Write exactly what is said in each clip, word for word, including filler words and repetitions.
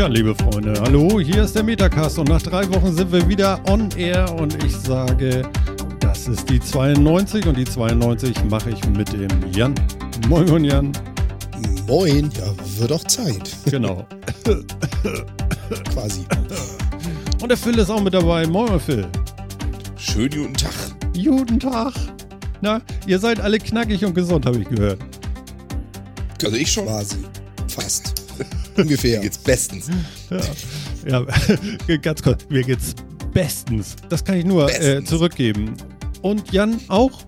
Tja, liebe Freunde, hallo, hier ist der Metacast und nach drei Wochen sind wir wieder on air und ich sage, das ist die zweiundneunzig und die zweiundneunzig mache ich mit dem Jan. Moin, moin Jan. Moin, ja, wird auch Zeit. Genau. Quasi. Und der Phil ist auch mit dabei. Moin, Phil. Schönen guten Tag. Guten Tag. Na, ihr seid alle knackig und gesund, habe ich gehört. Also ich schon. Quasi. Fast. Ungefähr. Mir geht's bestens. Ja, ja, ganz kurz. Mir geht's bestens. Das kann ich nur äh, zurückgeben. Und Jan auch?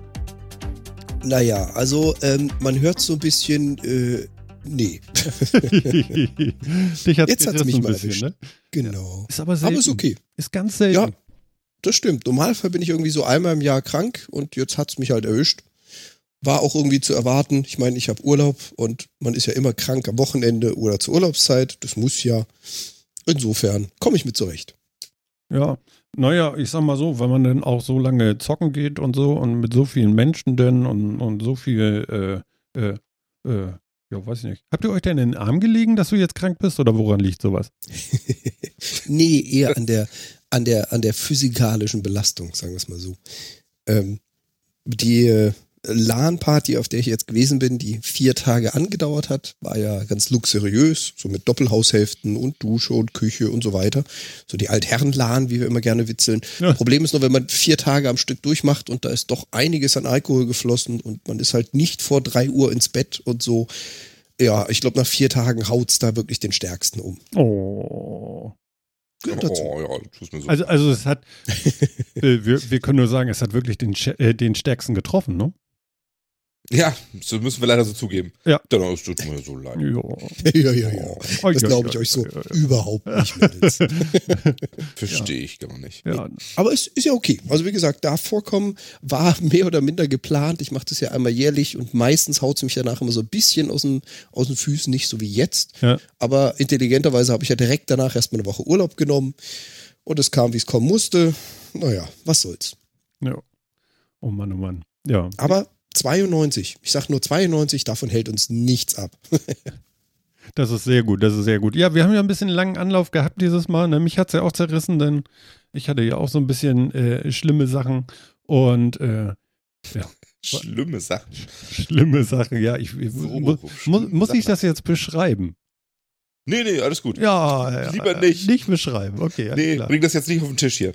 Naja, also ähm, man hört so ein bisschen, äh, nee. Dich hat's Jetzt hat's mich ein mal bisschen, erwischt. ne? Genau. Ist aber selten. Aber ist okay. Ist ganz selten. Ja, das stimmt. Normalerweise bin ich irgendwie so einmal im Jahr krank und jetzt hat's mich halt erwischt. War auch irgendwie zu erwarten. Ich meine, ich habe Urlaub und man ist ja immer krank am Wochenende oder zur Urlaubszeit. Das muss ja. Insofern komme ich mit zurecht. Ja, naja, ich sag mal so, wenn man dann auch so lange zocken geht und so und mit so vielen Menschen denn und, und so viel, äh, äh, äh, ja, weiß ich nicht. Habt ihr euch denn in den Arm gelegen, dass du jetzt krank bist oder woran liegt sowas? Nee, eher an der, an der, an der physikalischen Belastung, sagen wir es mal so. Ähm, die äh, LAN-Party, auf der ich jetzt gewesen bin, die vier Tage angedauert hat, war ja ganz luxuriös, so mit Doppelhaushälften und Dusche und Küche und so weiter. So die Altherren-LAN, wie wir immer gerne witzeln. Ja. Problem ist nur, wenn man vier Tage am Stück durchmacht und da ist doch einiges an Alkohol geflossen und man ist halt nicht vor drei Uhr ins Bett und so. Ja, ich glaube, nach vier Tagen haut's da wirklich den Stärksten um. Oh. Gehört dazu. Oh ja, tust mir so. Also, also es hat, äh, wir, wir können nur sagen, es hat wirklich den, äh, den Stärksten getroffen, ne? Ja, das müssen wir leider so zugeben. Ja. Dann es tut mir so leid. Ja. Ja, ja, ja. Oh, Das ja, glaube ja, ich euch so ja, ja. überhaupt nicht, Mädels. Verstehe ich gar nicht. Ja. Aber es ist ja okay. Also wie gesagt, da vorkommen war mehr oder minder geplant. Ich mache das ja einmal jährlich und meistens haut es mich danach immer so ein bisschen aus den, aus den Füßen, nicht so wie jetzt. Ja. Aber intelligenterweise habe ich ja direkt danach erstmal eine Woche Urlaub genommen und es kam, wie es kommen musste. Naja, was soll's. Ja. Oh Mann, oh Mann. Ja. Aber zweiundneunzig, ich sag nur zweiundneunzig, davon hält uns nichts ab. Das ist sehr gut, das ist sehr gut. Ja, wir haben ja ein bisschen langen Anlauf gehabt dieses Mal. Ne? Mich hat es ja auch zerrissen, denn ich hatte ja auch so ein bisschen äh, schlimme Sachen und äh, ja. Schlimme Sachen. Schlimme Sachen, ja. Ich, ich, So mu mu muss ich Sachen. das jetzt beschreiben? Nee, nee, alles gut. Ja, ja Lieber nicht. Nicht beschreiben, okay. Nee, klar. bring das jetzt nicht auf den Tisch hier.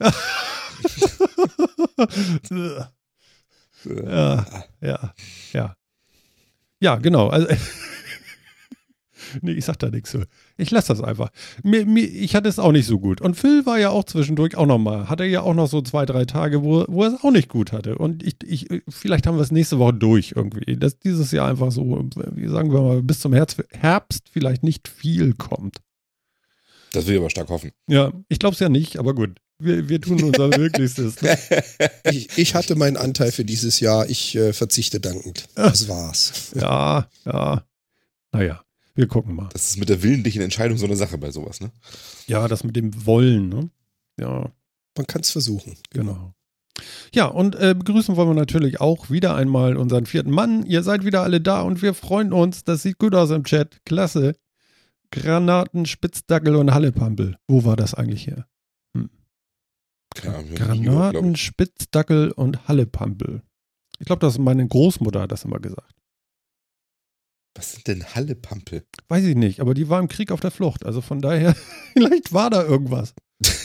Ja, ja, ja. Ja, genau. Also, nee, ich sag da nichts so. Ich lasse das einfach. Mir, mir, ich hatte es auch nicht so gut. Und Phil war ja auch zwischendurch auch nochmal. Hatte ja auch noch so zwei, drei Tage, wo, wo er es auch nicht gut hatte. Und ich, ich, vielleicht haben wir es nächste Woche durch irgendwie. Dass dieses Jahr einfach so, wie sagen wir mal, bis zum Herbst, Herbst vielleicht nicht viel kommt. Das will ich aber stark hoffen. Ja, ich glaube es ja nicht, aber gut. Wir, wir tun unser Möglichstes. Ne? Ich, ich hatte meinen Anteil für dieses Jahr, ich äh, verzichte dankend. Das war's. Ja, ja. Naja, wir gucken mal. Das ist mit der willentlichen Entscheidung so eine Sache bei sowas, ne? Ja, das mit dem Wollen, ne? Ja, Man kann es versuchen. genau. Ja, und äh, begrüßen wollen wir natürlich auch wieder einmal unseren vierten Mann. Ihr seid wieder alle da und wir freuen uns. Das sieht gut aus im Chat. Klasse. Granaten, Spitzdackel und Hallepampel. Wo war das eigentlich hier? Hm. Ja, wir haben nie Granaten, gehört, glaub ich. Spitzdackel und Hallepampel. Ich glaube, das ist meine Großmutter hat das immer gesagt. Was sind denn Hallepampel? Weiß ich nicht, aber die war im Krieg auf der Flucht. Also von daher, vielleicht war da irgendwas.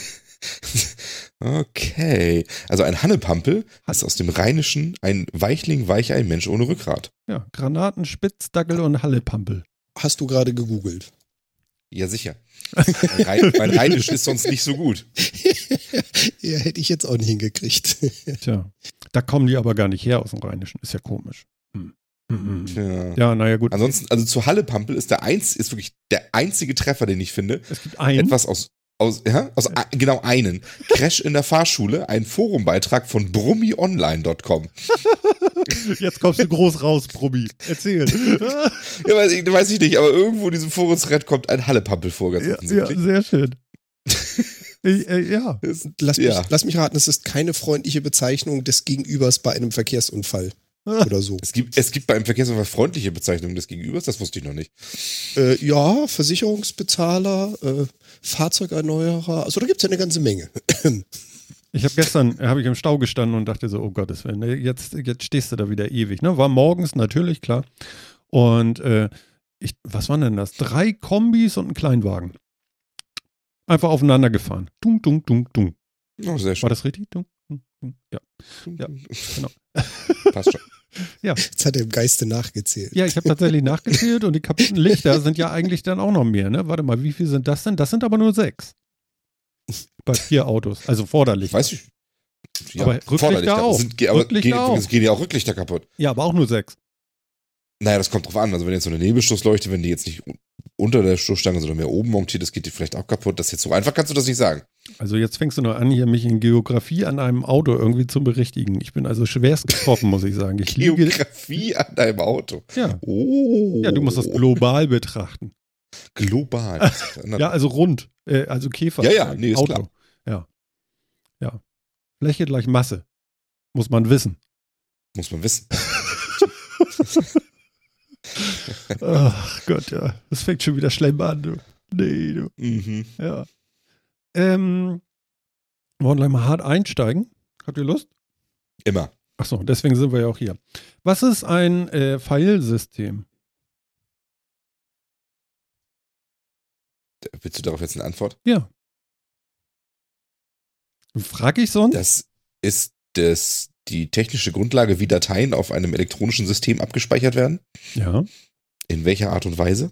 Okay. Also ein Hannepampel ist aus dem Rheinischen ein Weichling, Weichei, Mensch ohne Rückgrat. Ja, Granaten, Spitzdackel und Hallepampel. Hast du gerade gegoogelt? Ja, sicher. Mein, Rhein, mein Rheinisch ist sonst nicht so gut. Ja, hätte ich jetzt auch nicht hingekriegt. Tja, da kommen die aber gar nicht her aus dem Rheinischen. Ist ja komisch. Hm. Hm, hm. Ja. Ja, naja, gut. Ansonsten, also zu Hallepampel ist der einz, ist wirklich der einzige Treffer, den ich finde. Es gibt einen. Etwas aus, aus, ja, aus a- genau einen. Crash in der Fahrschule, ein Forumbeitrag von brummi online punkt com. Jetzt kommst du groß raus, Probi. Erzähl. Ja, weiß ich, weiß ich nicht, aber irgendwo in diesem Forumsthread kommt ein Hallepampel vor, ganz ja, ja, offensichtlich. sehr schön. Ich, äh, ja. Lass mich, Ja. lass mich raten, es ist keine freundliche Bezeichnung des Gegenübers bei einem Verkehrsunfall. oder so. Es gibt, es gibt beim Verkehrsunfall freundliche Bezeichnungen des Gegenübers, das wusste ich noch nicht. Äh, ja, Versicherungsbezahler, äh, Fahrzeugerneuerer, also da gibt es ja eine ganze Menge. Ich habe gestern, habe ich im Stau gestanden und dachte so, oh Gottes Willen, ne, jetzt, jetzt stehst du da wieder ewig. Ne? War morgens natürlich, klar. Und äh, ich, was waren denn das? Drei Kombis und ein Kleinwagen. Einfach aufeinander gefahren. Dung, dung, dung, dung. Oh, sehr schön. War das richtig? Dung, dung, dung. Ja, ja, genau. Passt schon. Ja. Jetzt hat er im Geiste nachgezählt. Ja, ich habe tatsächlich nachgezählt und die kaputten Lichter sind ja eigentlich dann auch noch mehr. Ne? Warte mal, wie viel sind das denn? Das sind aber nur sechs. Bei vier Autos, also Vorderlichter. Weiß ich. Ja, Aber Rücklichter Vorderlichter. auch. Sind, aber Rücklichter gehen, auch. Es gehen ja auch Rücklichter kaputt. Ja, aber auch nur sechs. Naja, das kommt drauf an. Also wenn jetzt so eine Nebelstoßleuchte, wenn die jetzt nicht unter der Stoßstange, sondern mehr oben montiert ist, geht die vielleicht auch kaputt. Das ist jetzt so einfach, kannst du das nicht sagen. Also jetzt fängst du noch an, hier mich in Geografie an einem Auto irgendwie zu berichtigen. Ich bin also schwerst getroffen, muss ich sagen. Ich liege, Geografie an deinem Auto. ja. Oh. ja, du musst das global betrachten. Global. Ja, also rund, äh, also Käfer. Ja, ja, nee, ist Auto. klar. Ja. Ja. Fläche gleich Masse. Muss man wissen. Muss man wissen. Ach Gott, ja. Das fängt schon wieder schlimm an, du. Nee, du. Mhm. Ja. Ähm, wollen wir gleich mal hart einsteigen? Habt ihr Lust? Immer. Achso, deswegen sind wir ja auch hier. Was ist ein äh, Filesystem? Willst du darauf jetzt eine Antwort? Ja. Frag ich sonst? Das ist das, die technische Grundlage, wie Dateien auf einem elektronischen System abgespeichert werden. Ja. In welcher Art und Weise?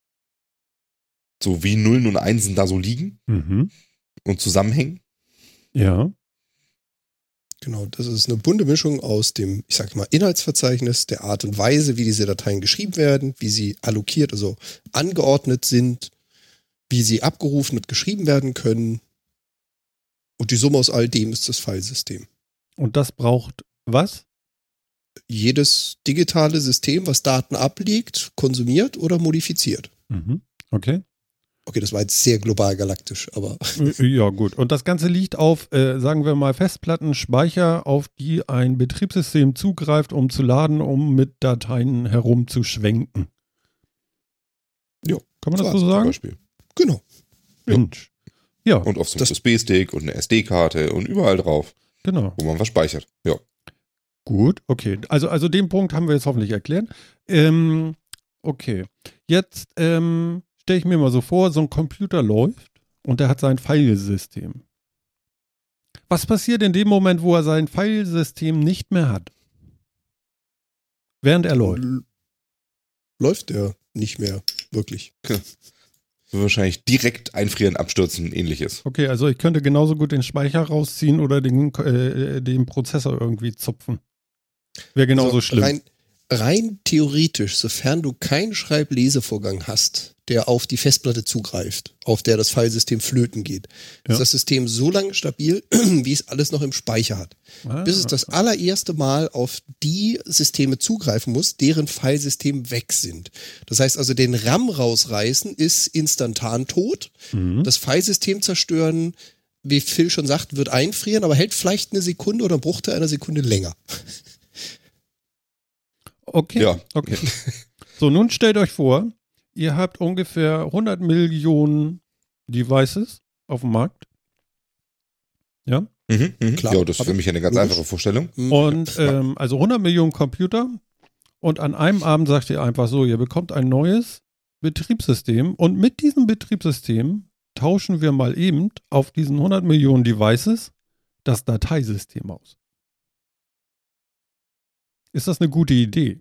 So wie Nullen und Einsen da so liegen Mhm. und zusammenhängen. Ja. Genau, das ist eine bunte Mischung aus dem, ich sag mal, Inhaltsverzeichnis, der Art und Weise, wie diese Dateien geschrieben werden, wie sie allokiert, also angeordnet sind, wie sie abgerufen und geschrieben werden können. Und die Summe aus all dem ist das Filesystem. Und das braucht was? Jedes digitale System, was Daten ablegt, konsumiert oder modifiziert. Mhm. Okay. Okay, das war jetzt sehr global galaktisch, aber Ja, gut. Und das Ganze liegt auf, äh, sagen wir mal, Festplatten, Speicher, auf die ein Betriebssystem zugreift, um zu laden, um mit Dateien herumzuschwenken. Ja, kann man das so so Zum sagen? Beispiel. genau. Mensch. Ja, Und auf so einem Das- U S B-Stick und eine S D-Karte und überall drauf, genau. wo man was speichert. Ja. Gut, okay. Also, also den Punkt haben wir jetzt hoffentlich erklärt. Ähm, okay. Jetzt ähm, stelle ich mir mal so vor, so ein Computer läuft und der hat sein Filesystem. Was passiert in dem Moment, wo er sein Filesystem nicht mehr hat? Während er läuft. L- Läuft der nicht mehr wirklich. So wahrscheinlich direkt einfrieren, abstürzen, ähnliches. Okay, also ich könnte genauso gut den Speicher rausziehen oder den, äh, den Prozessor irgendwie zupfen. Wäre genauso Also schlimm. Rein, rein theoretisch, sofern du keinen Schreib-Lesevorgang hast, der auf die Festplatte zugreift, auf der das Filesystem flöten geht, Ja. ist das System so lange stabil, wie es alles noch im Speicher hat. Ah, Bis es das allererste Mal auf die Systeme zugreifen muss, deren Filesystem weg sind. Das heißt also, den RAM rausreißen ist instantan tot. mhm. Das Filesystem zerstören, wie Phil schon sagt, wird einfrieren, aber hält vielleicht eine Sekunde oder einen Bruchteil einer Sekunde länger. Okay. Ja. Okay. So, nun stellt euch vor, ihr habt ungefähr hundert Millionen Devices auf dem Markt. Ja. Mhm, mhm. Klar. Ja, das ist Hab für ich. mich eine ganz Logisch. einfache Vorstellung. Und ähm, also hundert Millionen Computer. Und an einem Abend sagt ihr einfach so, ihr bekommt ein neues Betriebssystem. Und mit diesem Betriebssystem tauschen wir mal eben auf diesen hundert Millionen Devices das Dateisystem aus. Ist das eine gute Idee?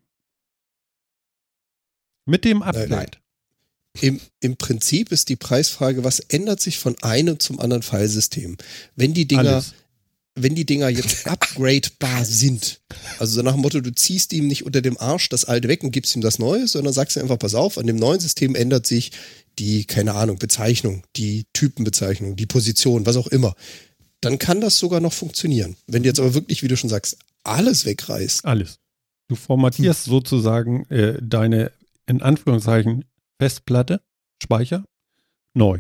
Mit dem Upgrade. Nein. Im, Im Prinzip ist die Preisfrage, was ändert sich von einem zum anderen Filesystem? Wenn die Dinger, Alles. wenn die Dinger jetzt upgradebar sind, also so nach dem Motto, du ziehst ihm nicht unter dem Arsch das alte weg und gibst ihm das neue, sondern sagst ihm einfach, pass auf, an dem neuen System ändert sich die, keine Ahnung, Bezeichnung, die Typenbezeichnung, die Position, was auch immer. Dann kann das sogar noch funktionieren. Wenn du jetzt aber wirklich, wie du schon sagst, alles wegreißt, Alles. Du formatierst sozusagen äh, deine, in Anführungszeichen, Festplatte, Speicher, neu.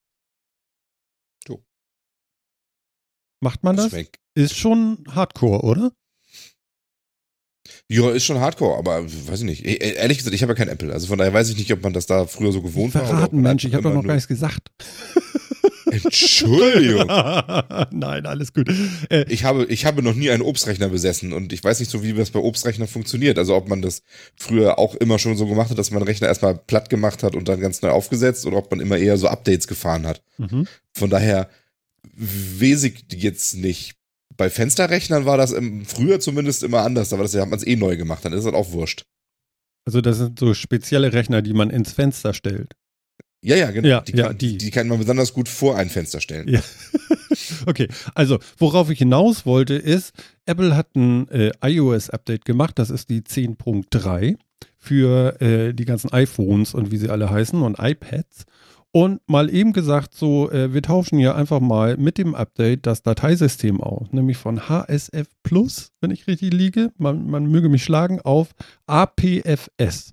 Jo. Macht man das? Schmeckt. Ist schon Hardcore, oder? Ja, ist schon Hardcore, aber weiß ich nicht. E- Ehrlich gesagt, ich habe ja kein Apple. Also von daher weiß ich nicht, ob man das da früher so gewohnt war. Verraten, Mensch, ich habe doch noch gar nichts gesagt. Entschuldigung. Nein, alles gut. Äh, Ich habe, ich habe noch nie einen Obstrechner besessen und ich weiß nicht so, wie das bei Obstrechner funktioniert. Also ob man das früher auch immer schon so gemacht hat, dass man den Rechner erstmal platt gemacht hat und dann ganz neu aufgesetzt oder ob man immer eher so Updates gefahren hat. mhm. Von daher weiß ich jetzt nicht. Bei Fensterrechnern war das im, früher zumindest immer anders, aber das hat man es eh neu gemacht, dann ist das auch wurscht. Also das sind so spezielle Rechner, die man ins Fenster stellt. Ja, ja, genau. Ja, die, ja, kann, die. die kann man besonders gut vor ein Fenster stellen. Ja. Okay, also worauf ich hinaus wollte ist, Apple hat ein äh, iOS-Update gemacht, das ist die zehn Punkt drei für äh, die ganzen iPhones und wie sie alle heißen und iPads und mal eben gesagt so, äh, wir tauschen hier einfach mal mit dem Update das Dateisystem aus, nämlich von H S F Plus, wenn ich richtig liege, man, man möge mich schlagen, auf A P F S.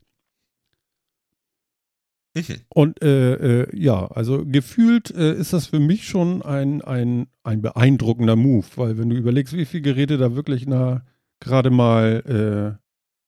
Mhm. Und äh, äh, ja, also gefühlt äh, ist das für mich schon ein, ein, ein beeindruckender Move, weil wenn du überlegst, wie viele Geräte da wirklich na, gerade mal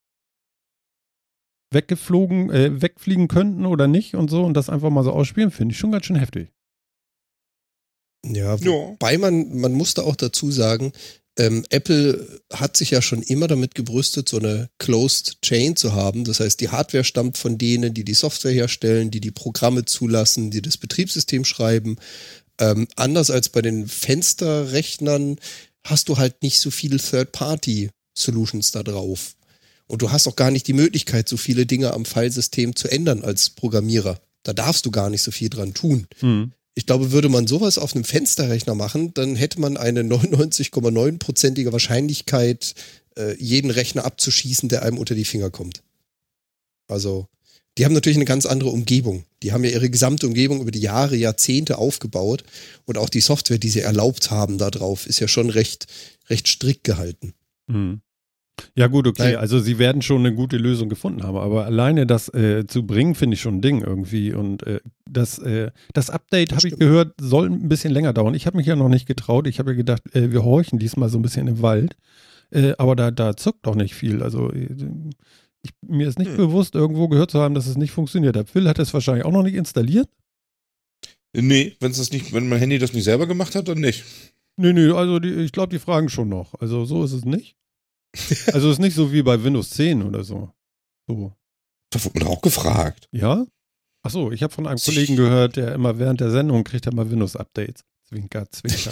äh, weggeflogen, äh, wegfliegen könnten oder nicht und so und das einfach mal so ausspielen, finde ich schon ganz schön heftig. Ja, Ja. wobei man, man musste auch dazu sagen, ähm, Apple hat sich ja schon immer damit gebrüstet, so eine Closed Chain zu haben. Das heißt, die Hardware stammt von denen, die die Software herstellen, die die Programme zulassen, die das Betriebssystem schreiben. Ähm, anders als bei den Fensterrechnern hast du halt nicht so viele Third-Party-Solutions da drauf. Und du hast auch gar nicht die Möglichkeit, so viele Dinge am Filesystem zu ändern als Programmierer. Da darfst du gar nicht so viel dran tun. Hm. Ich glaube, würde man sowas auf einem Fensterrechner machen, dann hätte man eine neunundneunzig Komma neun prozentige Wahrscheinlichkeit, äh, jeden Rechner abzuschießen, der einem unter die Finger kommt. Also, die haben natürlich eine ganz andere Umgebung. Die haben ja ihre gesamte Umgebung über die Jahre, Jahrzehnte aufgebaut. Und auch die Software, die sie erlaubt haben da drauf, ist ja schon recht, recht strikt gehalten. Hm. Ja gut, okay, Nein. also sie werden schon eine gute Lösung gefunden haben, aber alleine das äh, zu bringen, finde ich schon ein Ding irgendwie und äh, das, äh, das Update, habe ich gehört, soll ein bisschen länger dauern. Ich habe mich ja noch nicht getraut, ich habe ja gedacht, äh, wir horchen diesmal so ein bisschen im Wald, äh, aber da, da zuckt doch nicht viel, also äh, ich, mir ist nicht Hm. bewusst, irgendwo gehört zu haben, dass es nicht funktioniert hat. Phil hat es wahrscheinlich auch noch nicht installiert? Nee, wenn's das nicht, wenn mein Handy das nicht selber gemacht hat, dann nicht. Nö, nö, also die, ich glaube, die fragen schon noch, also so ist es nicht. Also es ist nicht so wie bei Windows zehn oder so. So. Da wurde man auch gefragt. Ja? Achso, ich habe von einem Kollegen gehört, der immer während der Sendung kriegt er mal Windows-Updates. Zwinker, zwinker.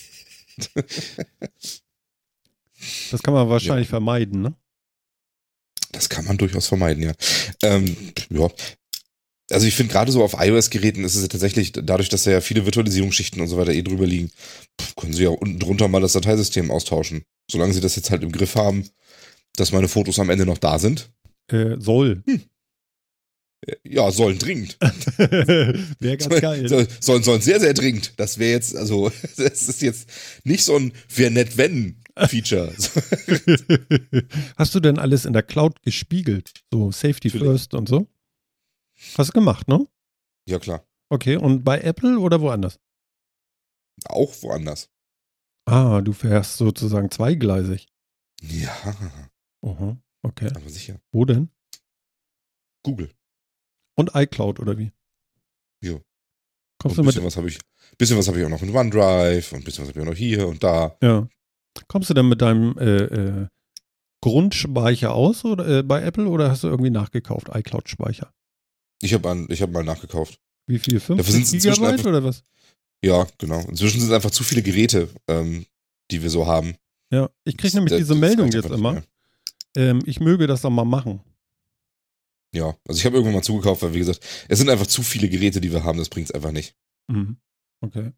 Das kann man wahrscheinlich Ja. vermeiden, ne? Das kann man durchaus vermeiden, ja. Ähm, ja. Also ich finde gerade so auf iOS-Geräten ist es ja tatsächlich, dadurch, dass da ja viele Virtualisierungsschichten und so weiter eh drüber liegen, pff, können sie ja unten drunter mal das Dateisystem austauschen. Solange sie das jetzt halt im Griff haben, dass meine Fotos am Ende noch da sind. Äh, soll. Äh, Ja, sollen dringend. Wäre ganz geil. So- Sollen, sollen sehr, sehr dringend. Das wäre jetzt, also, das ist jetzt nicht so ein wär nett wenn Feature. Hast du denn alles in der Cloud gespiegelt? So Safety Natürlich. First und so? Hast du gemacht, ne? Ja, klar. Okay, und bei Apple oder woanders? Auch woanders. Ah, du fährst sozusagen zweigleisig. Ja, Aha, okay. aber sicher. Wo denn? Google. Und iCloud oder wie? Ja. Kommst Und du ein bisschen mit, was habe ich, bisschen was habe ich auch noch in OneDrive und ein bisschen was habe ich auch noch hier und da. ja. Kommst du denn mit deinem äh, äh, Grundspeicher aus oder, äh, bei Apple oder hast du irgendwie nachgekauft, iCloud-Speicher? Ich habe ich hab mal nachgekauft. Wie viel? Dafür fünfzig sind's inzwischen Gigabyte einfach- oder was? Ja, genau. Inzwischen sind es einfach zu viele Geräte, ähm, die wir so haben. Ja, ich kriege nämlich Das- diese das Meldung reicht jetzt einfach immer. nicht mehr. Ähm, ich möge das doch mal machen. Ja, also ich habe irgendwann mal zugekauft, weil wie gesagt, es sind einfach zu viele Geräte, die wir haben, das bringt es einfach nicht. Mhm. Okay.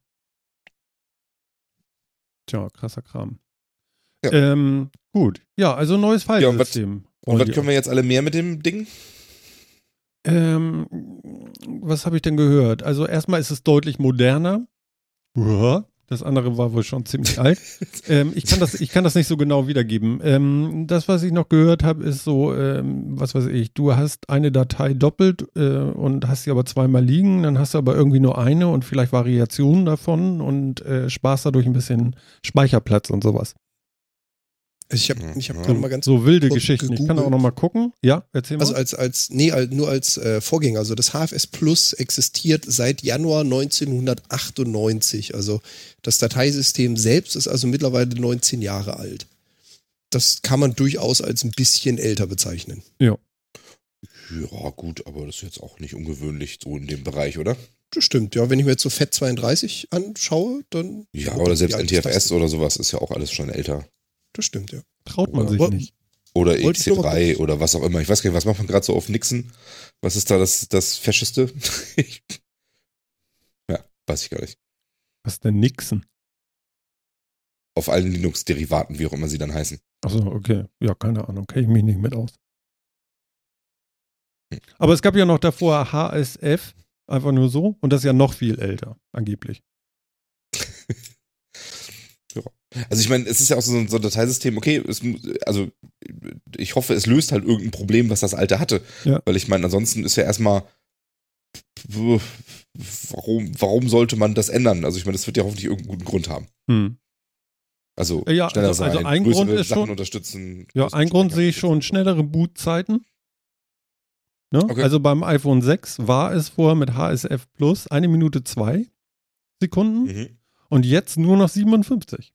Tja, krasser Kram. Ja. Ähm, gut. Ja, also neues Ja, und was- Filesystem. Und was können wir jetzt alle mehr mit dem Ding? Ähm, was habe ich denn gehört? Also erstmal ist es deutlich moderner. Ja, das andere war wohl schon ziemlich alt. ähm, ich, kann das, ich kann das nicht so genau wiedergeben. Ähm, das, was ich noch gehört habe, ist so, ähm, was weiß ich, du hast eine Datei doppelt äh, und hast sie aber zweimal liegen, dann hast du aber irgendwie nur eine und vielleicht Variationen davon und äh, sparst dadurch ein bisschen Speicherplatz und sowas. Also ich habe ich hab gerade mal ganz So wilde kurz Geschichten. Ich kann gegoogelt. auch noch mal gucken. Ja, erzähl mal. Also als, als, nee, als, nur als äh, Vorgänger. Also das H F S Plus existiert seit Januar neunzehnhundertachtundneunzig. Also das Dateisystem selbst ist also mittlerweile neunzehn Jahre alt. Das kann man durchaus als ein bisschen älter bezeichnen. ja. Ja, gut, aber das ist jetzt auch nicht ungewöhnlich so in dem Bereich, oder? Das stimmt, ja. Wenn ich mir jetzt so F A T zweiunddreißig anschaue, dann. Ja, Oh, oder selbst wie alt ist das N T F S denn? oder sowas ist ja auch alles schon älter. Das stimmt, ja. Traut man Oder- sich Wo- nicht. Oder Wollte ich nur mal E C drei kurz- oder was auch immer. Ich weiß gar nicht, was macht man gerade so auf Nixon? Was ist da das, das Faschiste? Ja, weiß ich gar nicht. Was ist denn Nixon? Auf allen Linux-Derivaten, wie auch immer sie dann heißen. Achso, okay. Ja, keine Ahnung. Kenne ich mich nicht mit aus. Aber es gab ja noch davor H S F, einfach nur so. Und das ist ja noch viel älter, angeblich. Also ich meine, es ist ja auch so ein, so ein Dateisystem, okay, es, mu- also ich hoffe, es löst halt irgendein Problem, was das alte hatte. Ja. Weil ich meine, ansonsten ist ja erstmal, warum, warum sollte man das ändern? Also ich meine, das wird ja hoffentlich irgendeinen guten Grund haben. Hm. Also Ja, schneller also- sein, also ein größere Grund ist Sachen schon- unterstützen. Ja, größere ein Grund Strecken sehe ich schon, unterstützen. schnellere Bootzeiten. Ne? Okay. Also beim iPhone sechs war es vorher mit H S F Plus eine Minute zwei Sekunden Mhm. und jetzt nur noch siebenundfünfzig.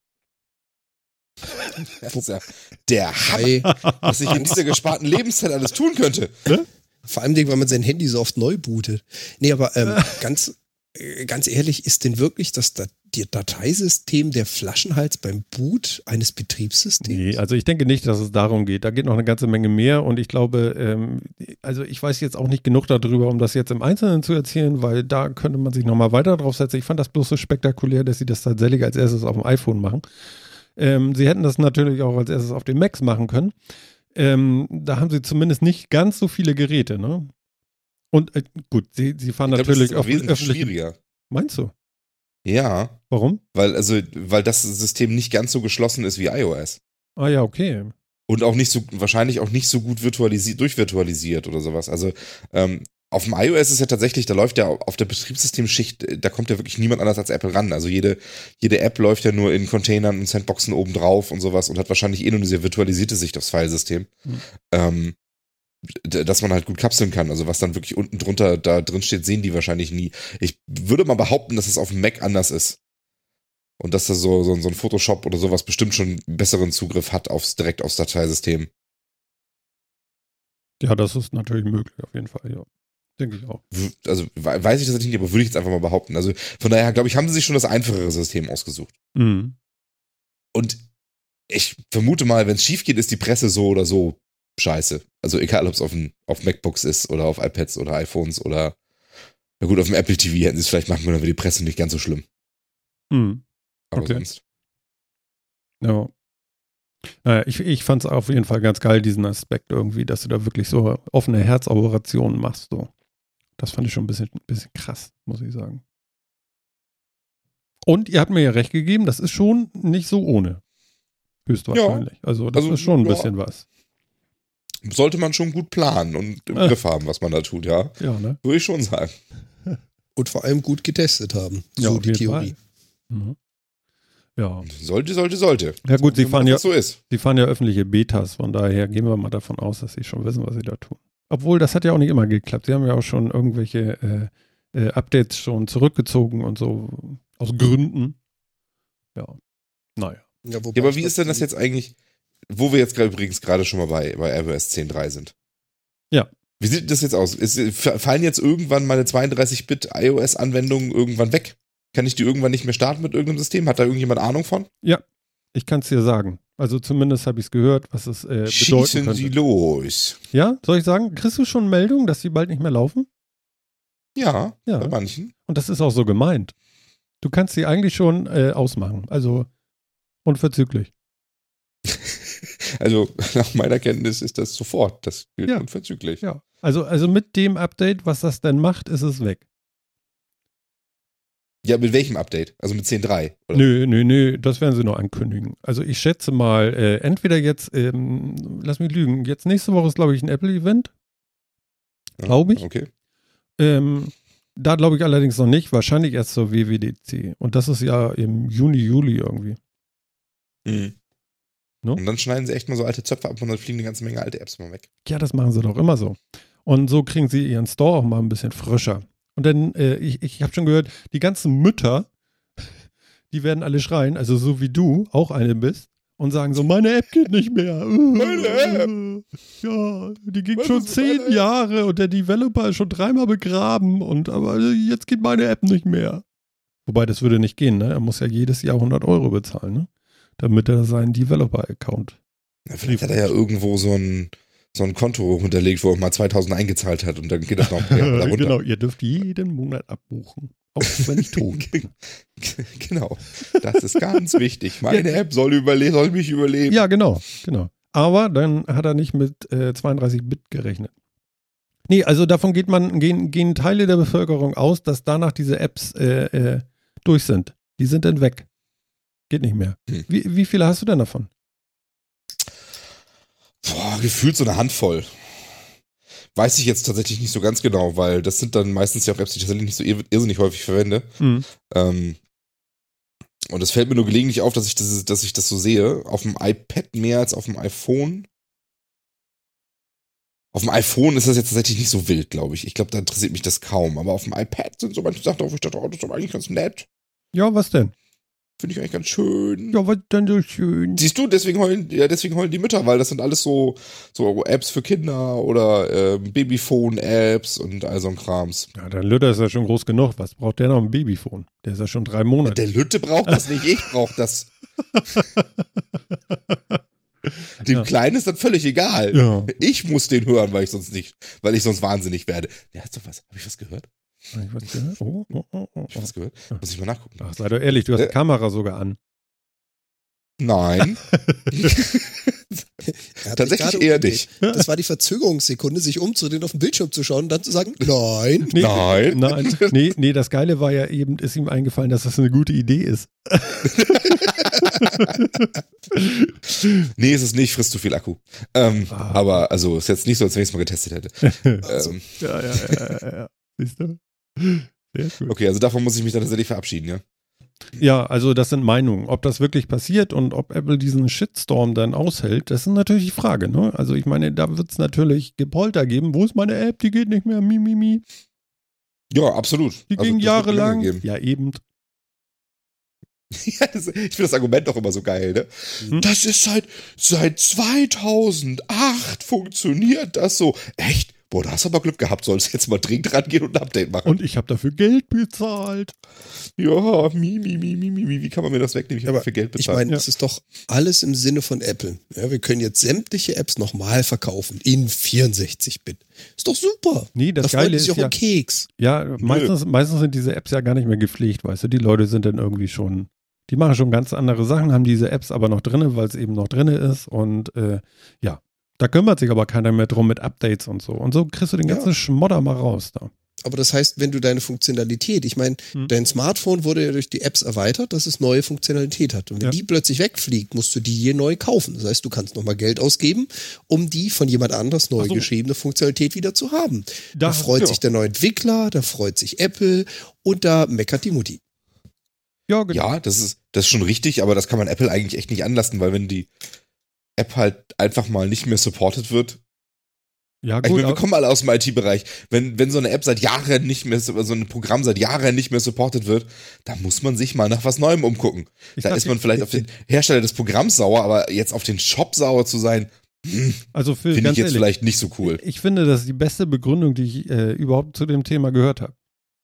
Das ist ja der Hammer, Hey, was ich in dieser gesparten Lebenszeit alles tun könnte. vor allem, weil man sein Handy so oft neu bootet. Nee, aber ähm, ganz, äh, ganz ehrlich, ist denn wirklich das Dat- die Dateisystem der Flaschenhals beim Boot eines Betriebssystems? Nee, also ich denke nicht, dass es darum geht. Da geht noch eine ganze Menge mehr und ich glaube, ähm, also ich weiß jetzt auch nicht genug darüber, um das jetzt im Einzelnen zu erzählen, weil da könnte man sich nochmal weiter drauf setzen. Ich fand das bloß so spektakulär, dass sie das tatsächlich als erstes auf dem iPhone machen. Ähm, sie hätten das natürlich auch als erstes auf den Macs machen können. Ähm, da haben sie zumindest nicht ganz so viele Geräte, ne? Und äh, gut, sie, sie fahren Ich glaube, das natürlich ist auch auf wesentlich öffentlichen. schwieriger. Meinst du? Ja, Warum? weil also, weil das System nicht ganz so geschlossen ist wie iOS. Ah ja, okay. Und auch nicht so, wahrscheinlich auch nicht so gut virtualisiert, durchvirtualisiert oder sowas. Also ähm, auf dem iOS ist ja tatsächlich, da läuft ja auf der Betriebssystemschicht, äh, da kommt ja wirklich niemand anders als Apple ran. Also jede, jede App läuft ja nur in Containern und Sandboxen oben drauf und sowas und hat wahrscheinlich eh nur eine sehr virtualisierte Sicht aufs Filesystem. Mhm. Ähm, d- dass man halt gut kapseln kann. Also was dann wirklich unten drunter da drin steht, sehen die wahrscheinlich nie. Ich würde mal behaupten, dass es auf dem Mac anders ist. Und dass da so, so, so ein Photoshop oder sowas bestimmt schon einen besseren Zugriff hat aufs, direkt aufs Dateisystem. Ja, das ist natürlich möglich, auf jeden Fall, ja. Denke ich auch. W- Also we- weiß ich das nicht, aber würde ich jetzt einfach mal behaupten. Also von daher, glaube ich, haben sie sich schon das einfachere System ausgesucht. Mhm. Und ich vermute mal, wenn es schief geht, ist die Presse so oder so scheiße. Also egal, ob es auf, ein- auf MacBooks ist oder auf iPads oder iPhones oder na gut, auf dem Apple T V hätten sie es vielleicht machen können, dann wäre die Presse nicht ganz so schlimm. Mhm. Aber Okay. sonst. Ja. Naja, ich ich fand es auf jeden Fall ganz geil, diesen Aspekt irgendwie, dass du da wirklich so offene Herzoperationen machst. So. Das fand ich schon ein bisschen, ein bisschen krass, muss ich sagen. Und ihr habt mir ja recht gegeben, das ist schon nicht so ohne. Höchstwahrscheinlich. Also das Also, ist schon ein ja. bisschen was. Sollte man schon gut planen und im Äh. Griff haben, was man da tut, ja. Ja, ne? Würde ich schon sagen. Und vor allem gut getestet haben. Ja, So auf die jeden Theorie. Fall. Mhm. Ja. Sollte, sollte, sollte. Ja gut, sie Wenn fahren ja, das so ist. sie fahren ja öffentliche Betas, von daher gehen wir mal davon aus, dass sie schon wissen, was sie da tun. Obwohl, das hat ja auch nicht immer geklappt. Sie haben ja auch schon irgendwelche äh, äh, Updates schon zurückgezogen und so aus Gründen. Ja, naja. Ja, wobei Ja, aber ich wie glaub, ist denn das die- jetzt eigentlich, wo wir jetzt gerade übrigens gerade schon mal bei, bei iOS zehn Punkt drei sind? Ja. Wie sieht das jetzt aus? Ist, fallen jetzt irgendwann meine zweiunddreißig Bit iOS-Anwendungen irgendwann weg? Kann ich die irgendwann nicht mehr starten mit irgendeinem System? Hat da irgendjemand Ahnung von? Ich kann es dir sagen. Also zumindest habe ich es gehört, was es äh, bedeuten Schießen könnte. Sie los. Ja, soll ich sagen? Kriegst du schon Meldungen, dass die bald nicht mehr laufen? Ja, Ja. bei manchen. Und das ist auch so gemeint. Du kannst sie eigentlich schon äh, ausmachen. Also unverzüglich. Also nach meiner Kenntnis ist das sofort. Das gilt Ja. unverzüglich. Ja. Also, also mit dem Update, was das denn macht, ist es weg. Ja, mit welchem Update? Also mit zehn Punkt drei? oder? Nö, nö, nö, das werden sie noch ankündigen. Also ich schätze mal, äh, entweder jetzt, ähm, lass mich lügen, jetzt nächste Woche ist, glaube ich, ein Apple-Event. Ja, glaub ich. Okay. Ähm, da glaube ich allerdings noch nicht, wahrscheinlich erst zur W W D C. Und das ist ja im Juni, Juli irgendwie. Mhm. Ne? Und dann schneiden sie echt mal so alte Zöpfe ab und dann fliegen eine ganze Menge alte Apps mal weg. Ja, das machen sie doch immer so. Und so kriegen sie ihren Store auch mal ein bisschen frischer. Und dann, äh, ich, ich habe schon gehört, die ganzen Mütter, die werden alle schreien, also so wie du auch eine bist, und sagen so, meine App geht nicht mehr. Meine App! Ja, die ging Was schon ist zehn meine App? Jahre und der Developer ist schon dreimal begraben und aber jetzt geht meine App nicht mehr. Wobei, das würde nicht gehen, ne? Er muss ja jedes Jahr hundert Euro bezahlen, ne? Damit er seinen Developer-Account. Ja, vielleicht hat er ja irgendwo so ein, so ein Konto hinterlegt, wo er mal zweitausend eingezahlt hat und dann geht das noch mehr runter. Genau, ihr dürft jeden Monat abbuchen. Auch wenn ich tot. Genau. Das ist ganz wichtig. Meine App soll, überle- soll mich überleben. Ja, genau, genau. Aber dann hat er nicht mit äh, zweiunddreißig Bit gerechnet. Nee, also davon geht man, gehen, gehen Teile der Bevölkerung aus, dass danach diese Apps äh, äh, durch sind. Die sind dann weg. Geht nicht mehr. Hm. Wie, wie viele hast du denn davon? Boah, gefühlt so eine Handvoll. Weiß ich jetzt tatsächlich nicht so ganz genau, weil das sind dann meistens ja auch Apps, die ich tatsächlich nicht so ir- irrsinnig häufig verwende. Mhm. Ähm, und es fällt mir nur gelegentlich auf, dass ich das, dass ich das so sehe. Auf dem iPad mehr als auf dem iPhone. Auf dem iPhone ist das jetzt tatsächlich nicht so wild, glaube ich. Ich glaube, da interessiert mich das kaum. Aber auf dem iPad sind so manche Sachen drauf, wo ich dachte, oh, das ist aber eigentlich ganz nett. Ja, was denn? Finde ich eigentlich ganz schön. Ja, was denn so schön? Siehst du, deswegen heulen, ja, deswegen heulen die Mütter, weil das sind alles so, so Apps für Kinder oder ähm, Babyphone-Apps und all so ein Krams. Ja, der Lütter ist ja schon groß genug. Was braucht der noch ein Babyphone? Der ist ja schon drei Monate. Der Lütte braucht das nicht, ich brauch das. Dem Ja. Kleinen ist das völlig egal. Ja. Ich muss den hören, weil ich sonst nicht, weil ich sonst wahnsinnig werde. Der hat doch was. Habe ich was gehört? Hab ich was gehört? Oh, oh, oh, oh. Hab ich was gehört? Muss ich mal nachgucken. Ach, sei doch ehrlich, du hast die Äh. Kamera sogar an. Nein. Er hat Tatsächlich sich gerade eher umgedreht. nicht. Das war die Verzögerungssekunde, sich umzudrehen, auf den Bildschirm zu schauen und dann zu sagen, nein. Nee, Nein. Nein, nee, nee, das Geile war ja eben, ist ihm eingefallen, dass das eine gute Idee ist. Nee, ist es nicht, frisst zu viel Akku. Ähm, Ah. Aber, also, ist jetzt nicht so, als wenn ich es mal getestet hätte. ähm, Ja, ja, ja, ja, ja. Siehst du? Sehr gut. okay, also davon muss ich mich dann tatsächlich verabschieden, ja? Ja, also das sind Meinungen. Ob das wirklich passiert und ob Apple diesen Shitstorm dann aushält, das ist natürlich die Frage, ne? Also ich meine, da wird es natürlich Gepolter geben. Wo ist meine App? Die geht nicht mehr. Mi, mi, mi. Ja, absolut. Die Also, ging das wird jahrelang. Länge geben. Ja, eben. Ja, das, ich finde das Argument doch immer so geil, ne? Hm? Das ist seit, seit zweitausendacht funktioniert das so. Echt? Boah, da hast du aber Glück gehabt, sollst jetzt mal dringend rangehen und ein Update machen. Und ich habe dafür Geld bezahlt. ja, mi, mi, mi, mi, mi, mi, wie kann man mir das wegnehmen? Ich habe Aber dafür Geld Ich bezahlt. meine, Ja. das ist doch alles im Sinne von Apple. Ja, wir können jetzt sämtliche Apps nochmal verkaufen in vierundsechzig Bit. Ist doch super. Nee, das da freut Geile die ist sich auch ja, um Keks. ja meistens, meistens sind diese Apps ja gar nicht mehr gepflegt, weißt du. Die Leute sind dann irgendwie schon, die machen schon ganz andere Sachen, haben diese Apps aber noch drinne, weil es eben noch drinne ist und äh, ja. Da kümmert sich aber keiner mehr drum mit Updates und so. Und so kriegst du den Ja. ganzen Schmodder mal raus da. Aber das heißt, wenn du deine Funktionalität, ich meine, Hm. dein Smartphone wurde ja durch die Apps erweitert, dass es neue Funktionalität hat. Und wenn Ja. die plötzlich wegfliegt, musst du die hier neu kaufen. Das heißt, du kannst nochmal Geld ausgeben, um die von jemand anders neu Ach so. geschriebene Funktionalität wieder zu haben. Da, Da- freut ja. sich der neue Entwickler, da freut sich Apple und da meckert die Mutti. Ja, genau. Ja, das ist, das ist schon richtig, aber das kann man Apple eigentlich echt nicht anlassen, weil wenn die App halt einfach mal nicht mehr supported wird. Ja, Ich gut. meine, wir aber- kommen alle aus dem I T-Bereich. Wenn, wenn so eine App seit Jahren nicht mehr, so ein Programm seit Jahren nicht mehr supported wird, da muss man sich mal nach was Neuem umgucken. ich Da sag ist dir- man vielleicht auf den Hersteller des Programms sauer, aber jetzt auf den Shop sauer zu sein, hm, Also Phil, finde ich ganz jetzt ehrlich, vielleicht nicht so cool. ich finde, das ist die beste Begründung, die ich äh, überhaupt zu dem Thema gehört habe.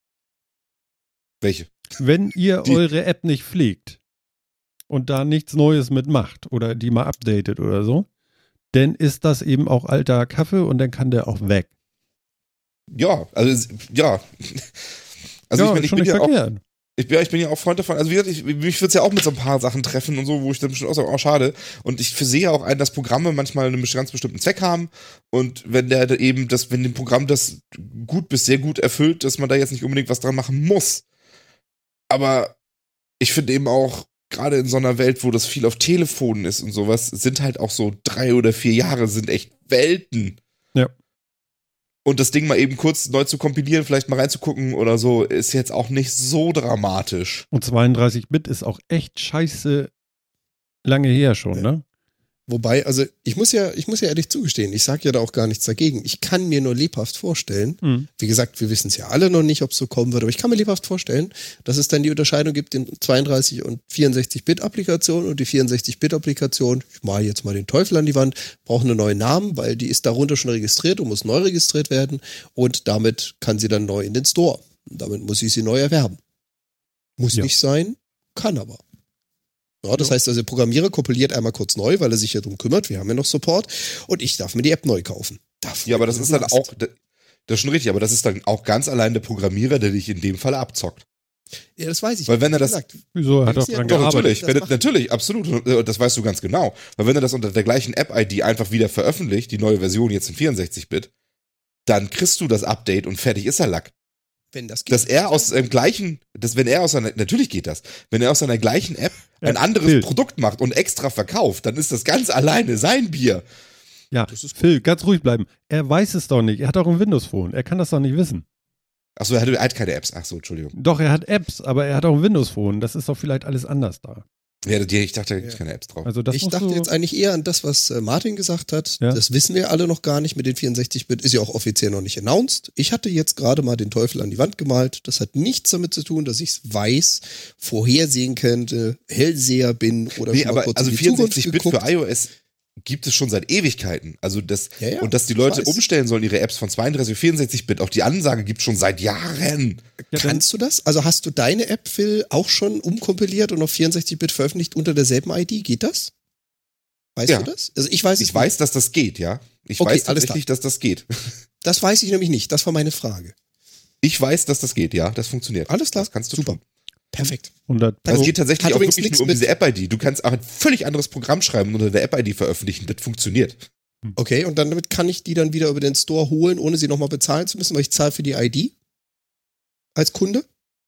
Welche? Wenn ihr Die- eure App nicht pflegt und da nichts Neues mitmacht oder die mal updatet oder so, dann ist das eben auch alter Kaffee und dann kann der auch weg. Ja, also, es- ja. Also, ja, ich, meine, ich schon bin nicht ja auch, verkehrt. ich bin, ja- ich bin ja auch Freund davon. Also, wie gesagt, ich, mich würde es ja auch mit so ein paar Sachen treffen und so, wo ich dann bestimmt auch sage, oh, schade. Und ich sehe auch ein, dass Programme manchmal einen ganz bestimmten Zweck haben. Und wenn der da eben, das, wenn dem Programm das gut bis sehr gut erfüllt, dass man da jetzt nicht unbedingt was dran machen muss. Aber ich finde eben auch, gerade in so einer Welt, wo das viel auf Telefonen ist und sowas, sind halt auch so drei oder vier Jahre sind echt Welten. Ja. Und das Ding mal eben kurz neu zu kompilieren, vielleicht mal reinzugucken oder so, ist jetzt auch nicht so dramatisch. Und zweiunddreißig Bit ist auch echt scheiße lange her schon, Ja. ne? Wobei, also ich muss ja, ich muss ja ehrlich zugestehen, ich sage ja da auch gar nichts dagegen. Ich kann mir nur lebhaft vorstellen, Mhm. wie gesagt, wir wissen es ja alle noch nicht, ob es so kommen wird, aber ich kann mir lebhaft vorstellen, dass es dann die Unterscheidung gibt in zweiunddreißig- und vierundsechzig-Bit-Applikation und die vierundsechzig-Bit-Applikation, ich male jetzt mal den Teufel an die Wand, braucht einen neuen Namen, weil die ist darunter schon registriert und muss neu registriert werden und damit kann sie dann neu in den Store. Und damit muss ich sie neu erwerben. Muss Ja. nicht sein, kann aber. Ja, das Ja. heißt also, der Programmierer kompiliert einmal kurz neu, weil er sich ja darum kümmert. Wir haben ja noch Support. Und ich darf mir die App neu kaufen. Darf Ja, aber das mir ist dann Last. auch, das ist schon richtig, aber das ist dann auch ganz allein der Programmierer, der dich in dem Fall abzockt. Ja, das weiß ich. Weil wenn er Wie das- gesagt, Wieso? Er hat Wir doch müssen ja dran doch, Doch, gearbeitet. natürlich, das wenn, macht- natürlich, absolut. Und das weißt du ganz genau. Weil wenn er das unter der gleichen App-I D einfach wieder veröffentlicht, die neue Version jetzt in vierundsechzig-Bit, dann kriegst du das Update und fertig ist er Lack. wenn das geht. Dass er aus seinem gleichen, dass wenn er aus seiner, natürlich geht das, wenn er aus seiner gleichen App ein Ja, anderes Phil. Produkt macht und extra verkauft, dann ist das ganz alleine sein Bier. Ja, Das ist gut. Phil, ganz ruhig bleiben. Er weiß es doch nicht. Er hat doch ein Windows-Phone. Er kann das doch nicht wissen. Achso, er hat, er hat keine Apps. Achso, Entschuldigung. Doch, er hat Apps, aber er hat auch ein Windows-Phone. Das ist doch vielleicht alles anders da. Ja, die- ich dachte, da gibt Ja. keine Apps drauf. Also das ich musst dachte du, jetzt eigentlich eher an das, was äh, Martin gesagt hat. Ja. Das wissen wir alle noch gar nicht mit den vierundsechzig-Bit. Ist ja auch offiziell noch nicht announced. Ich hatte jetzt gerade mal den Teufel an die Wand gemalt. Das hat nichts damit zu tun, dass ich es weiß, vorhersehen könnte, Hellseher bin oder Nee, schon mal aber kurz also in die Zukunft vierundsechzig-Bit für geguckt. iOS gibt es schon seit Ewigkeiten. Also das, Ja, ja, und dass die ich Leute weiß. umstellen sollen, ihre Apps von zweiunddreißig auf vierundsechzig-Bit, auch die Ansage gibt es schon seit Jahren. ja, dann, Kannst du das? Also hast du deine App, Phil, auch schon umkompiliert und auf vierundsechzig-Bit veröffentlicht unter derselben I D? Geht das? Weißt Ja. du das? Also ich weiß es Ich weiß, dass das geht, ja. Ich Okay, weiß alles tatsächlich, dass das geht. nicht. Das weiß ich nämlich nicht. Das war meine Frage. Ich weiß, dass das geht, ja. Das funktioniert. Alles klar. Das kannst du Super. tun. Perfekt. hundert Also Pro. es geht tatsächlich Hat auch übrigens wirklich nichts nur um mit- diese App-I D. Du kannst auch ein völlig anderes Programm schreiben und unter der App-I D veröffentlichen. Das funktioniert. Okay, und dann damit kann ich die dann wieder über den Store holen, ohne sie nochmal bezahlen zu müssen, weil ich zahle für die I D als Kunde?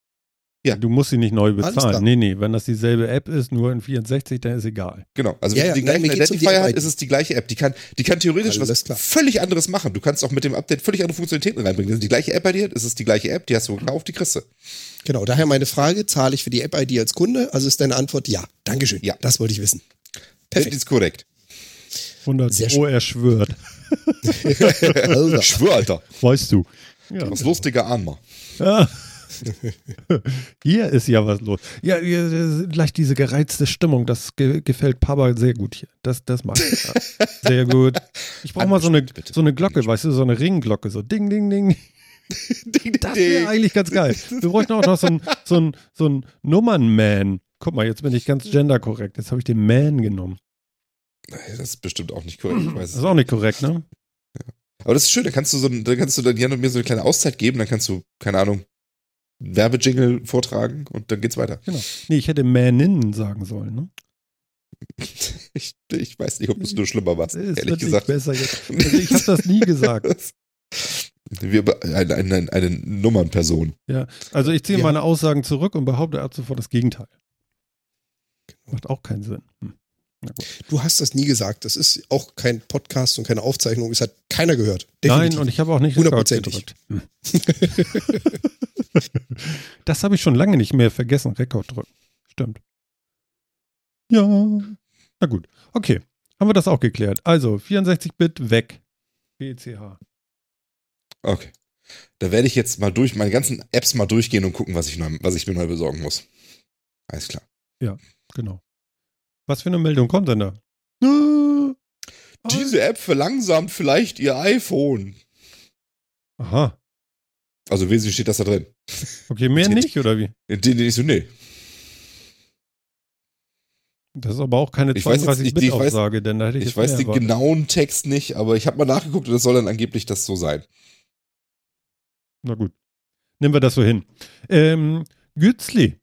Du musst sie nicht neu Alles klar. bezahlen. Nee, nee, wenn das dieselbe App ist, nur in vierundsechzig, dann ist egal. Genau. Also Ja, wenn ja, du den nein, gleichen mir geht's um die Identifier hat, App-I D. ist es die gleiche App. Die kann, die kann theoretisch Alles was klar. völlig anderes machen. Du kannst auch mit dem Update völlig andere Funktionalitäten reinbringen. Wenn es die gleiche App-I D hat, ist es die gleiche App, die hast du gekauft, die kriegst du. Genau, daher meine Frage, zahle ich für die App-I D als Kunde? Also ist deine Antwort ja. Dankeschön. Ja. Das wollte ich wissen. Das Perfekt. ist korrekt. hundert Sehr Pro, er schwört. Alter. Schwör, Alter. Weißt du. Ja. Was lustiger Anma. Ja. Hier ist ja was los. Ja, ja, gleich diese gereizte Stimmung, das ge gefällt Papa sehr gut hier. Das, das mag ich. Ja. Sehr gut. Ich brauche mal so eine, Angespannt, bitte. so eine Glocke, weißt du, so eine Ringglocke, so ding, ding, ding. Ding, Das wäre eigentlich ganz geil. Wir bräuchten auch noch so ein, so ein, so ein Nummern-Man. Guck mal, jetzt bin ich ganz genderkorrekt. Jetzt habe ich den Man genommen. Das ist bestimmt auch nicht korrekt. Ich weiß Das es ist auch nicht korrekt, ne? Aber das ist schön, da kannst du so, da kannst du dann Jan und mir so eine kleine Auszeit geben, dann kannst du, keine Ahnung, Werbejingle vortragen und dann geht's weiter. Genau. Nee, ich hätte Maninnen sagen sollen, ne? Ich, ich weiß nicht, ob es nur schlimmer war, Es ehrlich wird nicht gesagt. besser jetzt. Also ich habe das nie gesagt. Wir, eine, eine, eine Nummernperson. Ja, also ich ziehe Ja. meine Aussagen zurück und behaupte ab sofort das Gegenteil. Macht auch keinen Sinn. Hm. Du hast das nie gesagt. Das ist auch kein Podcast und keine Aufzeichnung. Es hat keiner gehört. Nein, und ich habe auch nicht Rekord Hundertprozentig. gedrückt. Hm. Das habe ich schon lange nicht mehr vergessen, Rekord drücken. Stimmt. Ja. Na gut. Okay. Haben wir das auch geklärt. Also, vierundsechzig-Bit weg. B C H. Okay. Da werde ich jetzt mal durch, meine ganzen Apps mal durchgehen und gucken, was ich, neu, was ich mir neu besorgen muss. Alles klar. Genau. Was für eine Meldung kommt denn da? Ah. Diese App verlangsamt vielleicht Ihr iPhone. Aha. Also wesentlich steht das da drin. Okay, mehr Jetzt- nicht, oder wie? Den, den ich so, nee. Das ist aber auch keine Ich weiß jetzt nicht, ich weiß- zweiunddreißig-Bit-Aussage, denn da hätte ich, Ich jetzt weiß mehr den erwartet. genauen Text nicht, aber ich habe mal nachgeguckt und das soll dann angeblich das so sein. Na gut. Nehmen wir das so hin. Ähm, Gützli.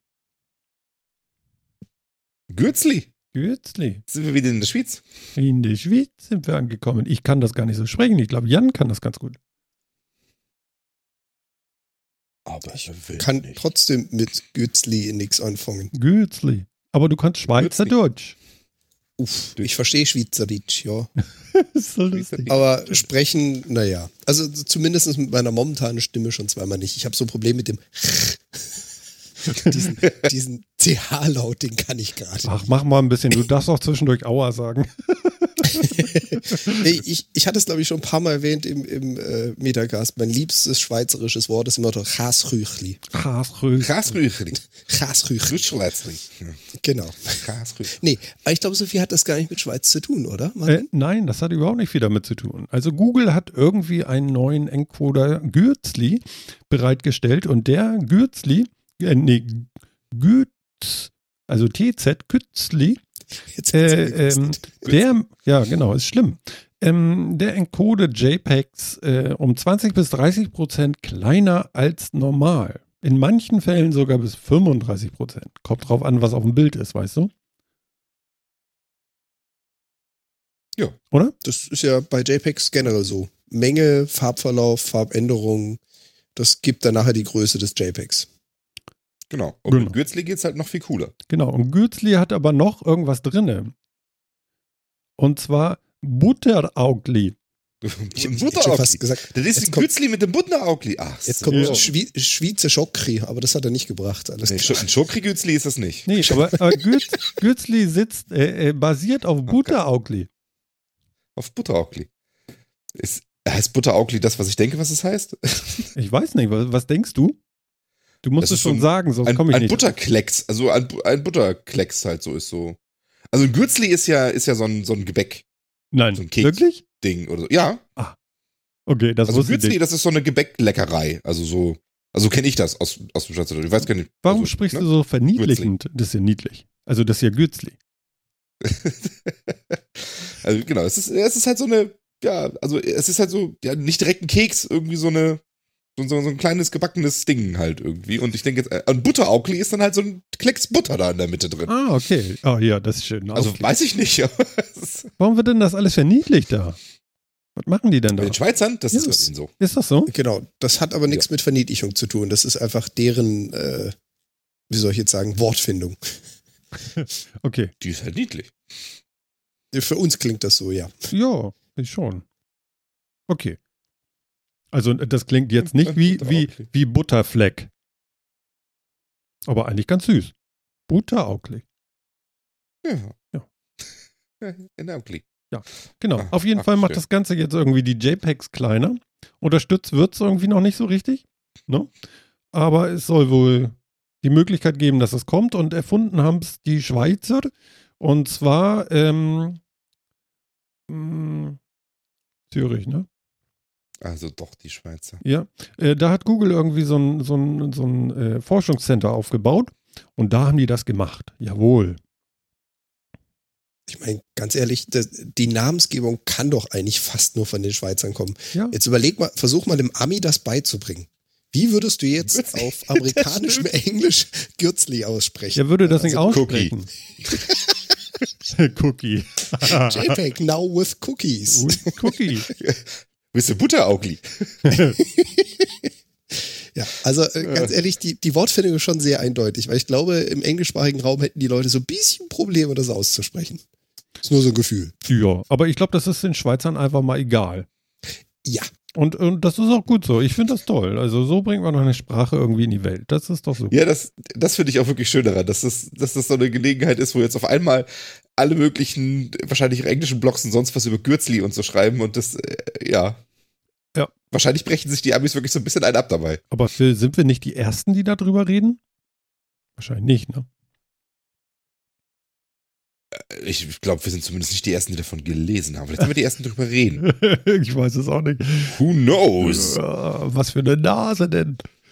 Gürzli. Gützli. Sind wir wieder in der Schweiz? In der Schweiz sind wir angekommen. Ich kann das gar nicht so sprechen. Ich glaube, Jan kann das ganz gut. Aber Ich will kann nicht. trotzdem mit Gützli nichts anfangen. Gützli. Aber du kannst Schweizerdeutsch. Uff, ich verstehe Schweizerdeutsch, ja. Das ist so lustig. Aber sprechen, naja. Also zumindest mit meiner momentanen Stimme schon zweimal nicht. Ich habe so ein Problem mit dem diesen, diesen C H-Laut, den kann ich gerade. Ach, mach mal ein bisschen. Du darfst auch zwischendurch Aua sagen. ich, ich, ich hatte es, glaube ich, schon ein paar Mal erwähnt im, im äh, Metacast. Mein liebstes schweizerisches Wort ist immer doch Chasrüchli. Chasrüchli. Grasrüchli. Chasrüchli. Rüschletzli. Genau. Grasrüchli. Nee, aber ich glaube, Sophie hat das gar nicht mit Schweiz zu tun, oder? Äh, nein, das hat überhaupt nicht viel damit zu tun. Also Google hat irgendwie einen neuen Encoder Gürzli bereitgestellt und der Gürzli, äh, nee, Gütz, also T Z, Gützli, Jetzt äh, ähm, der, ja genau, ist schlimm. Ähm, der encodet JPEGs äh, um zwanzig bis dreißig Prozent kleiner als normal. In manchen Fällen sogar bis fünfunddreißig Prozent. Kommt drauf an, was auf dem Bild ist, weißt du? Ja. Oder? Das ist ja bei JPEGs generell so. Menge, Farbverlauf, Farbänderung, das gibt dann nachher die Größe des JPEGs. Genau. Und Genau. mit Gürzli geht's halt noch viel cooler. Genau. Und Gürzli hat aber noch irgendwas drinne. Und zwar Butteraugli. Ich Ein hätte schon Butteraugli. fast gesagt, Das ist jetzt ein kommt- Gürzli mit dem Butteraugli. Ach, jetzt so. kommt Ja. ein Schwie Schweizer Schokri, aber das hat er nicht gebracht. Alles Nee, klar. ein Schokri-Gürzli ist das nicht. Nee, aber, aber Gürz, Gürzli sitzt, äh, äh, basiert auf Butteraugli. Auf Butteraugli. Ist, heißt Butteraugli das, was ich denke, was es heißt? Ich weiß nicht, was, was denkst du? Du musst Das es ist schon so ein- sagen, sonst Ein, komme ich ein nicht. Butterklecks, also ein, Bu- ein Butterklecks halt so ist so. Also ein Gürzli ist ja, ist ja so ein, so ein Gebäck-Ding Nein, so ein Keks. wirklich? oder so. Ja, Okay, das also wusste ich Gürzli, nicht. das ist so eine Gebäckleckerei. Also so, also kenne ich das aus, aus dem Schweizerdeutsch. Ich weiß gar nicht. Warum also, sprichst ne? du so verniedlichend? Das ist ja niedlich. Also das ist ja Gürzli. Also genau, es ist, es ist halt so eine, ja, also es ist halt so, ja, nicht direkt ein Keks, irgendwie so eine, so, so, so ein kleines gebackenes Ding halt irgendwie. Und ich denke jetzt, äh, ein Butteraugli ist dann halt so ein Klecks Butter da in der Mitte drin. Ah, okay. Oh ja, das ist schön. Also Aufkleber. weiß ich nicht, aber es ist, Warum wird denn das alles verniedlicht da? Was machen die denn bei da? den Schweizern, das Ja, ist bei das- denen so. Ist das so? Genau, das hat aber nichts mit Verniedlichung zu tun. Das ist einfach deren, äh, wie soll ich jetzt sagen, Wortfindung. Okay. Die ist halt niedlich. Für uns klingt das so, ja. Ja, ich schon. Okay. Also das klingt jetzt nicht wie, wie, wie Butterfleck. Aber eigentlich ganz süß. Butteraugli. Ja. Ja. Ja, in Augli. Genau. Ah, Auf jeden ach, Fall macht schön. das Ganze jetzt irgendwie die JPEGs kleiner. Unterstützt wird es irgendwie noch nicht so richtig. Ne? Aber es soll wohl die Möglichkeit geben, dass es kommt. Und erfunden haben es die Schweizer. Und zwar ähm, mh, Zürich, ne? Also doch die Schweizer. Ja. Äh, da hat Google irgendwie so ein, so ein, so ein äh, Forschungscenter aufgebaut. Und da haben die das gemacht. Jawohl. Ich meine, ganz ehrlich, das, die Namensgebung kann doch eigentlich fast nur von den Schweizern kommen. Ja. Jetzt überleg mal, versuch mal dem Ami das beizubringen. Wie würdest du jetzt Gürzli. auf amerikanischem Englisch Gürzli aussprechen? Der würde das nicht Also, aussprechen. Cookie. JPEG now with cookies. Cookie. Bist du Butteraugli? Ja, also äh, ganz ehrlich, die, die Wortfindung ist schon sehr eindeutig, weil ich glaube, im englischsprachigen Raum hätten die Leute so ein bisschen Probleme, das auszusprechen. Ist nur so ein Gefühl. Ja, aber ich glaube, das ist den Schweizern einfach mal egal. Ja, Und, und das ist auch gut so. Ich finde das toll. Also so bringt man noch eine Sprache irgendwie in die Welt. Das ist doch super. Ja, das, das finde ich auch wirklich schön daran, dass das, dass das so eine Gelegenheit ist, wo jetzt auf einmal alle möglichen, wahrscheinlich englischen Blogs und sonst was über Gürzli und so schreiben und das, äh, ja. Ja. Wahrscheinlich brechen sich die Amis wirklich so ein bisschen einen ab dabei. Aber Phil, sind wir nicht die Ersten, die darüber reden? Wahrscheinlich nicht, ne? Ich glaube, wir sind zumindest nicht die Ersten, die davon gelesen haben. Vielleicht sind wir die Ersten, die darüber reden. Ich weiß es auch nicht. Who knows? Ja, was für eine Nase denn?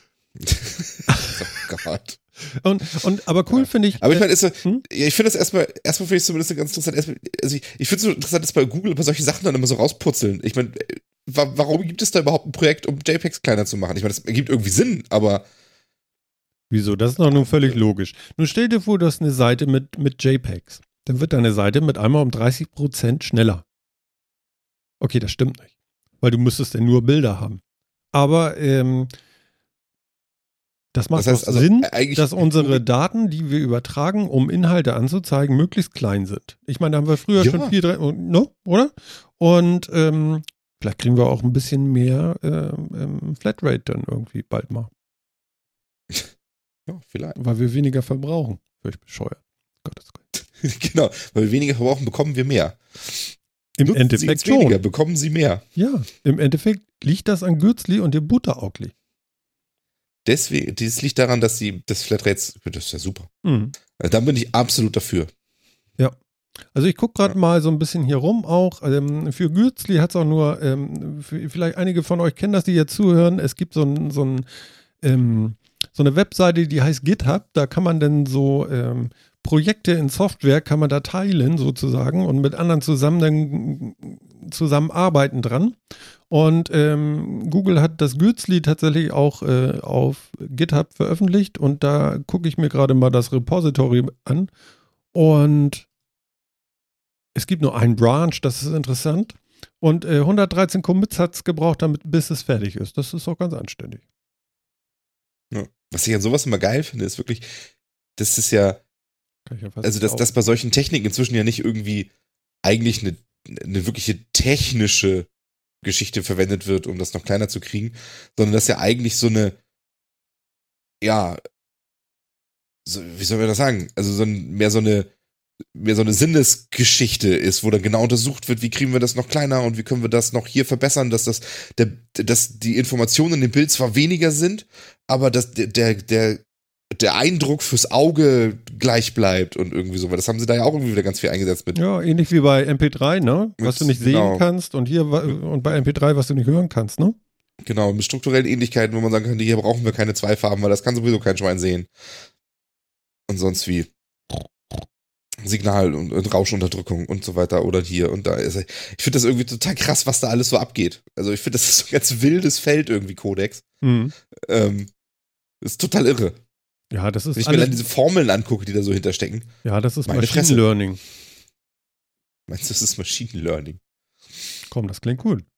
Oh Gott. Und, und, aber cool finde ich. Aber ich meine, ist so, Hm? ja, ich finde das erstmal, erstmal finde ich es zumindest ganz interessant. Erstmal, also ich, ich finde es so interessant, dass bei Google bei solche Sachen dann immer so rausputzeln. Ich meine, wa- warum gibt es da überhaupt ein Projekt, um JPEGs kleiner zu machen? Ich meine, das ergibt irgendwie Sinn, aber Wieso? Das ist doch nun völlig logisch. Nun stell dir vor, du hast eine Seite mit, mit JPEGs. Dann wird deine Seite mit einmal um dreißig Prozent schneller. Okay, das stimmt nicht. Weil du müsstest ja nur Bilder haben. Aber ähm, das macht Das heißt doch also, Sinn, eigentlich- dass unsere Daten, die wir übertragen, um Inhalte anzuzeigen, möglichst klein sind. Ich meine, da haben wir früher Ja. schon viel drin, ne? Oder? Und ähm, vielleicht kriegen wir auch ein bisschen mehr ähm, ähm, Flatrate dann irgendwie bald mal. ja, vielleicht. Weil wir weniger verbrauchen. Völlig bescheuert. Gottes Willen. Genau, weil wir weniger verbrauchen, bekommen wir mehr. Im Nutzen Endeffekt Sie weniger, schon. bekommen Sie mehr. Ja, im Endeffekt liegt das an Gürzli und dem Butteraugli. Deswegen, das liegt daran, dass sie das Flatrates, das ist ja super. Mhm. Dann bin ich absolut dafür. Also ich gucke gerade ja. mal so ein bisschen hier rum auch. Ähm, für Gürzli hat es auch nur, ähm, für, vielleicht einige von euch kennen das, die jetzt zuhören. Es gibt so, ein, so, ein, ähm, so eine Webseite, die heißt GitHub. Da kann man dann so ähm, Projekte in Software, kann man da teilen sozusagen und mit anderen zusammen dann zusammenarbeiten dran. Und ähm, Google hat das Gürzli tatsächlich auch äh, auf GitHub veröffentlicht und da gucke ich mir gerade mal das Repository an und es gibt nur einen Branch, das ist interessant. Und äh, hundertdreizehn Commits hat es gebraucht, damit, bis es fertig ist. Das ist auch ganz anständig. Ja. Was ich an sowas immer geil finde, ist wirklich, das ist ja, Kann ich ja fast also dass, dass bei solchen Techniken inzwischen ja nicht irgendwie eigentlich eine, eine wirkliche technische Geschichte verwendet wird, um das noch kleiner zu kriegen, sondern dass ja eigentlich so eine, ja, so, wie soll man das sagen? Also so ein, mehr so eine mehr so eine Sinnesgeschichte ist, wo dann genau untersucht wird, wie kriegen wir das noch kleiner und wie können wir das noch hier verbessern, dass das, der, dass die Informationen in dem Bild zwar weniger sind, aber dass der, der, der, der Eindruck fürs Auge gleich bleibt und irgendwie so, weil das haben sie da ja auch irgendwie wieder ganz viel eingesetzt mit. Ja, ähnlich wie bei M P drei, ne? Was mit, du nicht sehen genau. kannst und hier und bei M P drei, was du nicht hören kannst, ne? Genau, mit strukturellen Ähnlichkeiten, wo man sagen kann, hier brauchen wir keine zwei Farben, weil das kann sowieso kein Schwein sehen. Und sonst wie. Signal- und, und Rauschunterdrückung und so weiter oder hier und da. Also ich finde das irgendwie total krass, was da alles so abgeht. Also ich finde, das ist so ein ganz wildes Feld irgendwie, Codex. Mhm. Ähm, das ist total irre. Ja, das ist Wenn ich mir dann diese Formeln angucke, die da so hinterstecken. Ja, das ist Meine Machine Fresse. Learning. Meinst du, das ist Machine Learning? Komm, das klingt cool.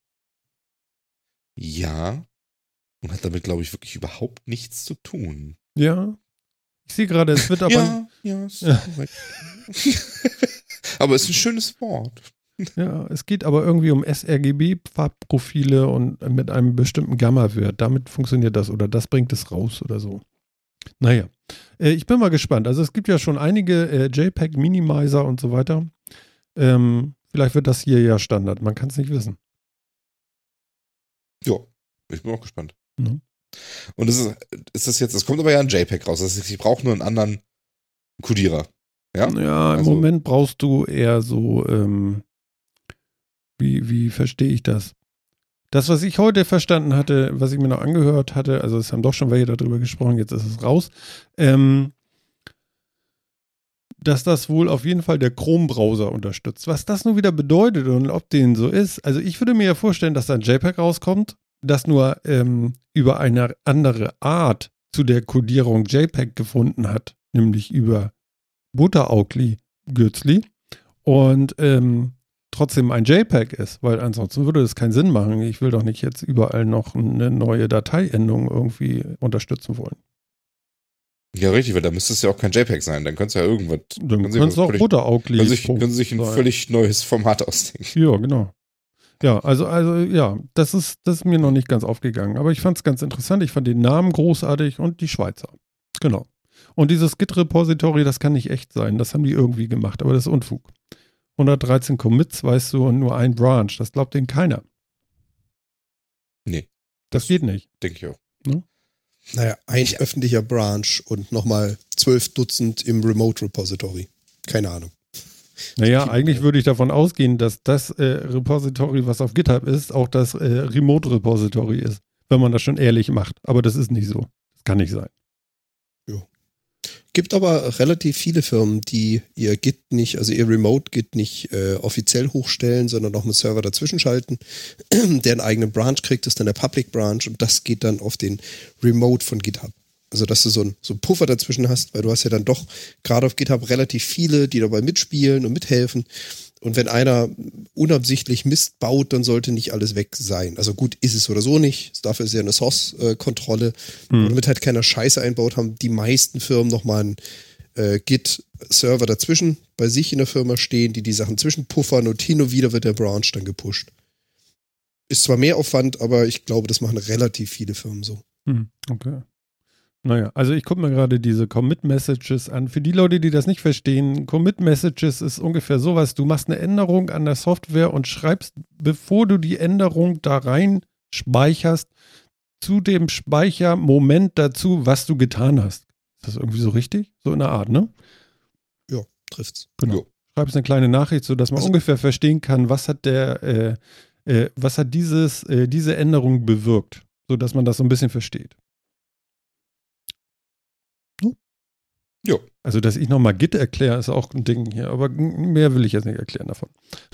Ja. Und hat damit, glaube ich, wirklich überhaupt nichts zu tun. Ja. Ich sehe gerade, es wird aber... ja, ja, ist korrekt. Aber es ist ein schönes Wort. Ja, es geht aber irgendwie um sRGB-Farbprofile und mit einem bestimmten Gamma-Wert. Damit funktioniert das oder das bringt es raus oder so. Naja, äh, ich bin mal gespannt. Also es gibt ja schon einige äh, JPEG-Minimizer und so weiter. Ähm, vielleicht wird das hier ja Standard. Man kann es nicht wissen. Ja, ich bin auch gespannt. Mhm. Und es ist, ist das jetzt, es kommt aber ja ein JPEG raus. Das heißt, ich brauche nur einen anderen Codierer. Ja, ja im also, Moment brauchst du eher so, ähm, wie, wie verstehe ich das? Das, was ich heute verstanden hatte, was ich mir noch angehört hatte, also es haben doch schon welche darüber gesprochen, jetzt ist es raus, ähm, dass das wohl auf jeden Fall der Chrome-Browser unterstützt. Was das nun wieder bedeutet und ob den so ist, also ich würde mir ja vorstellen, dass da ein JPEG rauskommt, das nur ähm, über eine andere Art zu der Codierung JPEG gefunden hat, nämlich über Butteraugli Gürzli und ähm, trotzdem ein JPEG ist, weil ansonsten würde das keinen Sinn machen. Ich will doch nicht jetzt überall noch eine neue Dateiendung irgendwie unterstützen wollen. ja, richtig, weil da müsste es ja auch kein JPEG sein. Dann könnte es ja irgendwas. Dann könnte es auch Butteraugli Können sich, können sich ein sein. völlig neues Format ausdenken. Ja, genau. Ja, also, also ja, das ist, das ist mir noch nicht ganz aufgegangen. Aber ich fand es ganz interessant. Ich fand den Namen großartig und die Schweizer. Genau. Und dieses Git-Repository, das kann nicht echt sein. Das haben die irgendwie gemacht, aber das ist Unfug. hundertdreizehn Commits, weißt du, und nur ein Branch. Das glaubt denen keiner. Nee. Das, das geht nicht. Denke ich auch. Ne? Naja, ein ich, öffentlicher Branch und nochmal zwölf Dutzend im Remote Repository. Keine Ahnung. Naja, eigentlich würde ich davon ausgehen, dass das äh, Repository, was auf GitHub ist, auch das äh, Remote Repository ist. Wenn man das schon ehrlich macht. Aber das ist nicht so. Das kann nicht sein. Jo. Gibt aber relativ viele Firmen, die ihr Git nicht, also ihr Remote-Git nicht äh, offiziell hochstellen, sondern noch einen Server dazwischen schalten, der einen eigenen Branch kriegt, das ist dann der Public Branch und das geht dann auf den Remote von GitHub. Also, dass du so einen so einen Puffer dazwischen hast, weil du hast ja dann doch gerade auf GitHub relativ viele, die dabei mitspielen und mithelfen. Und wenn einer unabsichtlich Mist baut, dann sollte nicht alles weg sein. Also gut, ist es oder so nicht. Dafür ist ja eine Source-Kontrolle. Mhm. Damit halt keiner Scheiße einbaut, haben die meisten Firmen nochmal einen äh, Git-Server dazwischen bei sich in der Firma stehen, die die Sachen zwischenpuffern und hin und wieder wird der Branch dann gepusht. Ist zwar mehr Aufwand, aber ich glaube, das machen relativ viele Firmen so. Mhm. Okay. Naja, also ich gucke mir gerade diese Commit-Messages an. Für die Leute, die das nicht verstehen, Commit-Messages ist ungefähr sowas, du machst eine Änderung an der Software und schreibst, bevor du die Änderung da rein speicherst, zu dem Speichermoment dazu, was du getan hast. Ist das irgendwie so richtig? So in der Art, ne? Ja, trifft's. Genau. Jo. Schreibst eine kleine Nachricht, sodass man Also- ungefähr verstehen kann, was hat der, äh, äh, was hat dieses, äh, diese Änderung bewirkt, sodass man das so ein bisschen versteht. Jo. Also, dass ich nochmal Git erkläre, ist auch ein Ding hier, aber mehr will ich jetzt nicht erklären davon.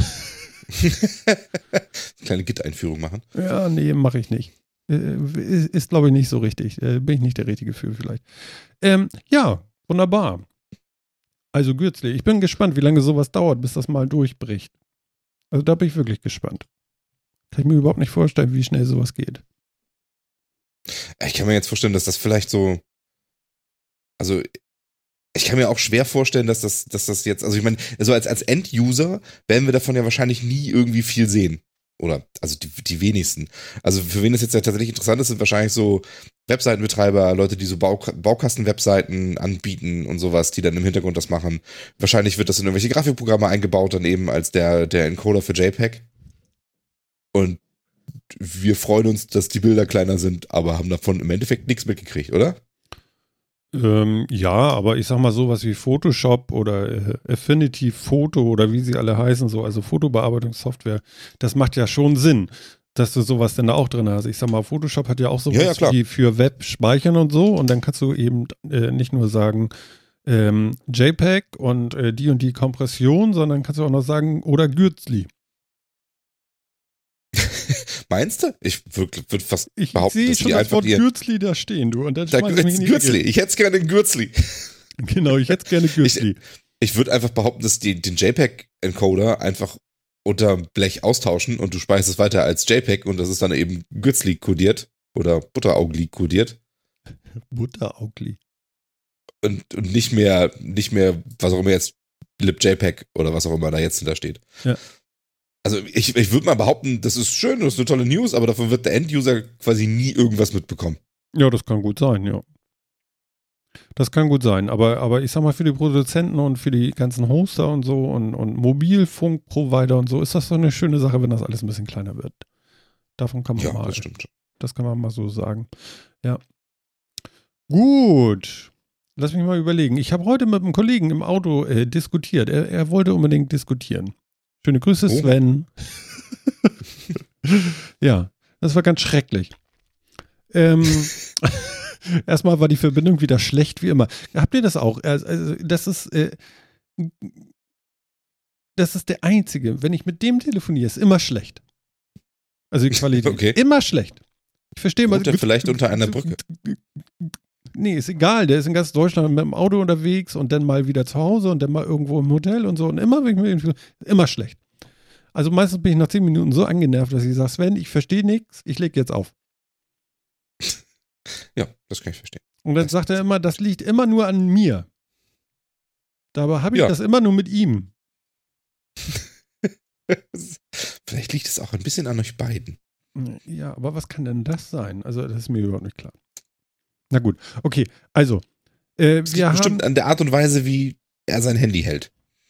Kleine Git-Einführung machen. Ja, nee, mache ich nicht. Äh, ist, ist glaube ich, nicht so richtig. Äh, bin ich nicht der Richtige für vielleicht. Ähm, ja, wunderbar. Also, Gürzli, ich bin gespannt, wie lange sowas dauert, bis das mal durchbricht. Also, da bin ich wirklich gespannt. Kann ich mir überhaupt nicht vorstellen, wie schnell sowas geht. Ich kann mir jetzt vorstellen, dass das vielleicht so, also ich kann mir auch schwer vorstellen, dass das, dass das jetzt, also ich meine, also als, als End-User werden wir davon ja wahrscheinlich nie irgendwie viel sehen. Oder, also die, die wenigsten. Also für wen das jetzt ja tatsächlich interessant ist, sind wahrscheinlich so Webseitenbetreiber, Leute, die so Bau, Baukasten-Webseiten anbieten und sowas, die dann im Hintergrund das machen. Wahrscheinlich wird das in irgendwelche Grafikprogramme eingebaut, dann eben als der, der Encoder für JPEG. Und wir freuen uns, dass die Bilder kleiner sind, aber haben davon im Endeffekt nichts mitgekriegt, oder? Ähm, ja, aber ich sag mal sowas wie Photoshop oder äh, Affinity Photo oder wie sie alle heißen, so, also Fotobearbeitungssoftware, das macht ja schon Sinn, dass du sowas denn da auch drin hast. Ich sag mal, Photoshop hat ja auch sowas Ja, ja, klar. wie für Web speichern und so und dann kannst du eben äh, nicht nur sagen ähm, JPEG und äh, die und die Kompression, sondern kannst du auch noch sagen, oder Gürzli. Meinst du? Ich würde würd fast Ich, ich behaupten, sehe dass schon die das einfach Wort ihr... Gürzli da stehen, du, und dann Da, schmeiß ich mich in die Gürzli, Ecke. ich hätte gerne einen Gürzli. Genau, ich hätte gerne Gürzli. Ich würde einfach behaupten, dass die den JPEG-Encoder einfach unter Blech austauschen und du speicherst es weiter als JPEG und das ist dann eben Gürzli kodiert oder Butteraugli kodiert Butteraugli. und, und nicht mehr, nicht mehr, was auch immer jetzt, LibJPEG oder was auch immer da jetzt hintersteht. Ja. Also ich, ich würde mal behaupten, das ist schön, das ist eine tolle News, aber davon wird der End-User quasi nie irgendwas mitbekommen. Ja, das kann gut sein, ja. Das kann gut sein, aber, aber ich sag mal, für die Produzenten und für die ganzen Hoster und so und, und Mobilfunkprovider und so ist das so eine schöne Sache, wenn das alles ein bisschen kleiner wird. Davon kann man Ja, mal, das stimmt schon. das kann man mal so sagen. Ja. Gut. Lass mich mal überlegen. Ich habe heute mit einem Kollegen im Auto äh, diskutiert. Er, er wollte unbedingt diskutieren. Schöne Grüße, Oh. Sven. Ja, das war ganz schrecklich. Ähm, erstmal war die Verbindung wieder schlecht wie immer. Habt ihr das auch? Also, das ist, äh, das ist der einzige. Wenn ich mit dem telefoniere, ist immer schlecht. Also die Qualität. Okay. Immer schlecht. Ich verstehe mal. Wohnt er vielleicht unter einer Brücke? Nee, ist egal. Der ist in ganz Deutschland mit dem Auto unterwegs und dann mal wieder zu Hause und dann mal irgendwo im Hotel und so. Und immer, wenn ich mit ihm, immer schlecht. Also meistens bin ich nach zehn Minuten so angenervt, dass ich sage, Sven, ich verstehe nichts, ich lege jetzt auf. Ja, das kann ich verstehen. Und dann sagt er immer, das liegt immer nur an mir. Dabei habe ich Ja. das immer nur mit ihm. Vielleicht liegt es auch ein bisschen an euch beiden. Ja, aber was kann denn das sein? Also das ist mir überhaupt nicht klar. Na gut, okay, also äh, Es wir liegt bestimmt haben, an der Art und Weise, wie er sein Handy hält.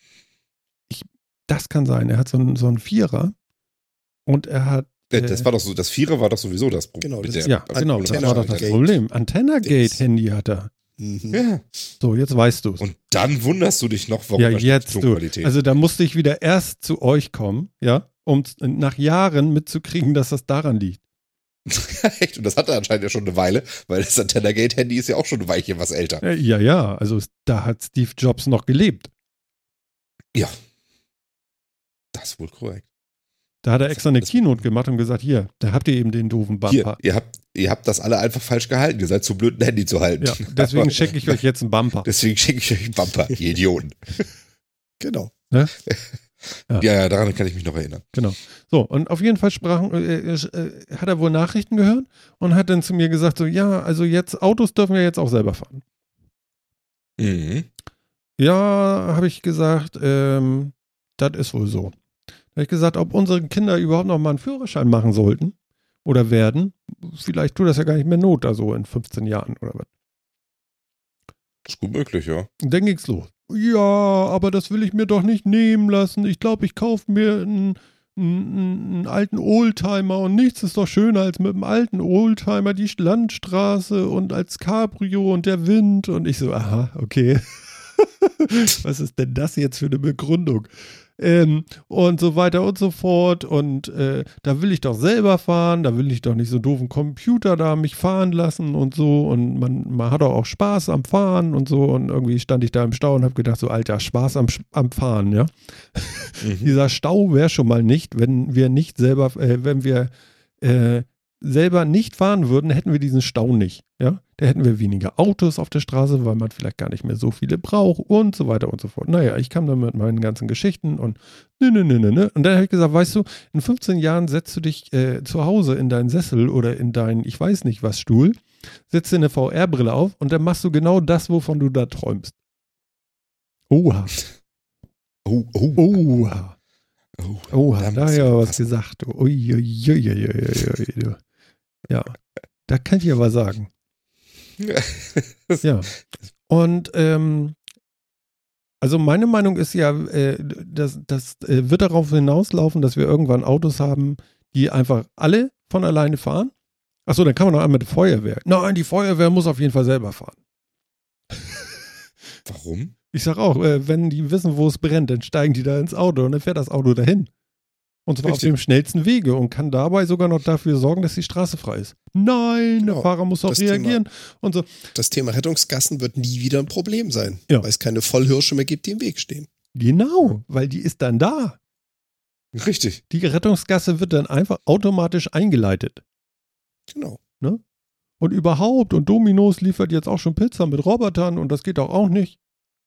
das kann sein, er hat so einen, so einen Vierer und er hat Äh, äh, Das war doch so, das Vierer war doch sowieso das Problem. Genau, das mit ist- ja, genau, das war doch das Antenna-Gate. Problem. Antenna-Gate-Handy hat er. Mhm. Ja. So, jetzt weißt du es. Und dann wunderst du dich noch, warum Ja, da steht jetzt du. Tonqualität. Also da musste ich wieder erst zu euch kommen, ja, um z- nach Jahren mitzukriegen, dass das daran liegt. Echt? Und das hat er anscheinend ja schon eine Weile, weil das Antenna-Gate-Handy ist ja auch schon ein Weilchen was älter. Äh, Ja, ja, also es- da hat Steve Jobs noch gelebt. Ja. Das ist wohl korrekt. Da hat er extra eine Das- Keynote gemacht und gesagt, hier, da habt ihr eben den doofen Hier, Bumper. ihr habt, ihr habt das alle einfach falsch gehalten. Ihr seid zu blöd, ein Handy zu halten. Ja, deswegen Aber- schicke ich euch jetzt einen Bumper. Deswegen schicke ich euch einen Bumper, ihr Idioten. Genau. Ja. Ja, ja, daran kann ich mich noch erinnern. Genau. So, und auf jeden Fall sprachen, äh, äh, hat er wohl Nachrichten gehört und hat dann zu mir gesagt, so, ja, also jetzt, Autos dürfen wir jetzt auch selber fahren. Mhm. Ja, habe ich gesagt, ähm, das ist wohl so. Da habe ich gesagt, ob unsere Kinder überhaupt noch mal einen Führerschein machen sollten oder werden. Vielleicht tut das ja gar nicht mehr Not, da so in fünfzehn Jahren oder was. Ist gut möglich, ja. Und dann ging's los. Ja, aber das will ich mir doch nicht nehmen lassen. Ich glaube, ich kaufe mir einen, einen, einen alten Oldtimer und nichts ist doch schöner als mit einem alten Oldtimer die Landstraße und als Cabrio und der Wind. Und ich so, aha, okay. Was ist denn das jetzt für eine Begründung? Ähm, und so weiter und so fort. Und äh, da will ich doch selber fahren, da will ich doch nicht so einen doofen Computer da mich fahren lassen und so. Und man, man hat auch Spaß am Fahren und so. Und irgendwie stand ich da im Stau und habe gedacht, so Alter, Spaß am, am Fahren, ja. Mhm. Dieser Stau wäre schon mal nicht, wenn wir nicht selber, äh, wenn wir äh, selber nicht fahren würden, hätten wir diesen Stau nicht, ja. Da hätten wir weniger Autos auf der Straße, weil man vielleicht gar nicht mehr so viele braucht und so weiter und so fort. Naja, ich kam dann mit meinen ganzen Geschichten und ne, ne, ne, ne, ne. Und dann habe ich gesagt, weißt du, in fünfzehn Jahren setzt du dich äh, zu Hause in deinen Sessel oder in deinen, ich weiß nicht was, Stuhl, setzt dir eine V R-Brille auf und dann machst du genau das, wovon du da träumst. Oha. Oh, oh. Oha. Oh, Oha, da hat ja was gesagt. Ui, ui, ui, ui, ui, ui. Ja, da kann ich aber sagen. Ja. Und ähm, also meine Meinung ist ja, äh, das, das äh, wird darauf hinauslaufen, dass wir irgendwann Autos haben, die einfach alle von alleine fahren. Achso, dann kann man noch einmal die Feuerwehr. Nein, die Feuerwehr muss auf jeden Fall selber fahren. Warum? Ich sag auch, äh, wenn die wissen, wo es brennt, dann steigen die da ins Auto und dann fährt das Auto dahin. Und zwar Richtig. Auf dem schnellsten Wege und kann dabei sogar noch dafür sorgen, dass die Straße frei ist. Nein, genau. Der Fahrer muss auch das reagieren. Thema, und so. Das Thema Rettungsgassen wird nie wieder ein Problem sein, ja. weil es keine Vollhirsche mehr gibt, die im Weg stehen. Genau, weil die ist dann da. Richtig. Die Rettungsgasse wird dann einfach automatisch eingeleitet. Genau. Ne? Und überhaupt, und Domino's liefert jetzt auch schon Pizza mit Robotern und das geht auch auch nicht.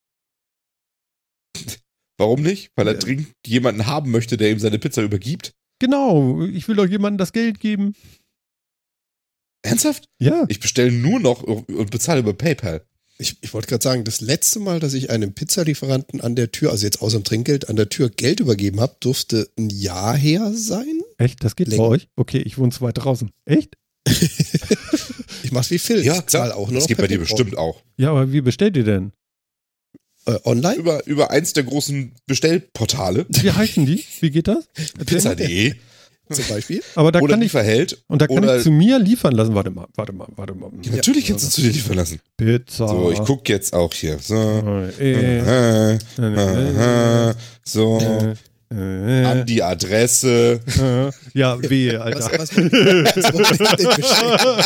Warum nicht? Weil er ja. dringend jemanden haben möchte, der ihm seine Pizza übergibt? Genau, ich will doch jemandem das Geld geben. Ernsthaft? Ja. Ich bestelle nur noch und bezahle über PayPal. Ich, ich wollte gerade sagen, das letzte Mal, dass ich einem Pizzalieferanten an der Tür, also jetzt außer dem Trinkgeld, an der Tür Geld übergeben habe, dürfte ein Jahr her sein. Echt? Das geht Länger. Bei euch? Okay, ich wohne zu weit draußen. Echt? Ich mach's wie Phil. Ja, klar. Auch das geht bei dir bestimmt auch. Ja, aber wie bestellt ihr denn? Äh, online? Über, über eins der großen Bestellportale. Wie heißen die? Wie geht das? Pizza punkt de zum Beispiel. Aber da oder kann ich, Lieferheld. Und da kann oder ich zu mir liefern lassen. Warte mal, warte mal, warte mal. Ja, natürlich ja. kannst du zu dir liefern lassen. Pizza. So, ich gucke jetzt auch hier. So. Äh, äh, äh, äh, so. Äh. An die Adresse. Ja, wehe, Alter. Was, was,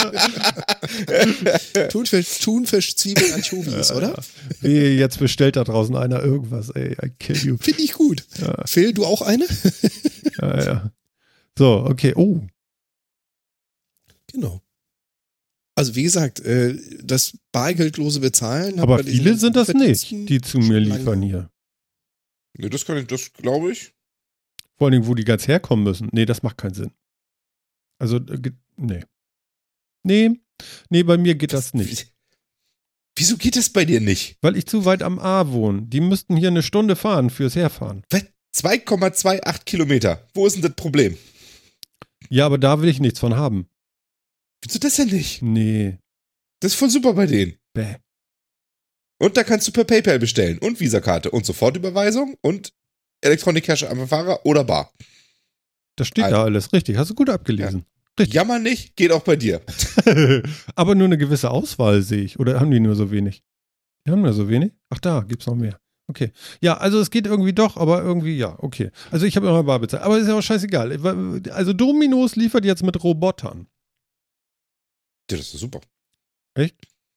was Thunfisch, Thunfisch, Zwiebeln, Anchovies, ja, oder? Ja. Wehe, jetzt bestellt da draußen einer irgendwas, ey, I kill you. Finde ich gut. Ja. Phil, du auch eine? Ja, ja. So, okay, oh. Genau. Also wie gesagt, das bargeldlose Bezahlen. Aber viele sind das nicht, die zu mir liefern hier. Nee, das kann ich, das glaube ich. Vor allen Dingen, wo die ganz herkommen müssen. Nee, das macht keinen Sinn. Also, nee. Nee, nee, bei mir geht das, das nicht. Wieso geht das bei dir nicht? Weil ich zu weit am A wohne. Die müssten hier eine Stunde fahren fürs Herfahren. zwei Komma achtundzwanzig Kilometer. Wo ist denn das Problem? Ja, aber da will ich nichts von haben. Wieso das denn nicht? Nee. Das ist voll super bei denen. Bäh. Und da kannst du per PayPal bestellen und Visakarte und Sofortüberweisung und Electronic Cash am Fahrer oder bar. Das steht also da alles, richtig. Hast du gut abgelesen. Ja. Richtig. Jammer nicht, geht auch bei dir. Aber nur eine gewisse Auswahl sehe ich. Oder haben die nur so wenig? Die haben nur so wenig? Ach, da gibt's noch mehr. Okay. Ja, also es geht irgendwie doch, aber irgendwie ja, okay. Also ich habe immer bar bezahlt. Aber ist ja auch scheißegal. Also Domino's liefert jetzt mit Robotern. Ja, das ist super. Echt?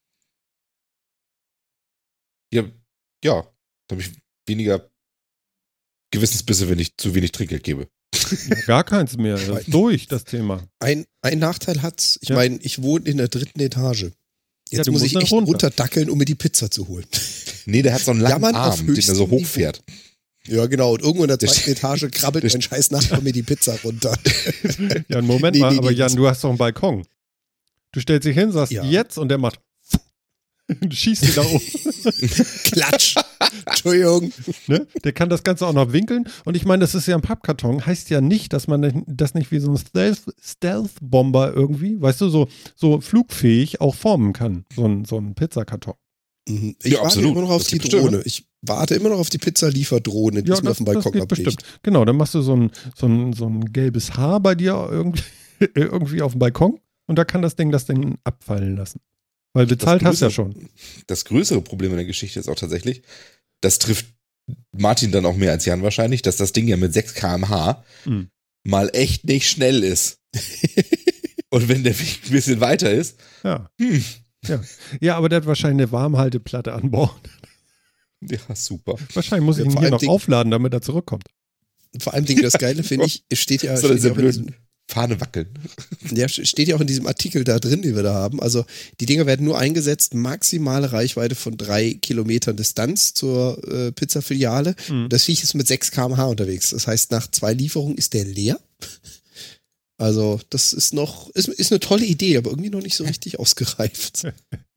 Ja, ja, da habe ich weniger Gewissensbisse, wenn ich zu wenig Trinkgeld gebe. Ja, gar keins mehr. Das ist durch, das Thema. Ein, ein Nachteil hat's. Ich ja. meine, ich wohne in der dritten Etage. Jetzt ja, muss ich echt runter. runterdackeln, um mir die Pizza zu holen. Nee, der hat so einen langen ja, Arm, den er so hochfährt. Ja, genau. Und irgendwo in der zweiten Etage krabbelt mein scheiß Nachbar mir die Pizza runter. Ja, einen Moment nee, mal, nee, aber nee, Jan, du hast doch einen Balkon. Du stellst dich hin, sagst ja. jetzt und der macht du schießt ihn da oben. Klatsch. Entschuldigung. Ne? Der kann das Ganze auch noch winkeln. Und ich meine, das ist ja ein Pappkarton. Heißt ja nicht, dass man das nicht wie so ein Stealth- Stealth-Bomber irgendwie, weißt du, so, so flugfähig auch formen kann. So ein, so ein Pizzakarton. Mhm. Ich Ja, warte absolut. immer noch auf Das die gibt bestimmt. Drohne. Ich warte immer noch auf die Pizza-Lieferdrohne, die Ja, es mir das, auf dem das Balkon geht ablegt. bestimmt. Genau, dann machst du so ein, so ein, so ein gelbes Haar bei dir irgendwie, irgendwie auf dem Balkon und da kann das Ding das Ding abfallen lassen. Weil bezahlt Das hast du ja größere- schon. Das größere Problem in der Geschichte ist auch tatsächlich, das trifft Martin dann auch mehr als Jan wahrscheinlich, dass das Ding ja mit sechs Kilometer pro Stunde Mhm. mal echt nicht schnell ist. Und wenn der Weg ein bisschen weiter ist, Ja. hm, Ja. ja, aber der hat wahrscheinlich eine Warmhalteplatte an Bord. ja, super. Wahrscheinlich muss Ja, ich ihn vor hier allem noch Ding- aufladen, damit er zurückkommt. Vor allem Ding, das Geile finde ich, es steht ja, Soll er steht ja, sehr auch in blöd diesem, Fahne wackeln. ja, steht ja auch in diesem Artikel da drin, den wir da haben. Also die Dinger werden nur eingesetzt, maximale Reichweite von drei Kilometern Distanz zur äh, Pizza-Filiale. Mhm. Das Viech ist mit sechs Kilometer pro Stunde unterwegs. Das heißt, nach zwei Lieferungen ist der leer. Also das ist noch, ist, ist eine tolle Idee, aber irgendwie noch nicht so richtig ausgereift.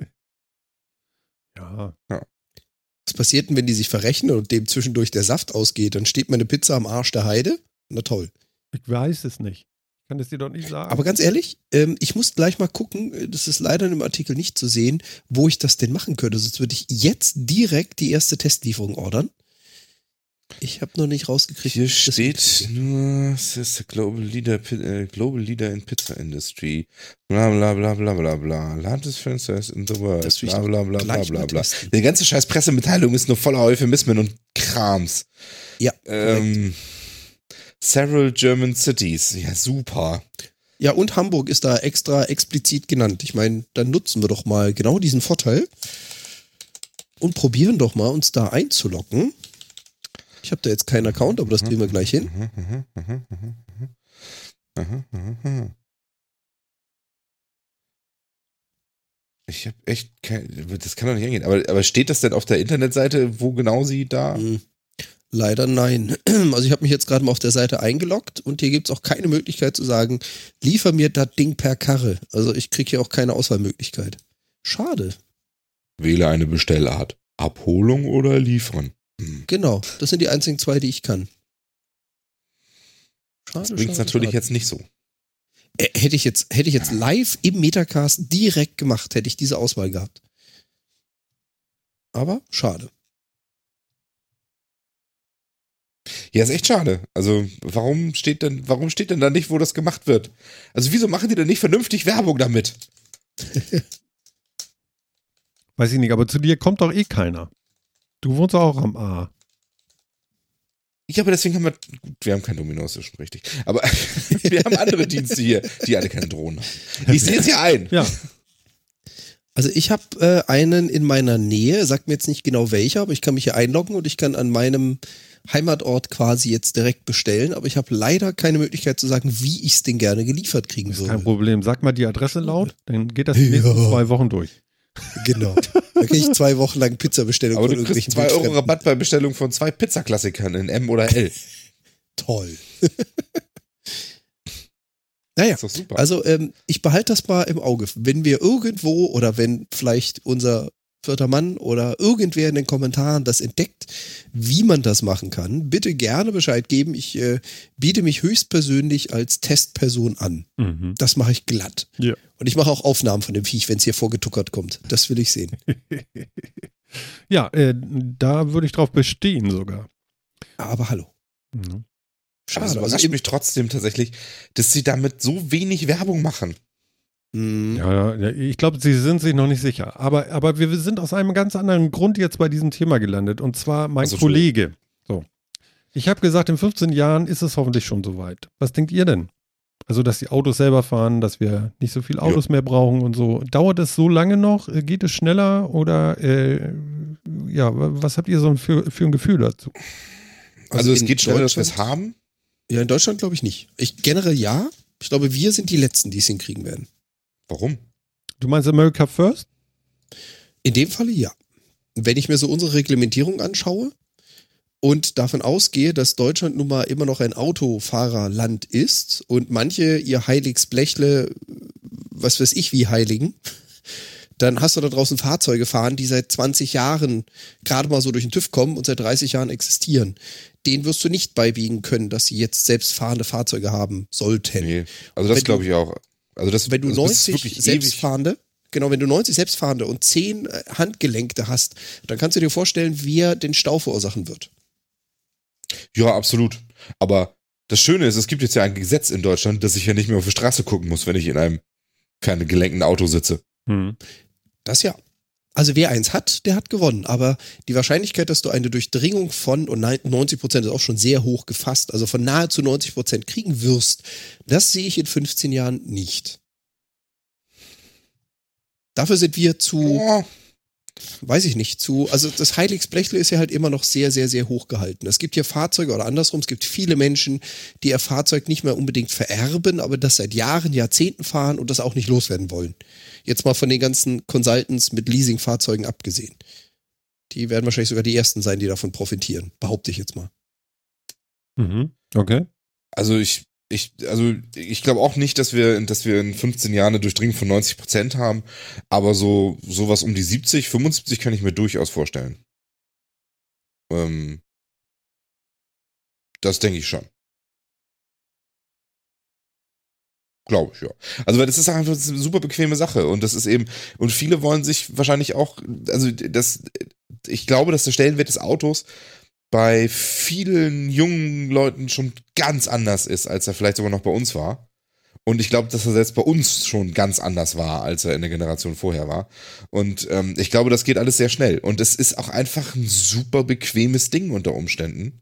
Ja. Was passiert denn, wenn die sich verrechnen und dem zwischendurch der Saft ausgeht? Dann steht meine Pizza am Arsch der Heide. Na toll. Ich weiß es nicht. Ich kann es dir doch nicht sagen. Aber ganz ehrlich, ähm, ich muss gleich mal gucken, das ist leider in dem Artikel nicht zu sehen, wo ich das denn machen könnte. Sonst würde ich jetzt direkt die erste Testlieferung ordern. Ich habe noch nicht rausgekriegt. Hier das steht nur, es ist der Global Leader, äh, Global Leader in Pizza Industry. Bla bla bla bla bla bla. Largest franchise in the world. Das will ich Bla doch bla bla bla gleich bla mal bla. testen. Die ganze scheiß Pressemitteilung ist nur voller Euphemismen und Krams. Ja, Ähm, several German cities. Ja, super. ja, und Hamburg ist da extra explizit genannt. Ich meine, dann nutzen wir doch mal genau diesen Vorteil und probieren doch mal, uns da einzuloggen. Ich habe da jetzt keinen Account, aber das kriegen wir gleich hin. Ich habe echt kein, das kann doch nicht angehen. Aber, aber steht das denn auf der Internetseite, wo genau sie da? Hm, leider nein. Also ich habe mich jetzt gerade mal auf der Seite eingeloggt und hier gibt es auch keine Möglichkeit zu sagen, liefer mir das Ding per Karre. Also ich kriege hier auch keine Auswahlmöglichkeit. Schade. Wähle eine Bestellart. Abholung oder liefern. Hm. Genau, das sind die einzigen zwei, die ich kann. Schade, Das bringt es schade, natürlich schade. jetzt nicht so. Äh, Hätte ich jetzt, hätte ich jetzt live im Metacast direkt gemacht, hätte ich diese Auswahl gehabt. Aber schade. Ja, ist echt schade. Also, warum steht denn, warum steht denn da nicht, wo das gemacht wird? Also, wieso machen die denn nicht vernünftig Werbung damit? Weiß ich nicht, aber zu dir kommt doch eh keiner. Du wohnst auch am A. Ja, aber deswegen haben wir, gut, wir haben kein Dominos, das ist schon richtig. Aber wir haben andere Dienste hier, die alle keine Drohnen haben. Ich sehe es hier ein. Ja. Also ich habe äh, einen in meiner Nähe, sagt mir jetzt nicht genau welcher, aber ich kann mich hier einloggen und ich kann an meinem Heimatort quasi jetzt direkt bestellen, aber ich habe leider keine Möglichkeit zu sagen, wie ich es denn gerne geliefert kriegen Ist würde. kein Problem. Sag mal die Adresse laut, dann geht das die nächsten Ja. zwei Wochen durch. Genau. Da kriege ich zwei Wochen lang Pizzabestellung Aber von du kriegst irgendwelchen zwei Euro Wildfremden. Rabatt bei Bestellung von zwei Pizzaklassikern in M oder L. Toll. Naja, Ist doch super. also ähm, ich behalte das mal im Auge. Wenn wir irgendwo oder wenn vielleicht unser vierter Mann oder irgendwer in den Kommentaren das entdeckt, wie man das machen kann, bitte gerne Bescheid geben. Ich äh, biete mich höchstpersönlich als Testperson an. Mhm. Das mache ich glatt. Ja. Und ich mache auch Aufnahmen von dem Viech, wenn es hier vorgetuckert kommt. Das will ich sehen. Ja, äh, da würde ich drauf bestehen sogar. Aber hallo. Mhm. Aber es Schade. überrascht Also, mich trotzdem tatsächlich, dass sie damit so wenig Werbung machen. mh, Ja, ja, ich glaube, sie sind sich noch nicht sicher. Aber, aber wir sind aus einem ganz anderen Grund jetzt bei diesem Thema gelandet. Und zwar mein Also, Kollege. So. Ich habe gesagt, in fünfzehn Jahren ist es hoffentlich schon soweit. Was denkt ihr denn? Also, dass die Autos selber fahren, dass wir nicht so viele Autos mehr brauchen und so. Dauert es so lange noch? Geht es schneller? Oder, äh, ja, was habt ihr so für, für ein Gefühl dazu? Also, es in geht schneller, dass wir Deutschland- es haben. Ja, in Deutschland glaube ich nicht. Ich generell ja. Ich glaube, wir sind die Letzten, die es hinkriegen werden. Warum? Du meinst America First? In dem Falle ja. Wenn ich mir so unsere Reglementierung anschaue und davon ausgehe, dass Deutschland nun mal immer noch ein Autofahrerland ist und manche ihr Heiligsblechle, was weiß ich wie heiligen, dann hast du da draußen Fahrzeuge fahren, die seit zwanzig Jahren gerade mal so durch den TÜV kommen und seit dreißig Jahren existieren. Denen wirst du nicht beibiegen können, dass sie jetzt selbstfahrende Fahrzeuge haben sollten. Nee. Also, das Wenn du- glaube ich auch. Also, das, Wenn du also das ist neunzig wirklich ewig. selbstfahrende, Genau, wenn du neunzig Selbstfahrende und zehn Handgelenkte hast, dann kannst du dir vorstellen, wer den Stau verursachen wird. Ja, absolut. Aber das Schöne ist, es gibt jetzt ja ein Gesetz in Deutschland, dass ich ja nicht mehr auf die Straße gucken muss, wenn ich in einem ferngelenkten Auto sitze. Hm. Das ja. Also wer eins hat, der hat gewonnen. Aber die Wahrscheinlichkeit, dass du eine Durchdringung von, und neunzig Prozent ist auch schon sehr hoch gefasst, also von nahezu neunzig Prozent kriegen wirst, das sehe ich in fünfzehn Jahren nicht. Dafür sind wir zu, Ja. weiß ich nicht, zu, also das Heiligsblechle ist ja halt immer noch sehr, sehr, sehr hoch gehalten. Es gibt hier Fahrzeuge oder andersrum, es gibt viele Menschen, die ihr Fahrzeug nicht mehr unbedingt vererben, aber das seit Jahren, Jahrzehnten fahren und das auch nicht loswerden wollen. Jetzt mal von den ganzen Consultants mit Leasingfahrzeugen abgesehen. Die werden wahrscheinlich sogar die ersten sein, die davon profitieren, behaupte ich jetzt mal. Mhm. Okay. Also ich, ich, also ich glaube auch nicht, dass wir, dass wir in fünfzehn Jahren eine Durchdringung von neunzig Prozent haben, aber so sowas um die siebzig, fünfundsiebzig kann ich mir durchaus vorstellen. Ähm, das denke ich schon. Glaube ich, ja. Also, weil das ist einfach eine super bequeme Sache und das ist eben, und viele wollen sich wahrscheinlich auch, also das, ich glaube, dass der Stellenwert des Autos bei vielen jungen Leuten schon ganz anders ist, als er vielleicht sogar noch bei uns war. Und ich glaube, dass er selbst bei uns schon ganz anders war, als er in der Generation vorher war. Und ähm, ich glaube, das geht alles sehr schnell. Und es ist auch einfach ein super bequemes Ding unter Umständen.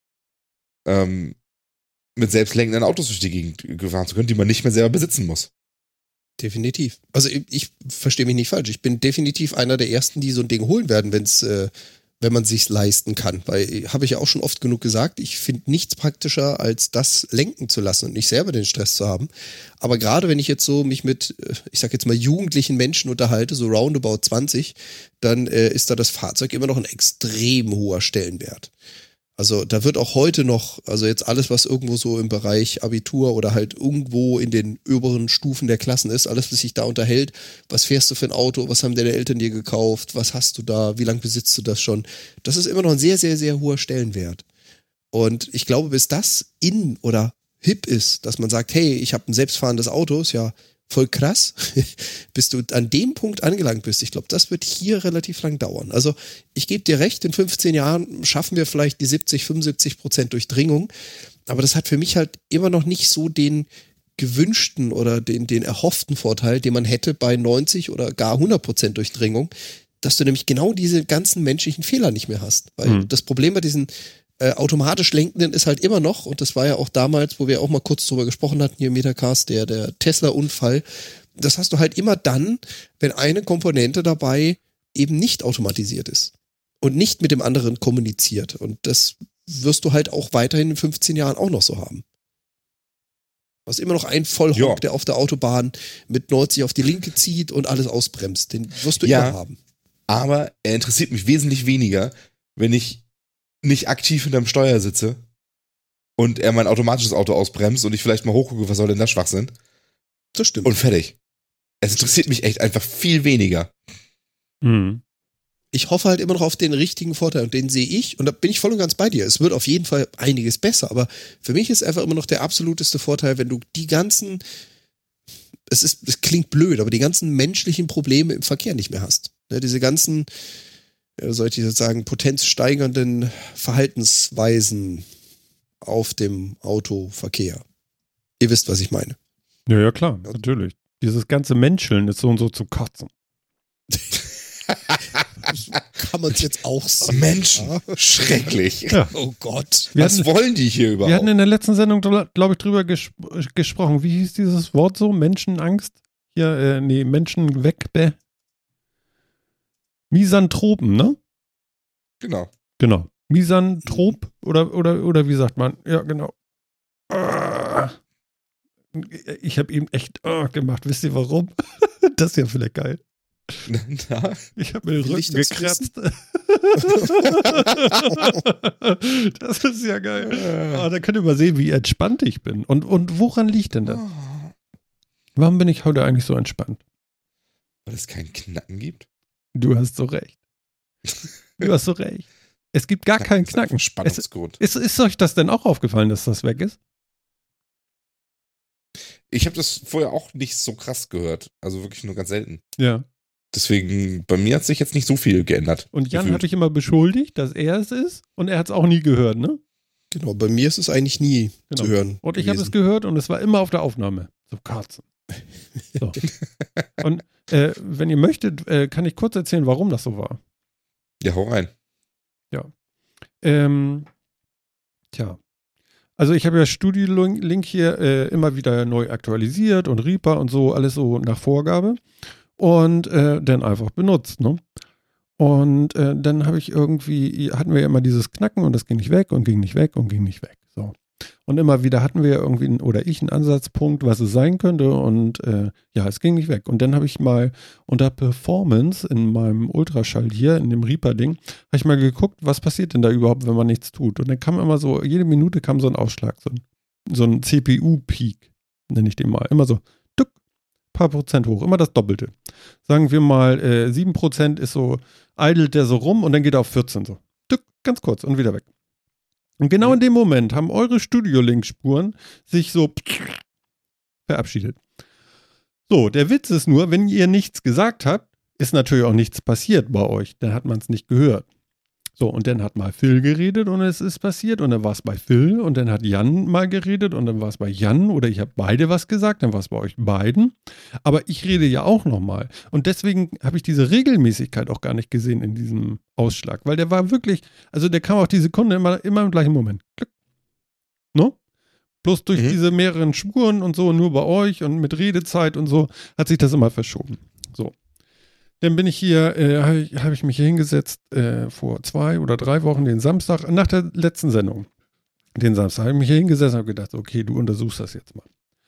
Ähm, mit selbstlenkenden Autos durch die Gegend gefahren zu können, die man nicht mehr selber besitzen muss. Definitiv. Also ich, ich verstehe mich nicht falsch. Ich bin definitiv einer der Ersten, die so ein Ding holen werden, wenn's, äh, wenn man sich's leisten kann. Weil, habe ich ja auch schon oft genug gesagt, ich finde nichts praktischer, als das lenken zu lassen und nicht selber den Stress zu haben. Aber gerade wenn ich jetzt so mich mit, ich sag jetzt mal, jugendlichen Menschen unterhalte, so roundabout zwanzig, dann äh, ist da das Fahrzeug immer noch ein extrem hoher Stellenwert. Also da wird auch heute noch, also jetzt alles, was irgendwo so im Bereich Abitur oder halt irgendwo in den oberen Stufen der Klassen ist, alles, was sich da unterhält, was fährst du für ein Auto, was haben deine Eltern dir gekauft, was hast du da, wie lange besitzt du das schon, das ist immer noch ein sehr, sehr, sehr hoher Stellenwert. Und ich glaube, bis das in oder hip ist, dass man sagt, hey, ich habe ein selbstfahrendes Auto, ist ja voll krass, bis du an dem Punkt angelangt bist. Ich glaube, das wird hier relativ lang dauern. Also ich gebe dir recht, in fünfzehn Jahren schaffen wir vielleicht die siebzig, fünfundsiebzig Prozent Durchdringung, aber das hat für mich halt immer noch nicht so den gewünschten oder den, den erhofften Vorteil, den man hätte bei neunzig oder gar hundert Prozent Durchdringung, dass du nämlich genau diese ganzen menschlichen Fehler nicht mehr hast. Weil mhm. das Problem bei diesen Äh, automatisch lenkenden ist halt immer noch, und das war ja auch damals, wo wir auch mal kurz drüber gesprochen hatten hier im Metacast, der, der Tesla-Unfall, das hast du halt immer dann, wenn eine Komponente dabei eben nicht automatisiert ist und nicht mit dem anderen kommuniziert, und das wirst du halt auch weiterhin in fünfzehn Jahren auch noch so haben. Du hast immer noch einen Vollhonk, ja, der auf der Autobahn mit neunzig auf die Linke zieht und alles ausbremst, den wirst du ja, immer haben. Aber er interessiert mich wesentlich weniger, wenn ich nicht aktiv hinterm Steuer sitze und er mein automatisches Auto ausbremst und ich vielleicht mal hochgucke, was soll denn das Schwachsinn? Das stimmt. Und fertig. Es interessiert mich echt einfach viel weniger. Mhm. Ich hoffe halt immer noch auf den richtigen Vorteil, und den sehe ich, und da bin ich voll und ganz bei dir. Es wird auf jeden Fall einiges besser, aber für mich ist einfach immer noch der absoluteste Vorteil, wenn du die ganzen, es ist, es klingt blöd, aber die ganzen menschlichen Probleme im Verkehr nicht mehr hast. Ne, diese ganzen, ja, soll ich jetzt sagen, potenzsteigernden Verhaltensweisen auf dem Autoverkehr. Ihr wisst, was ich meine. Ja, ja, klar, natürlich. Dieses ganze Menscheln ist so und so zu kotzen. Kann man es jetzt auch sagen. Menschen, ja. Schrecklich. Ja. Oh Gott. Wir was hatten, wollen die hier überhaupt? Wir hatten in der letzten Sendung, glaube ich, drüber ges gesprochen. Wie hieß dieses Wort so? Menschenangst? Hier, äh, nee, Menschen weg. Misanthropen, ne? Genau. Genau. Misanthrop oder, oder, oder wie sagt man? Ja, genau. Ich habe ihm echt oh, gemacht. Wisst ihr warum? Das ist ja vielleicht geil. Na? Ich habe mir den Will Rücken gekratzt. Das ist ja geil. Oh, da könnt ihr mal sehen, wie entspannt ich bin. Und, und woran liegt denn das? Warum bin ich heute eigentlich so entspannt? Weil es keinen Knacken gibt? Du hast so recht. Du hast so recht. Es gibt gar keinen Knacken. Spannungsgrund. Ist, ist, ist euch das denn auch aufgefallen, dass das weg ist? Ich habe das vorher auch nicht so krass gehört. Also wirklich nur ganz selten. Ja. Deswegen, bei mir hat sich jetzt nicht so viel geändert. Und Jan gefühlt. hat dich immer beschuldigt, dass er es ist und er hat es auch nie gehört, ne? Genau, bei mir ist es eigentlich nie Genau. zu hören. Und ich habe es gehört und es war immer auf der Aufnahme. So Karzen. So. Und äh, wenn ihr möchtet, äh, kann ich kurz erzählen, warum das so war. Ja, hau rein. Ähm, tja. Also ich habe ja Studio Link hier äh, immer wieder neu aktualisiert und Reaper und so, alles so nach Vorgabe. Und äh, dann einfach benutzt, ne? Und äh, dann habe ich irgendwie, hatten wir ja immer dieses Knacken und das ging nicht weg und ging nicht weg und ging nicht weg. So. Und immer wieder hatten wir irgendwie, einen, oder ich einen Ansatzpunkt, was es sein könnte und äh, ja, es ging nicht weg. Und dann habe ich mal unter Performance in meinem Ultraschall hier, in dem Reaper-Ding, habe ich mal geguckt, was passiert denn da überhaupt, wenn man nichts tut. Und dann kam immer so, jede Minute kam so ein Ausschlag, so ein, so ein C P U-Peak, nenne ich den mal. Immer so, duck, paar Prozent hoch, immer das Doppelte. Sagen wir mal, äh, sieben Prozent ist so, eidelt der so rum und dann geht er auf vierzehn so. Duck, ganz kurz und wieder weg. Und genau in dem Moment haben eure Studio-Link-Spuren sich so verabschiedet. So, der Witz ist nur, wenn ihr nichts gesagt habt, ist natürlich auch nichts passiert bei euch. Dann hat man es nicht gehört. So, und dann hat mal Phil geredet und es ist passiert und dann war es bei Phil und dann hat Jan mal geredet und dann war es bei Jan oder ich habe beide was gesagt, dann war es bei euch beiden. Aber ich rede ja auch nochmal. Und deswegen habe ich diese Regelmäßigkeit auch gar nicht gesehen in diesem Ausschlag, weil der war wirklich, also der kam auch die Sekunde immer, immer im gleichen Moment. Klick. No? Bloß durch Mhm. diese mehreren Spuren und so, nur bei euch und mit Redezeit und so, hat sich das immer verschoben. So. Dann bin ich hier, äh, habe ich, hab ich mich hier hingesetzt äh, vor zwei oder drei Wochen, den Samstag, nach der letzten Sendung. Den Samstag habe ich mich hier hingesetzt und habe gedacht, okay, du untersuchst das jetzt mal.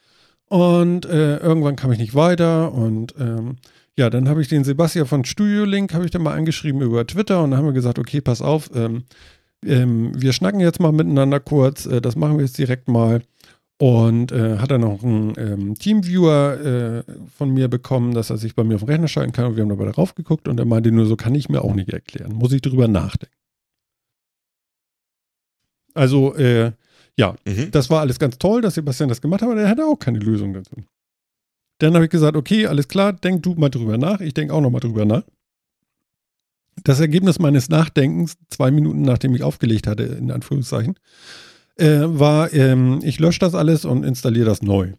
Und äh, irgendwann kam ich nicht weiter und ähm, ja, dann habe ich den Sebastian von Studio Link, habe ich dann mal angeschrieben über Twitter und dann haben wir gesagt, okay, pass auf, ähm, ähm, wir schnacken jetzt mal miteinander kurz, äh, das machen wir jetzt direkt mal. Und äh, hat er noch einen ähm, Teamviewer äh, von mir bekommen, dass er sich bei mir auf den Rechner schalten kann. Und wir haben dabei darauf geguckt und er meinte nur, so kann ich mir auch nicht erklären. Muss ich drüber nachdenken. Also, äh, ja, Mhm. das war alles ganz toll, dass Sebastian das gemacht hat, aber er hatte auch keine Lösung dazu. Dann habe ich gesagt, okay, alles klar, denk du mal drüber nach. Ich denke auch noch mal drüber nach. Das Ergebnis meines Nachdenkens, zwei Minuten nachdem ich aufgelegt hatte, in Anführungszeichen, Äh, war, ähm, ich lösche das alles und installiere das neu.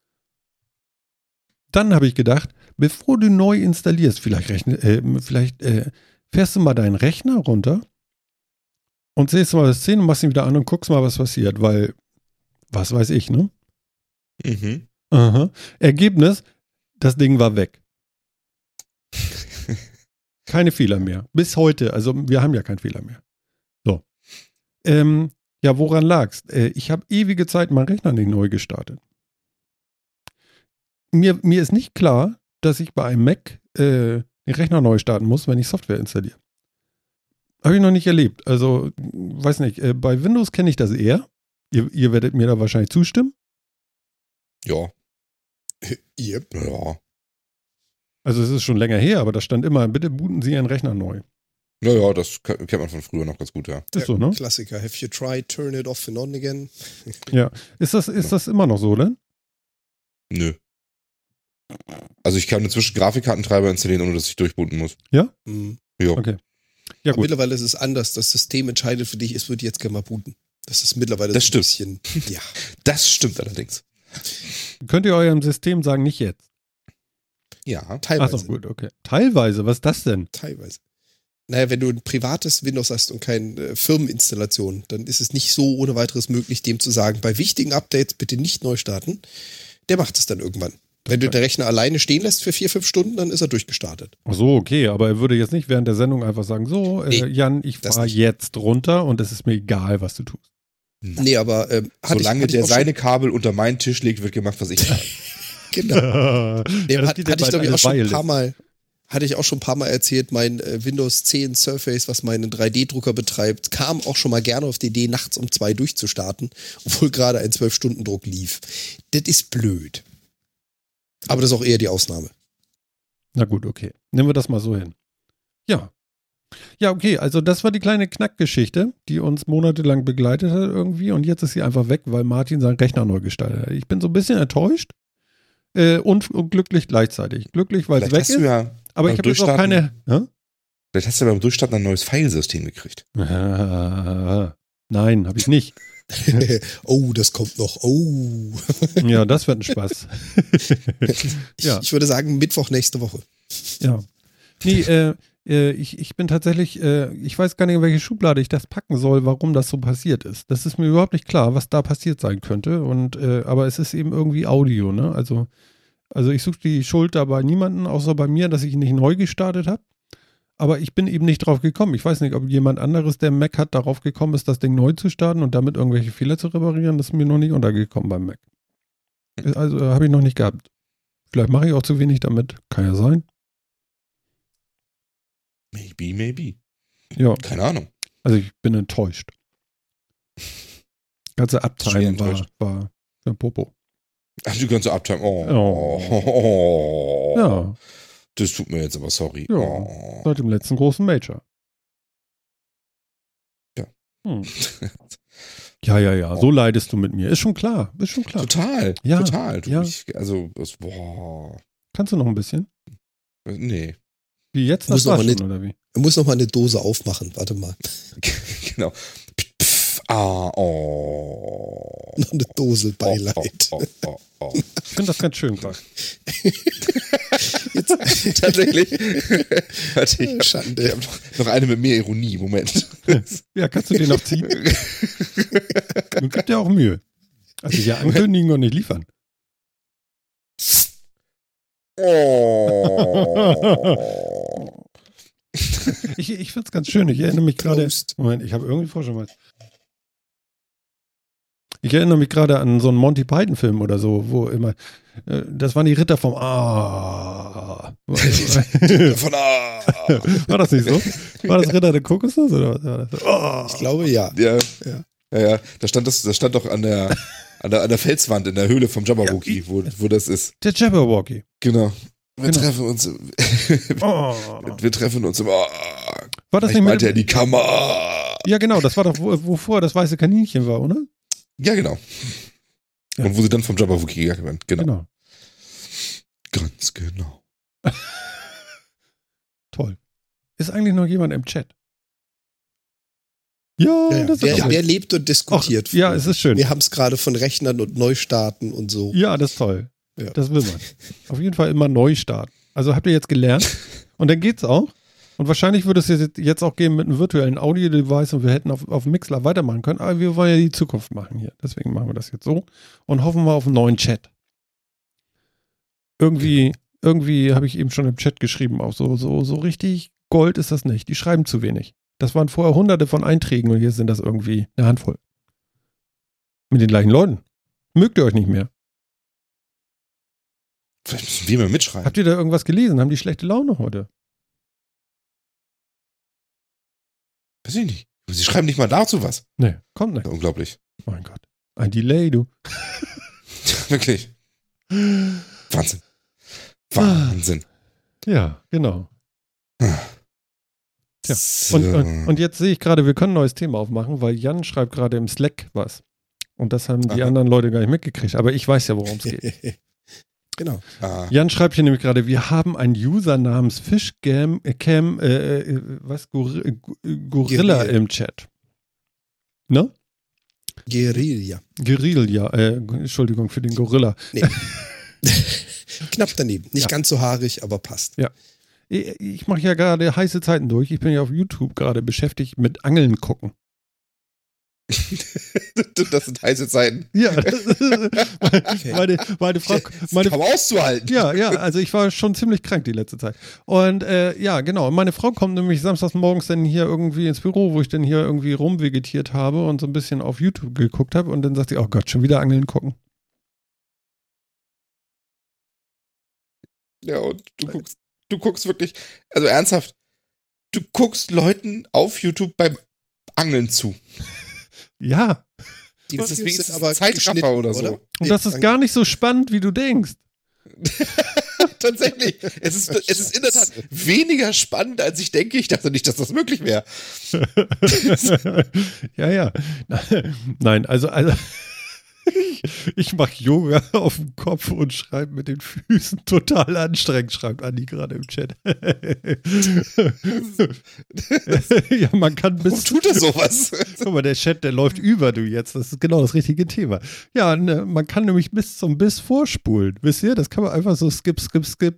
Dann habe ich gedacht, bevor du neu installierst, vielleicht, rechne, äh, vielleicht äh, fährst du mal deinen Rechner runter und siehst mal das Szene und machst ihn wieder an und guckst mal, was passiert, weil, was weiß ich, ne? Mhm. Aha. Ergebnis, das Ding war weg. Keine Fehler mehr. Bis heute, also wir haben ja keinen Fehler mehr. So. Ähm, Ja, woran lag's? Äh, ich habe ewige Zeit meinen Rechner nicht neu gestartet. Mir, mir ist nicht klar, dass ich bei einem Mac äh, den Rechner neu starten muss, wenn ich Software installiere. Habe ich noch nicht erlebt. Also, weiß nicht, äh, bei Windows kenne ich das eher. Ihr, ihr werdet mir da wahrscheinlich zustimmen. Ja. Yep. Ja. Also, es ist schon länger her, aber da stand immer, bitte booten Sie Ihren Rechner neu. Ja, ja, das kennt man von früher noch ganz gut, ja. Ist so, ne? Klassiker. Have you tried, turn it off and on again? Ja. Ist das, ist das immer noch so, ne? Nö. Also ich kann inzwischen Grafikkartentreiber installieren, ohne dass ich durchbooten muss. Mhm. Ja. Okay. Ja, Aber gut. mittlerweile ist es anders. Das System entscheidet für dich, es wird jetzt gerne mal booten. Das ist mittlerweile Das so ein bisschen, ja. Das stimmt allerdings. Könnt ihr eurem System sagen, nicht jetzt? Ja. Teilweise. Achso, gut, okay. Teilweise, was ist das denn? Teilweise. Naja, wenn du ein privates Windows hast und keine äh, Firmeninstallation, dann ist es nicht so ohne weiteres möglich, dem zu sagen, bei wichtigen Updates bitte nicht neu starten. Der macht es dann irgendwann. Wenn du den Rechner alleine stehen lässt für vier, fünf Stunden, dann ist er durchgestartet. Ach so, okay, aber er würde jetzt nicht während der Sendung einfach sagen, so, äh, Nee, Jan, ich das fahre nicht. jetzt runter und es ist mir egal, was du tust. Nee, aber ähm, hatte Solange ich, hatte der ich auch seine Kabel unter meinen Tisch legt, wird gemacht, was ich sage. schon, genau. ja, Nee, das hat, geht ja hatte ich bald glaube ich auch alles schon ein wireless. paar Mal, hatte ich auch schon ein paar Mal erzählt, mein äh, Windows zehn Surface, was meinen drei D-Drucker betreibt, kam auch schon mal gerne auf die Idee, nachts um zwei durchzustarten, obwohl gerade ein zwölf Stunden Druck lief. Das ist blöd. Aber das ist auch eher die Ausnahme. Na gut, okay. Nehmen wir das mal so hin. Ja. Ja, okay, also das war die kleine Knackgeschichte, die uns monatelang begleitet hat irgendwie und jetzt ist sie einfach weg, weil Martin seinen Rechner neu gestaltet hat. Ich bin so ein bisschen enttäuscht, äh, und, und glücklich gleichzeitig. Glücklich, weil es weg Vielleicht hast ist, du ja aber beim ich habe jetzt auch Durchstarten- keine... Ja? Vielleicht hast du ja beim Durchstarten ein neues Filesystem gekriegt. Ah, nein, habe ich nicht. Oh, das kommt noch. Oh. Ja, das wird ein Spaß. Ja. Ich, ich würde sagen, Mittwoch nächste Woche. Ja. Nee, äh, äh, ich, ich bin tatsächlich, äh, ich weiß gar nicht, in welche Schublade ich das packen soll, warum das so passiert ist. Das ist mir überhaupt nicht klar, was da passiert sein könnte. Und äh, aber es ist eben irgendwie Audio, ne? Also, also ich suche die Schuld da bei niemanden, außer bei mir, dass ich nicht neu gestartet habe. Aber ich bin eben nicht drauf gekommen. Ich weiß nicht, ob jemand anderes, der Mac hat, darauf gekommen ist, das Ding neu zu starten und damit irgendwelche Fehler zu reparieren. Das ist mir noch nicht untergekommen beim Mac. Also äh, habe ich noch nicht gehabt. Vielleicht mache ich auch zu wenig damit. Kann ja sein. Maybe, maybe. Ja, Keine Ahnung. also ich bin enttäuscht. Ganze Schwer Uptime war, enttäuscht. war ja, Popo. Ach, die ganze Uptime. Oh. Oh. Oh. Ja, Das tut mir jetzt aber sorry. Ja. Oh. seit dem letzten großen Major. Ja. Hm. Ja, ja, ja. So leidest du mit mir. Ist schon klar. Ist schon klar. Total. Ja, Total. Du, ja. Ich, also, das, boah. Kannst du noch ein bisschen? Nee. Wie jetzt? Muss Das war noch mal schon, nicht- oder wie? Er muss noch mal eine Dose aufmachen. Warte mal. Genau. Pff, ah, oh. Noch eine Dose Beileid. Oh, oh, oh, oh, oh. Ich finde das ganz schön gerade. Tatsächlich. Warte, ich hab, Schande. ich hab noch, noch eine mit mehr Ironie. Moment. Ja, kannst du den noch ziehen? Du gibst dir auch Mühe. Also ja, ankündigen und nicht liefern. Oh. Ich, ich finde es ganz schön. Ich erinnere mich gerade. Prost. Moment, ich habe irgendwie vorher schon mal. Ich erinnere mich gerade an so einen Monty Python-Film oder so, wo immer. äh, Das waren die Ritter vom Ah. Von ah. War das nicht so? War das Ritter der Kokosnuss oder was war das? Oh. Ich glaube, ja. Ja. Ja. Ja, ja. Da stand das, das stand doch an der, an der, an der Felswand in der Höhle vom Jabberwocky, wo, wo das ist. Der Jabberwocky. Genau. Wir Genau. treffen uns, Oh. wir treffen uns im, ah. War das Ich nicht meinte ja mit, die Kammer. Ja, genau, das war doch, wo, wovor das weiße Kaninchen war, oder? Ja, genau. Ja. Und wo sie dann vom Jabberwocky gegangen werden. Genau. Genau. Ganz genau. Toll. Ist eigentlich noch jemand im Chat? Ja, Ja, ja. das ist Wer, auch wer lebt und diskutiert. Ach, ja, es ist schön. Wir haben es gerade von Rechnern und Neustarten und so. Ja, das ist toll. Ja. Das will man. Auf jeden Fall immer neu starten. Also habt ihr jetzt gelernt und dann geht's auch. Und wahrscheinlich würde es jetzt auch gehen mit einem virtuellen Audio-Device und wir hätten auf, auf Mixler weitermachen können, aber wir wollen ja die Zukunft machen hier. Deswegen machen wir das jetzt so und hoffen wir auf einen neuen Chat. Irgendwie, irgendwie habe ich eben schon im Chat geschrieben, auch so, so, so richtig Gold ist das nicht. Die schreiben zu wenig. Das waren vorher hunderte von Einträgen und hier sind das irgendwie eine Handvoll. Mit den gleichen Leuten. Mögt ihr euch nicht mehr? Vielleicht müssen wir mal mitschreiben. Habt ihr da irgendwas gelesen? Haben die schlechte Laune heute? Weiß ich nicht. Sie schreiben nicht mal dazu was. Nee, kommt nicht. Unglaublich. Mein Gott. Ein Delay, du. Wirklich. Wahnsinn. Wahnsinn. Ja, genau. Tja, So. Und, und, und jetzt sehe ich gerade, wir können ein neues Thema aufmachen, weil Jan schreibt gerade im Slack was. Und das haben die Aha. anderen Leute gar nicht mitgekriegt. Aber ich weiß ja, worum es geht. Genau. ah. Jan schreibt hier nämlich gerade, wir haben einen User namens Fishcam, äh, Cam, äh, äh, was, Gor äh, Gorilla Guerilla. im Chat. Ne? Guerilla. Guerilla, äh, Entschuldigung für den Gorilla. Nee. Knapp daneben. Nicht Ja. ganz so haarig, aber passt. Ich, ich mache ja gerade heiße Zeiten durch. Ich bin ja auf YouTube gerade beschäftigt mit Angeln gucken. Das sind heiße Zeiten. Ja, meine, meine Frau, meine, Kaum auszuhalten. ja, ja, also ich war schon ziemlich krank die letzte Zeit. Und äh, ja, genau, meine Frau kommt nämlich samstags morgens dann hier irgendwie ins Büro, wo ich dann hier irgendwie rumvegetiert habe und so ein bisschen auf YouTube geguckt habe und dann sagt sie, oh Gott, schon wieder Angeln gucken. Ja, und du guckst, du guckst wirklich, also ernsthaft, du guckst Leuten auf YouTube beim Angeln zu. Ja, Die Das ist Videos wenigstens sind aber Zeitraffer geschnitten, oder so. und das ist gar nicht so spannend, wie du denkst. Tatsächlich. Es ist, es ist in der Tat weniger spannend, als ich denke. Ich dachte nicht, dass das möglich wäre. Ja, ja. Nein, also, also Ich, ich mache Yoga auf dem Kopf und schreibe mit den Füßen total anstrengend, schreibt Andi gerade im Chat. Ja, man kann bis. Warum tut er sowas? Guck mal, der Chat, der läuft über, du jetzt. Das ist genau das richtige Thema. Ja, ne, man kann nämlich bis zum Biss vorspulen. Wisst ihr? Das kann man einfach so skip, skip, skip.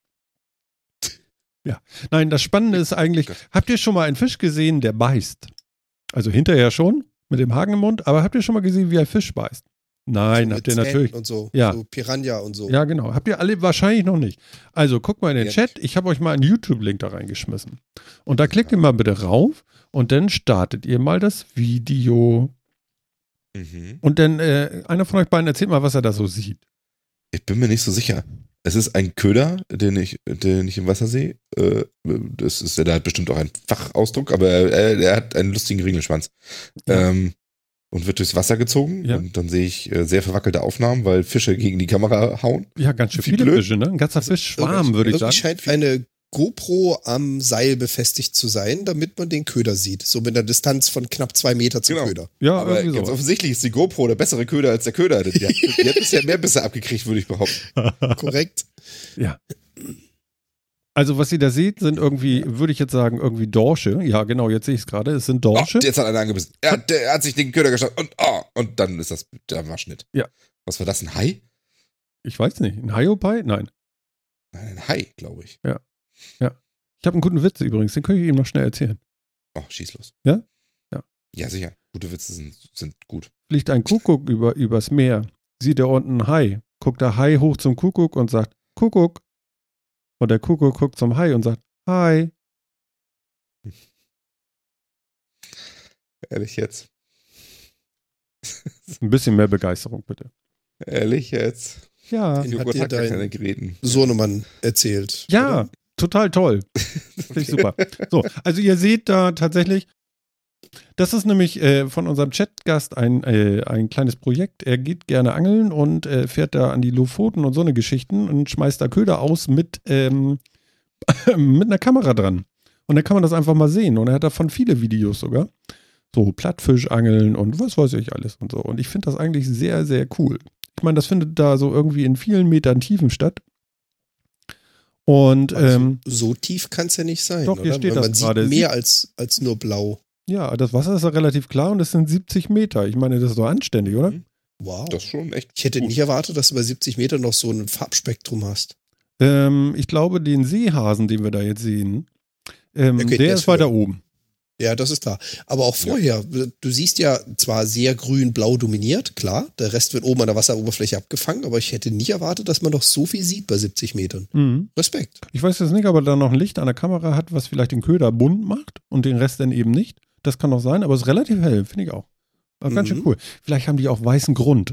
Ja. Nein, das Spannende ist eigentlich, habt ihr schon mal einen Fisch gesehen, der beißt? Also hinterher schon, mit dem Haken im Mund, aber habt ihr schon mal gesehen, wie ein Fisch beißt? Nein, so habt ihr Zähnen natürlich. Und so, Ja. so Piranha und so. Ja, genau. Habt ihr alle wahrscheinlich noch nicht. Also guckt mal in den Ja. Chat. Ich habe euch mal einen YouTube-Link da reingeschmissen. Und da klickt ihr mal bitte rauf und dann startet ihr mal das Video. Mhm. Und dann, äh, einer von euch beiden erzählt mal, was er da so sieht. Ich bin mir nicht so sicher. Es ist ein Köder, den ich, den ich im Wasser sehe. Äh, das ist, der hat bestimmt auch einen Fachausdruck, aber er, er hat einen lustigen Ringelschwanz. Ja. Ähm, und wird durchs Wasser gezogen. Ja. Und dann sehe ich äh, sehr verwackelte Aufnahmen, weil Fische gegen die Kamera hauen. Ja, ganz schön Wie viele blöd. Fische, ne? Ein ganzer Fischschwarm, würde ich Irgendwie sagen. scheint eine GoPro am Seil befestigt zu sein, damit man den Köder sieht. So mit einer Distanz von knapp zwei Meter zum Genau. Köder. Ja, Aber irgendwie ganz so. offensichtlich ist die GoPro der bessere Köder als der Köder. Die hat, die hat bisher mehr Bisse abgekriegt, würde ich behaupten. Korrekt? Ja. Also, was ihr da seht, sind irgendwie, würde ich jetzt sagen, irgendwie Dorsche. Ja, genau, jetzt sehe ich es gerade. Es sind Oh, Dorsche. jetzt hat einer angebissen. Er, hat- der, er hat sich den Köder geschnappt und oh, und dann ist das der Waschnitt. Ja. Was war das, ein Hai? Ich weiß nicht. Ein Hiopai? Nein. Nein, ein Hai, glaube ich. Ich habe einen guten Witz übrigens, den könnte ich ihm noch schnell erzählen. Oh, schieß los. Ja? Ja. Ja, sicher. Gute Witze sind, sind gut. Fliegt ein Kuckuck über, übers Meer, sieht er unten einen Hai, guckt der Hai hoch zum Kuckuck und sagt, Kuckuck. Und der Kuckuck guckt zum Hai und sagt, Hai. Ehrlich jetzt. Ein bisschen mehr Begeisterung, bitte. Ehrlich jetzt. Ja. Den Joghurt hat dir hat gar dein keine Gräten. Sohnemann erzählt. Ja, oder? total toll. Finde ich super. So, also ihr seht da tatsächlich, das ist nämlich äh, von unserem Chatgast ein, äh, ein kleines Projekt. Er geht gerne angeln und äh, fährt da an die Lofoten und so eine Geschichten und schmeißt da Köder aus mit, ähm, mit einer Kamera dran. Und dann kann man das einfach mal sehen. Und er hat davon viele Videos sogar. So Plattfischangeln und was weiß ich alles und so. Und ich finde das eigentlich sehr, sehr cool. Ich meine, das findet da so irgendwie in vielen Metern Tiefen statt. Und Also, ähm, so tief kann es ja nicht sein. doch, hier oder? steht Weil das man gerade. sieht mehr als, als nur blau. ja, das Wasser ist ja relativ klar und das sind siebzig Meter. Ich meine, das ist doch anständig, oder? Mhm. Wow. Das ist schon echt Ich hätte gut. nicht erwartet, dass du bei siebzig Metern noch so ein Farbspektrum hast. Ähm, ich glaube, den Seehasen, den wir da jetzt sehen, ähm, Okay, der, der ist ist weiter höher. oben. Ja, das ist klar. Aber auch vorher, du siehst ja zwar sehr grün-blau dominiert, klar, der Rest wird oben an der Wasseroberfläche abgefangen, aber ich hätte nicht erwartet, dass man noch so viel sieht bei siebzig Metern. Mhm. Respekt. Ich weiß jetzt nicht, ob er da noch ein Licht an der Kamera hat, was vielleicht den Köder bunt macht und den Rest dann eben nicht. Das kann doch sein, aber es ist relativ hell, finde ich auch. Aber ganz Mhm. schön cool. Vielleicht haben die auch weißen Grund.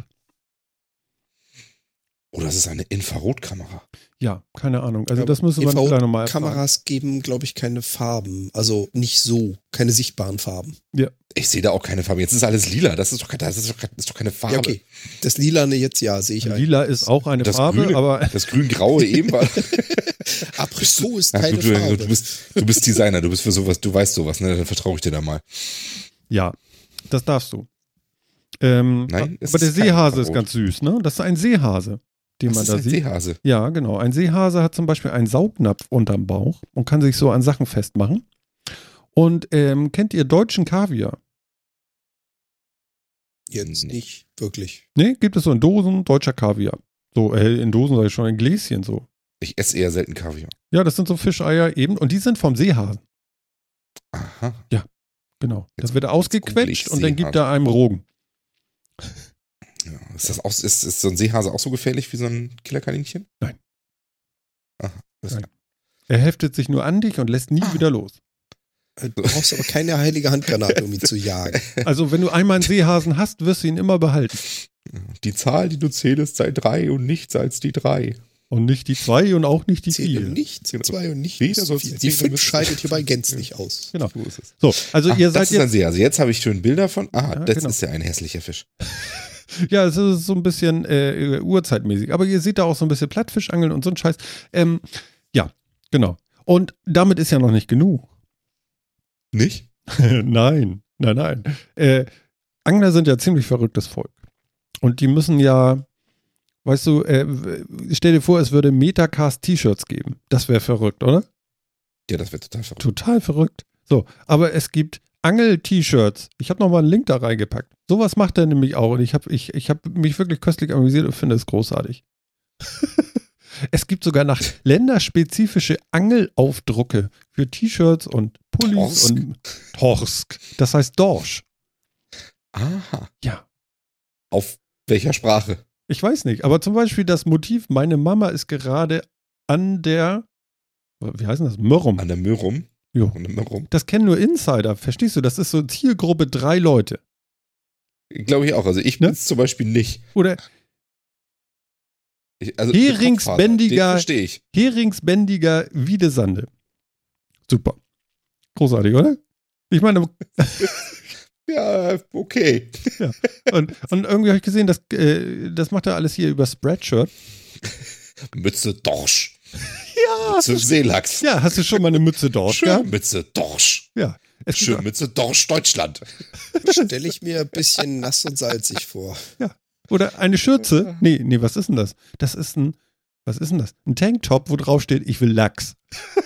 Oh, das ist eine Infrarotkamera. Ja, keine Ahnung. Also Ja, das müssen wir gleich nochmal erfahren. Kameras geben, glaube ich, keine Farben. Also nicht so, keine sichtbaren Farben. Ich sehe da auch keine Farbe. Jetzt ist alles lila. Das ist doch, das ist doch, das ist doch keine Farbe. Ja, okay. Das Lilane jetzt, ja, sehe ich ein. Lila ist auch eine Das Farbe, Grüne- aber Das grün-graue eben war. Aprikot ist Ach, keine du, du, Farbe. du, bist, du bist Designer, du bist für sowas, du weißt sowas, ne? Dann vertraue ich dir da mal. ja, das darfst du. Ähm, Nein, es aber der ist kein Seehase ist Infrarot. ganz süß, ne? Das ist ein Seehase, den Das man ist da ein sieht. Seehase. Ja, genau. Ein Seehase hat zum Beispiel einen Saugnapf unterm Bauch und kann sich so an Sachen festmachen. Und ähm, kennt ihr deutschen Kaviar? Jetzt nicht wirklich. Ne, gibt es so in Dosen, deutscher Kaviar. So, äh, in Dosen sag ich schon, in Gläschen so. Ich esse eher selten Kaviar. Ja, das sind so Fischeier eben und die sind vom Seehasen. Aha. Genau. Das Jetzt- wird jetzt ausgequetscht google ich und dann gibt Seehase. er einem Rogen. Ja. Ist, das auch, ist, ist so ein Seehase auch so gefährlich wie so ein Killerkaninchen? Nein. Aha. Das Nein. Er heftet sich nur an dich und lässt nie Ah. wieder los. Du brauchst aber keine heilige Handgranate, um ihn zu jagen. Also wenn du einmal einen Seehasen hast, wirst du ihn immer behalten. Die Zahl, die du zählst, sei drei und nichts als die drei. Und nicht die zwei und auch nicht die Zähle vier. nicht zu zwei und nicht Weder zu sollst vier. du Die zählen, fünf damit- scheidet hierbei gänzlich aus. Genau. So ist es. So, also Ach, ihr das seid ist ein jetzt, Seehase. Jetzt habe ich schön Bilder von. Ah, Ja, das genau. ist ja ein hässlicher Fisch. ja, es ist so ein bisschen äh, urzeitmäßig. Aber ihr seht da auch so ein bisschen Plattfischangeln und so ein Scheiß. Ähm, ja, genau. Und damit ist ja noch nicht genug. Nicht? nein, nein, nein. Äh, Angler sind ja ziemlich verrücktes Volk. Und die müssen ja, weißt du, äh, stell dir vor, es würde Metacast-T-Shirts geben. Das wäre verrückt, oder? Ja, das wäre total verrückt. Total verrückt. So, aber es gibt Angel-T-Shirts. Ich habe nochmal einen Link da reingepackt. Sowas macht er nämlich auch. Und ich habe ich, ich hab mich wirklich köstlich amüsiert und finde es großartig. Es gibt sogar nach länderspezifische Angelaufdrucke für T-Shirts und Pullis Torsk? und Torsk. Das heißt Dorsch. Aha. Ja. Auf welcher Sprache? Ich weiß nicht, aber zum Beispiel das Motiv, meine Mama ist gerade an der, wie heißt das? Mörrum. An der Möhrum? Jo. An der Möhrum. Das kennen nur Insider, verstehst du? Das ist so Zielgruppe drei Leute. Glaube ich auch. Also ich Ne? bin es zum Beispiel nicht. Oder Ich, also Heringsbändiger- Den verstehe ich. Heringsbändiger Wiedesande. Super. Großartig, oder? Ich meine, Ja, okay. und, und irgendwie habe ich gesehen, dass, äh, das macht er alles hier über Spreadshirt. Mütze Dorsch. Ja. Mütze Seelachs. Ja, hast du schon mal eine Mütze Dorsch Schön gehabt? Mütze Dorsch. Ja. Es Schön gibt, Mütze Dorsch Deutschland. Stelle ich mir ein bisschen nass und salzig vor. oder eine Schürze. Nee, nee, was ist denn das? Das ist ein, was ist denn das? Ein Tanktop, wo drauf steht, ich will Lachs.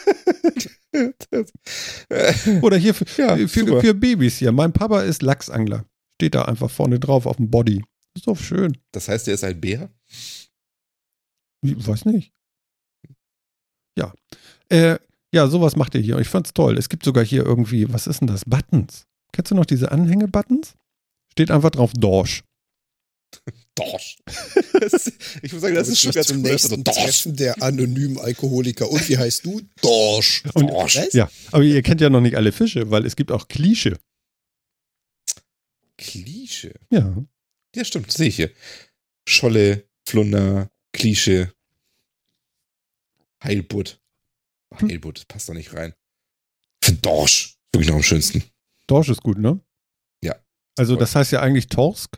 Oder hier für, Ja, für, super. für Babys hier. Mein Papa ist Lachsangler. Steht da einfach vorne drauf auf dem Body. Ist doch schön. Das heißt, er ist ein Bär? Ich weiß nicht. Ja. Äh, ja, sowas macht ihr hier. Ich fand's toll. Es gibt sogar hier irgendwie, was ist denn das? Buttons. Kennst du noch diese Anhänge-Buttons? Steht einfach drauf Dorsch. Dorsch. Das, ich muss sagen, das ist schon ganz zum cool. nächsten Also Dorsch. Treffen der anonymen Alkoholiker. Und wie heißt du? Dorsch. Und- Dorsch. Was? Ja, aber ihr kennt ja noch nicht alle Fische, weil es gibt auch Klische. Klische. Ja. Ja, stimmt, sehe ich hier. Scholle, Flunder, Klische, Heilbutt. Heilbutt, das passt da nicht rein. Für Dorsch. Wirklich noch am schönsten. Dorsch ist gut, ne? Ja. Also das heißt ja eigentlich Torsk.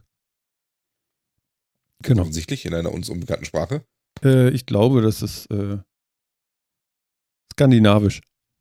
Genau. Offensichtlich in einer uns unbekannten Sprache. Äh, ich glaube, das ist äh, skandinavisch.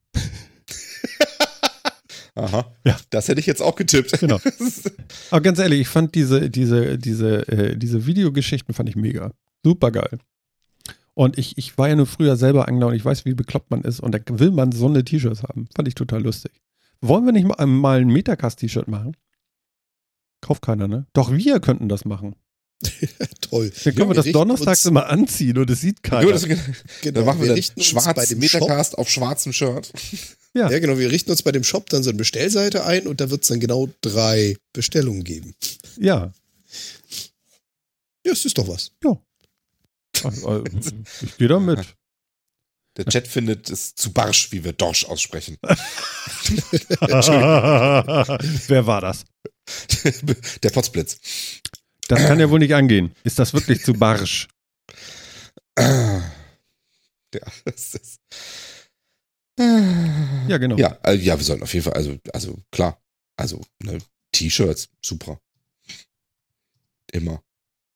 Aha. Ja. Das hätte ich jetzt auch getippt. Genau. Aber ganz ehrlich, ich fand diese, diese, diese, äh, diese Videogeschichten fand ich mega. Super geil. Und ich, ich war ja nur früher selber Angler und ich weiß, wie bekloppt man ist. Und da will man so eine T-Shirts haben. Fand ich total lustig. Wollen wir nicht mal, mal ein Metacast-T-Shirt machen? Kauft keiner, ne? Doch wir könnten das machen. Toll. Dann können wir das richten donnerstags uns- immer anziehen und es sieht keiner. Nur das, Genau, dann machen wir, dann richten uns bei schwarz dem Metacast auf schwarzem Shirt. Ja. Ja, genau. Wir richten uns bei dem Shop dann so eine Bestellseite ein und da wird es dann genau drei Bestellungen geben. Ja. Ja, es ist doch was. Also, ich gehe da mit. Der Chat findet es zu barsch, wie wir Dorsch aussprechen. Wer war das? Der Potzblitz. Das kann ja wohl nicht angehen. Ist das wirklich zu barsch? Ja, das ist. Ja, genau. Ja, äh, ja, wir sollten auf jeden Fall, also, also klar, also ne, T-Shirts, super. Immer.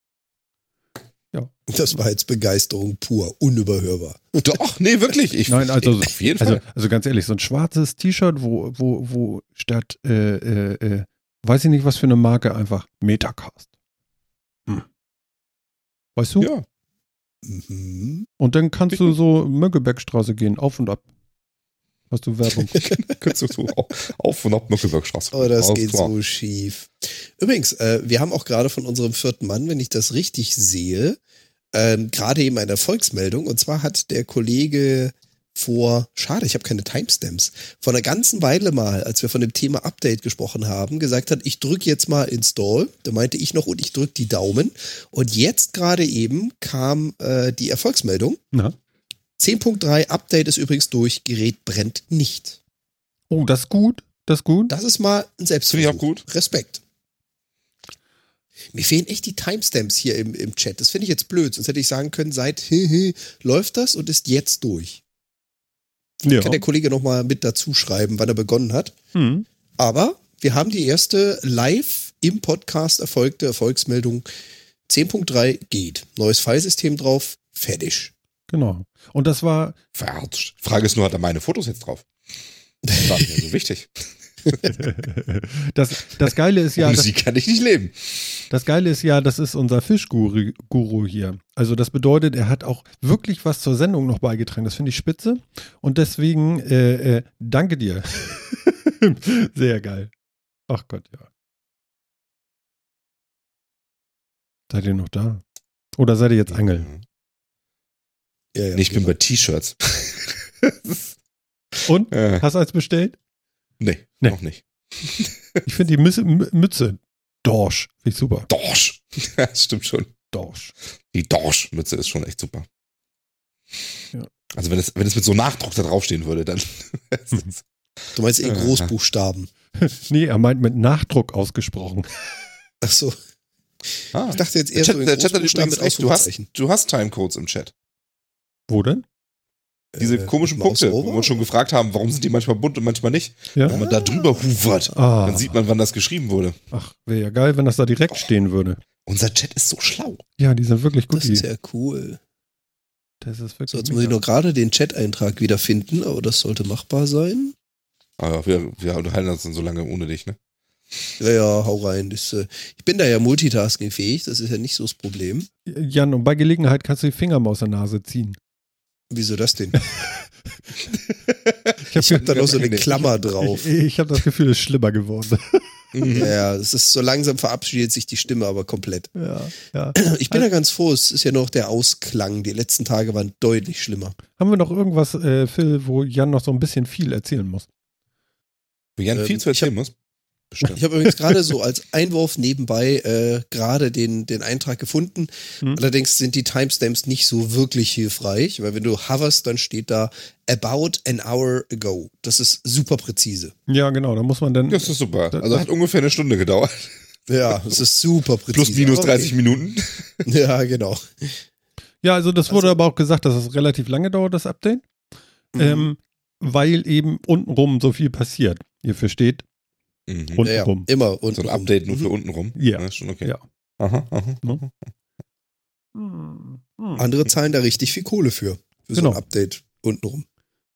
Das war jetzt Begeisterung pur, unüberhörbar. Doch, nee, wirklich. Ich, Nein, also- auf jeden Also, Fall. also ganz ehrlich, so ein schwarzes T-Shirt, wo, wo, wo statt, äh, äh, äh, weiß ich nicht, was für eine Marke, einfach Metacast. Hm. Weißt du? Ja. Mhm. Und dann kannst du so Mönckebergstraße gehen, auf und ab. Hast du Werbung? Kannst du so auf, auf und ab Mönckebergstraße. Oh, das Alles geht klar. so schief. Übrigens, äh, wir haben auch gerade von unserem vierten Mann, wenn ich das richtig sehe, ähm, gerade eben eine Erfolgsmeldung. Und zwar hat der Kollege vor, schade, ich habe keine Timestamps, vor einer ganzen Weile mal, als wir von dem Thema Update gesprochen haben, gesagt hat, ich drücke jetzt mal Install. Da meinte ich noch, und ich drücke die Daumen. Und jetzt gerade eben kam äh, die Erfolgsmeldung. Na? zehn Punkt drei Update ist übrigens durch, Gerät brennt nicht. Oh, das ist gut. Das ist gut. Das ist mal ein Selbstversuch. Finde ich auch gut. Respekt. Mir fehlen echt die Timestamps hier im, im Chat. Das finde ich jetzt blöd. Sonst hätte ich sagen können, seit hehe, läuft das und ist jetzt durch. Ja. Kann der Kollege nochmal mit dazu schreiben, wann er begonnen hat. Hm. Aber wir haben die erste live im Podcast erfolgte Erfolgsmeldung. zehn Punkt drei geht. Neues Filesystem drauf. Fertig. Genau. Und das war, Verarscht. Frage ist nur, hat er meine Fotos jetzt drauf? Das war mir so wichtig. Das, das Geile ist ja, Ohne das, sie kann ich nicht leben. das Geile ist ja, das ist unser Fischguru Guru hier. Also das bedeutet, er hat auch wirklich was zur Sendung noch beigetragen. Das finde ich spitze. Und deswegen äh, äh, danke dir. Sehr geil. Ach Gott, ja. Seid ihr noch da? Oder seid ihr jetzt angeln? Ja, ja, Nee, ich bin genau. bei T-Shirts. Und? Äh, Hast du eins bestellt? nee, Nee. noch nicht. Ich finde die Mütze, M- Mütze Dorsch. Finde ich super. Dorsch. Ja, das stimmt schon. Dorsch. Die Dorsch-Mütze ist schon echt super. Ja. Also wenn es, wenn es mit so Nachdruck da draufstehen würde, dann. Du meinst eh Äh. Großbuchstaben. Nee, er meint mit Nachdruck ausgesprochen. Ach so. Ah. Ich dachte jetzt Der eher Chat, so in der Chat hat Großbuchstaben übrigens mit recht, du hast, Ausrufezeichen. du hast Timecodes im Chat. Wo denn? Diese Äh, komischen Mouse Punkte, wo over? wir uns schon gefragt haben, warum sind die manchmal bunt und manchmal nicht. Ja. Wenn man da drüber hovert, Ah. dann sieht man, wann das geschrieben wurde. Ach, wäre ja geil, wenn das da direkt stehen würde. Unser Chat ist so schlau. Ja, die sind wirklich gut. Das ist die- ja cool. das ist wirklich So, jetzt muss ich mega. noch gerade den Chat-Eintrag wiederfinden, aber das sollte machbar sein. Aber wir, wir unterhalten uns dann so lange ohne dich, ne? Ja, ja, hau rein. Das, äh, ich bin da ja multitaskingfähig, das ist ja nicht so das Problem. Jan, und bei Gelegenheit kannst du die Finger mal aus der Nase ziehen. Wieso das denn? Ich Ich habe da noch so eine Nee. Klammer drauf. Ich, ich habe das Gefühl, es ist schlimmer geworden. Mhm. Ja, ja, es ist so langsam verabschiedet sich die Stimme aber komplett. Ja, ja. Ich bin ja ganz froh, es ist ja noch der Ausklang. Die letzten Tage waren deutlich schlimmer. Haben wir noch irgendwas, äh, Phil, wo Jan noch so ein bisschen viel erzählen muss? Wo Jan Ähm, viel zu erzählen muss. Bestimmt. Ich habe übrigens gerade so als Einwurf nebenbei äh, gerade den, den Eintrag gefunden. Hm. Allerdings sind die Timestamps nicht so wirklich hilfreich, weil wenn du hoverst, dann steht da about an hour ago. Das ist super präzise. Ja, genau, da muss man dann. Das ist super. Da- Also hat ungefähr eine Stunde gedauert. Ja, es ist super präzise. Plus minus Aber dreißig Minuten. okay. Ja, genau. Ja, also das wurde Also- aber auch gesagt, dass es relativ lange dauert, das Update. Mhm. Ähm, weil eben untenrum so viel passiert. Ihr versteht? Mhm. Und- ja, ja, untenrum. immer und So ein Update nur für unten rum. Ja. ist schon okay. Ja. Aha, aha. Ne? Hm, hm. Andere zahlen da richtig viel Kohle für. Für so Genau. ein Update untenrum.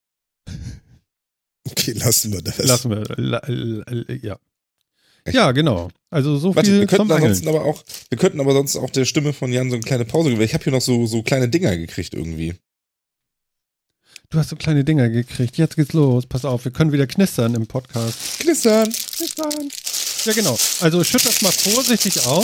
Okay, lassen wir das. Lassen wir. La, la, la, ja. Ja, genau. Also so Warte, viel wir zum könnten ansonsten Angeln. aber auch, wir könnten aber sonst auch der Stimme von Jan so eine kleine Pause geben. Ich habe hier noch so, so kleine Dinger gekriegt irgendwie. Du hast so kleine Dinger gekriegt. Jetzt geht's los. Pass auf, wir können wieder knistern im Podcast. Knistern. Knistern. Ja, genau. Also schütt das mal vorsichtig aus.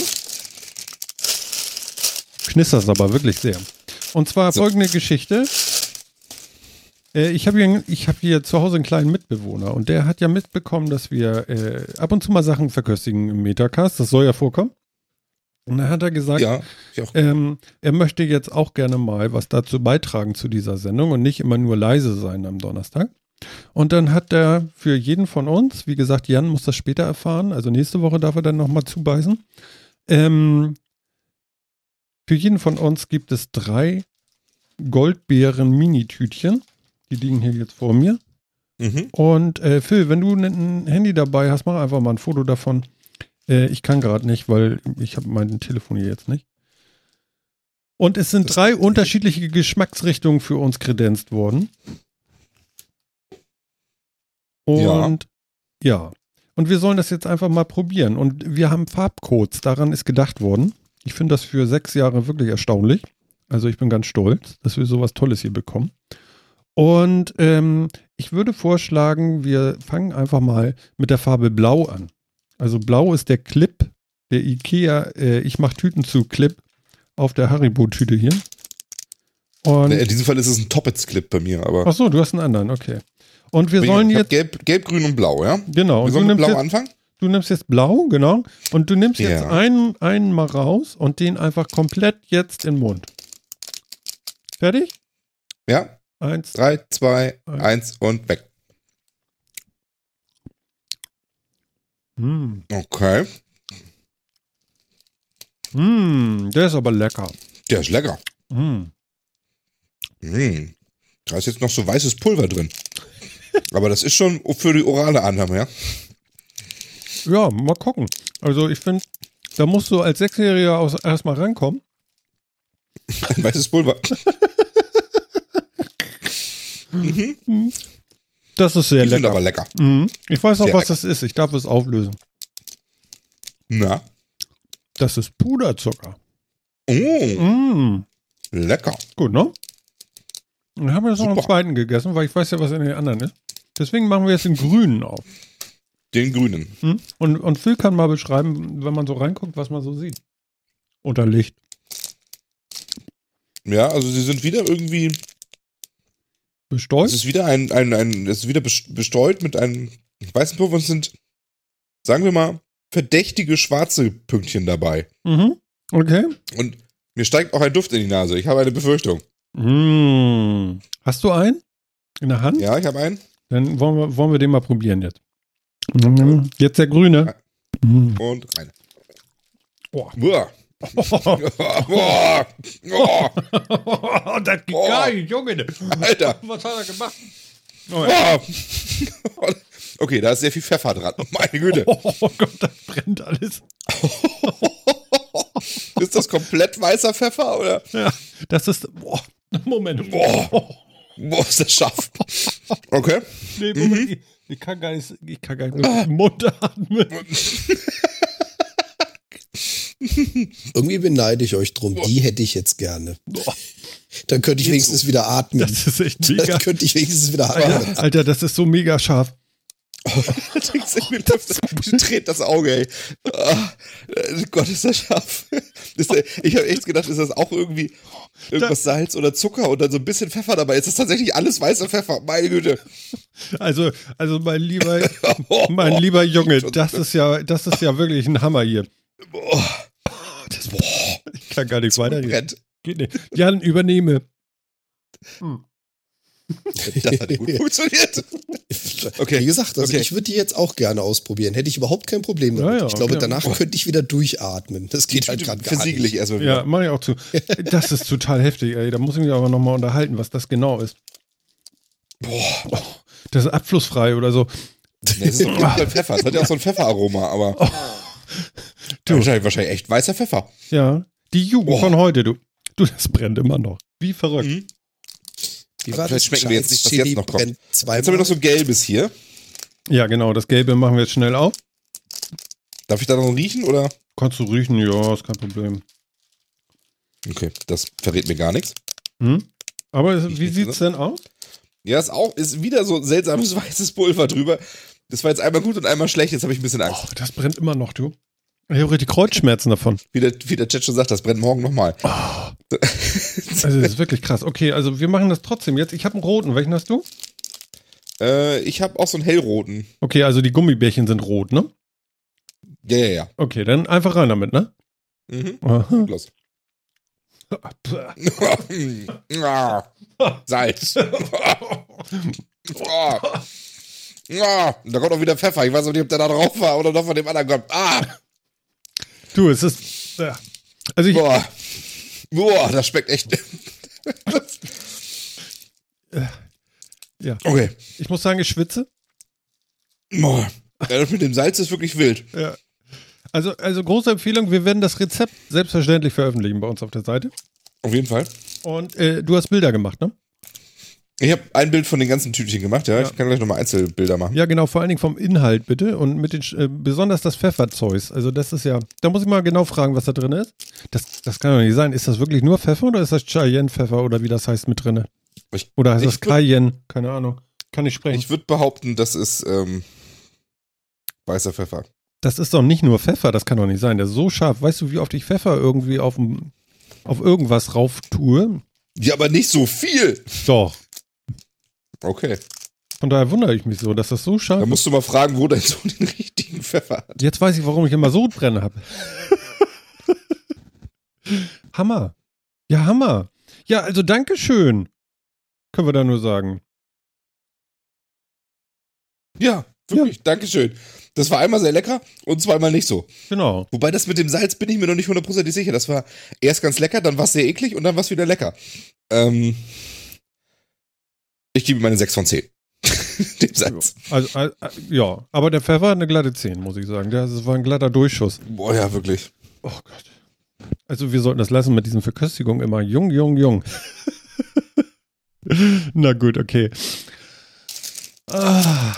Knisterst aber wirklich sehr. Und zwar So. folgende Geschichte. Äh, ich habe hier, ich hab hier zu Hause einen kleinen Mitbewohner und der hat ja mitbekommen, dass wir äh, ab und zu mal Sachen verköstigen im Metacast. Das soll ja vorkommen. Und dann hat er gesagt, Ja, ich auch. ähm, er möchte jetzt auch gerne mal was dazu beitragen zu dieser Sendung und nicht immer nur leise sein am Donnerstag. Und dann hat er für jeden von uns, wie gesagt, Jan muss das später erfahren, also nächste Woche darf er dann nochmal zubeißen. Ähm, für jeden von uns gibt es drei Goldbeeren-Minitütchen. Die liegen hier jetzt vor mir. Mhm. Und äh, Phil, wenn du ein Handy dabei hast, mach einfach mal ein Foto davon. Äh, ich kann gerade nicht, weil ich habe mein Telefon hier jetzt nicht. Und es sind Das drei geht. unterschiedliche Geschmacksrichtungen für uns kredenzt worden. Und ja. Und wir sollen das jetzt einfach mal probieren. Und wir haben Farbcodes, daran ist gedacht worden. Ich finde das für sechs Jahre wirklich erstaunlich. Also ich bin ganz stolz, dass wir sowas Tolles hier bekommen. Und ähm, ich würde vorschlagen, wir fangen einfach mal mit der Farbe Blau an. Also Blau ist der Clip, der Ikea, äh, ich mach Tüten zu Clip auf der Haribo-Tüte hier. Und, In diesem Fall ist es ein Toppets-Clip bei mir, aber. ach so, du hast einen anderen, okay. Und wir ich sollen hab jetzt, gelb, gelb, grün und blau, ja? genau, Wir und du sollen mit nimmst, blau jetzt, anfangen? du nimmst jetzt Blau, genau, und du nimmst jetzt Ja. einen, einen mal raus und den einfach komplett jetzt in den Mund. Fertig? Ja? Eins, Drei, zwei, Eins. eins und weg. mm. Okay. Mm, der ist aber lecker. Der ist lecker. Mm. Mm. Da ist jetzt noch so weißes Pulver drin. Aber das ist schon für die orale Annahme, ja? Ja, mal gucken. Also ich finde, da musst du als Sechsjähriger aus- erstmal rankommen. Ein weißes Pulver. mhm. Das ist sehr Die sind lecker. aber lecker. Mhm. Ich weiß auch, Sehr was lecker. das ist. Ich darf es auflösen. Na. Das ist Puderzucker. Oh, Mm. lecker. Gut, ne? Dann haben wir jetzt noch einen Super. zweiten gegessen, weil ich weiß ja, was in den anderen ist. Deswegen machen wir jetzt den grünen auf. Den grünen. Hm? Und, und Phil kann mal beschreiben, wenn man so reinguckt, was man so sieht. Unter Licht. Ja, also sie sind wieder irgendwie, Bestäubt? es ist wieder ein, ein, ein, es ist wieder bes- bestreut mit einem weißen Pulver und es sind, sagen wir mal, verdächtige schwarze Pünktchen dabei. Mhm. Okay. Und mir steigt auch ein Duft in die Nase. Ich habe eine Befürchtung. Mm. Hast du einen in der Hand? Ja, ich habe einen. Dann wollen wir, wollen wir den mal probieren jetzt. Mhm. Jetzt der grüne. Mhm. Und rein. Boah. Boah. Boah. Boah. das geht Oh. gar nicht, Junge. Alter. Was hat er gemacht? Oh, ja. Boah. Okay, da ist sehr viel Pfeffer dran. Meine Güte. Oh Gott, das brennt alles. Ist das komplett weißer Pfeffer oder? Ja, das ist. Boah, Moment. Boah. Oh. Boah, ist das scharf. Okay. Nee, Moment, ich, ich kann gar nicht, ich kann gar nicht mit dem Mund atmen. Irgendwie beneide ich euch drum. Die hätte ich jetzt gerne. Dann könnte ich wenigstens wieder atmen. Das ist echt mega. Dann könnte ich wenigstens wieder atmen. Alter, Alter, das ist so mega scharf. Ich dreht das Auge, ey. Ah, Gott, ist das scharf. Das, ich habe echt gedacht, ist das auch irgendwie irgendwas Salz oder Zucker und dann so ein bisschen Pfeffer dabei? Ist das tatsächlich alles weißer Pfeffer? Meine Güte. Also, also mein lieber, mein lieber Junge, das ist ja, das ist ja wirklich ein Hammer hier. Boah. Das, ich kann gar nichts weiter. Brennt. Geht nicht. Jan, übernehme. Hm. Das hat gut funktioniert. Okay. Wie gesagt, also Okay. ich würde die jetzt auch gerne ausprobieren. Hätte ich überhaupt kein Problem damit. Ja, ja, ich glaube, okay. danach könnte ich wieder durchatmen. Das geht halt gerade gar Versiegel ich nicht. erstmal wieder. Ja, mach ich auch zu. Das ist total heftig, ey. Da muss ich mich aber nochmal unterhalten, was das genau ist. Boah. Oh, das ist abflussfrei oder so. Das ist auf jeden Fall Pfeffer. Das hat ja auch so ein Pfefferaroma, aber Du. wahrscheinlich, wahrscheinlich echt weißer Pfeffer. Ja, die Jugend Oh. von heute, du. Du, das brennt immer noch. Wie verrückt. Mhm. Wie war Vielleicht das? schmecken wir jetzt nicht, was Chili jetzt noch kommt. brennt Jetzt haben wir zweimal. noch so gelbes hier. Ja, genau. Das Gelbe machen wir jetzt schnell auf. Darf ich da noch riechen oder? Kannst du riechen? Ja, ist kein Problem. Okay, das verrät mir gar nichts. Hm? Aber Ich wie nicht, sieht's denn aus? Ja, ist auch, ist wieder so ein seltsames weißes Pulver drüber. Das war jetzt einmal gut und einmal schlecht, jetzt habe ich ein bisschen Angst. Oh, das brennt immer noch, du. Ich habe richtig Kreuzschmerzen davon. Wie, der, wie der Chat schon sagt, das brennt morgen nochmal. Oh. Also das ist wirklich krass. Okay, also wir machen das trotzdem jetzt. Ich habe einen roten. Welchen hast du? äh, ich habe auch so einen hellroten. Okay, also die Gummibärchen sind rot, ne? Ja, ja, ja. Okay, dann einfach rein damit, ne? Mhm. Aha. Los. Ah, Salz. Ah. Ah, da kommt auch wieder Pfeffer. Ich weiß auch nicht, ob der da drauf war oder noch von dem anderen kommt. Ah, Du, es ist. Ja. Also ich. boah. Boah, das schmeckt echt. Ja. Okay. Ich muss sagen, ich schwitze. Boah. Ja, das mit dem Salz ist wirklich wild. Ja. Also, also große Empfehlung, wir werden das Rezept selbstverständlich veröffentlichen bei uns auf der Seite. Auf jeden Fall. Und äh, du hast Bilder gemacht, ne? Ich habe ein Bild von den ganzen Tütchen gemacht, ja. Ja. Ich kann gleich nochmal Einzelbilder machen. Ja, genau, vor allen Dingen vom Inhalt bitte und mit den, äh, besonders das Pfefferzeug. Also das ist ja, da muss ich mal genau fragen, was da drin ist. Das, das kann doch nicht sein. Ist das wirklich nur Pfeffer oder ist das Cayenne-Pfeffer oder wie das heißt mit drin? Ich- Oder heißt ich das würd- Cayenne? Keine Ahnung. Kann ich sprechen. Ich würde behaupten, das ist ähm, weißer Pfeffer. Das ist doch nicht nur Pfeffer, das kann doch nicht sein. Der ist so scharf. Weißt du, wie oft ich Pfeffer irgendwie auf, dem- auf irgendwas rauf tue? Ja, aber nicht so viel. Doch. Okay. Von daher wundere ich mich so, dass das so scharf Da ist. musst du mal fragen, wo dein Sohn den richtigen Pfeffer hat. Jetzt weiß ich, warum ich immer Sodbrennen habe. Hammer. Ja, Hammer. Ja, also Dankeschön. Können wir da nur sagen. Ja, wirklich. Dankeschön. Das war einmal sehr lecker und zweimal nicht so. Genau. Wobei das mit dem Salz bin ich mir noch nicht hundertprozentig sicher. Das war erst ganz lecker, dann war es sehr eklig und dann war es wieder lecker. Ähm, ich gebe ihm eine sechs von zehn. Dem Salz. Also, äh, äh, ja, aber der Pfeffer hat eine glatte zehn, muss ich sagen. Das war ein glatter Durchschuss. Boah, ja, wirklich. Oh Gott. Also wir sollten das lassen mit diesen Verköstigungen immer jung, jung, jung. Na gut, okay. Ah.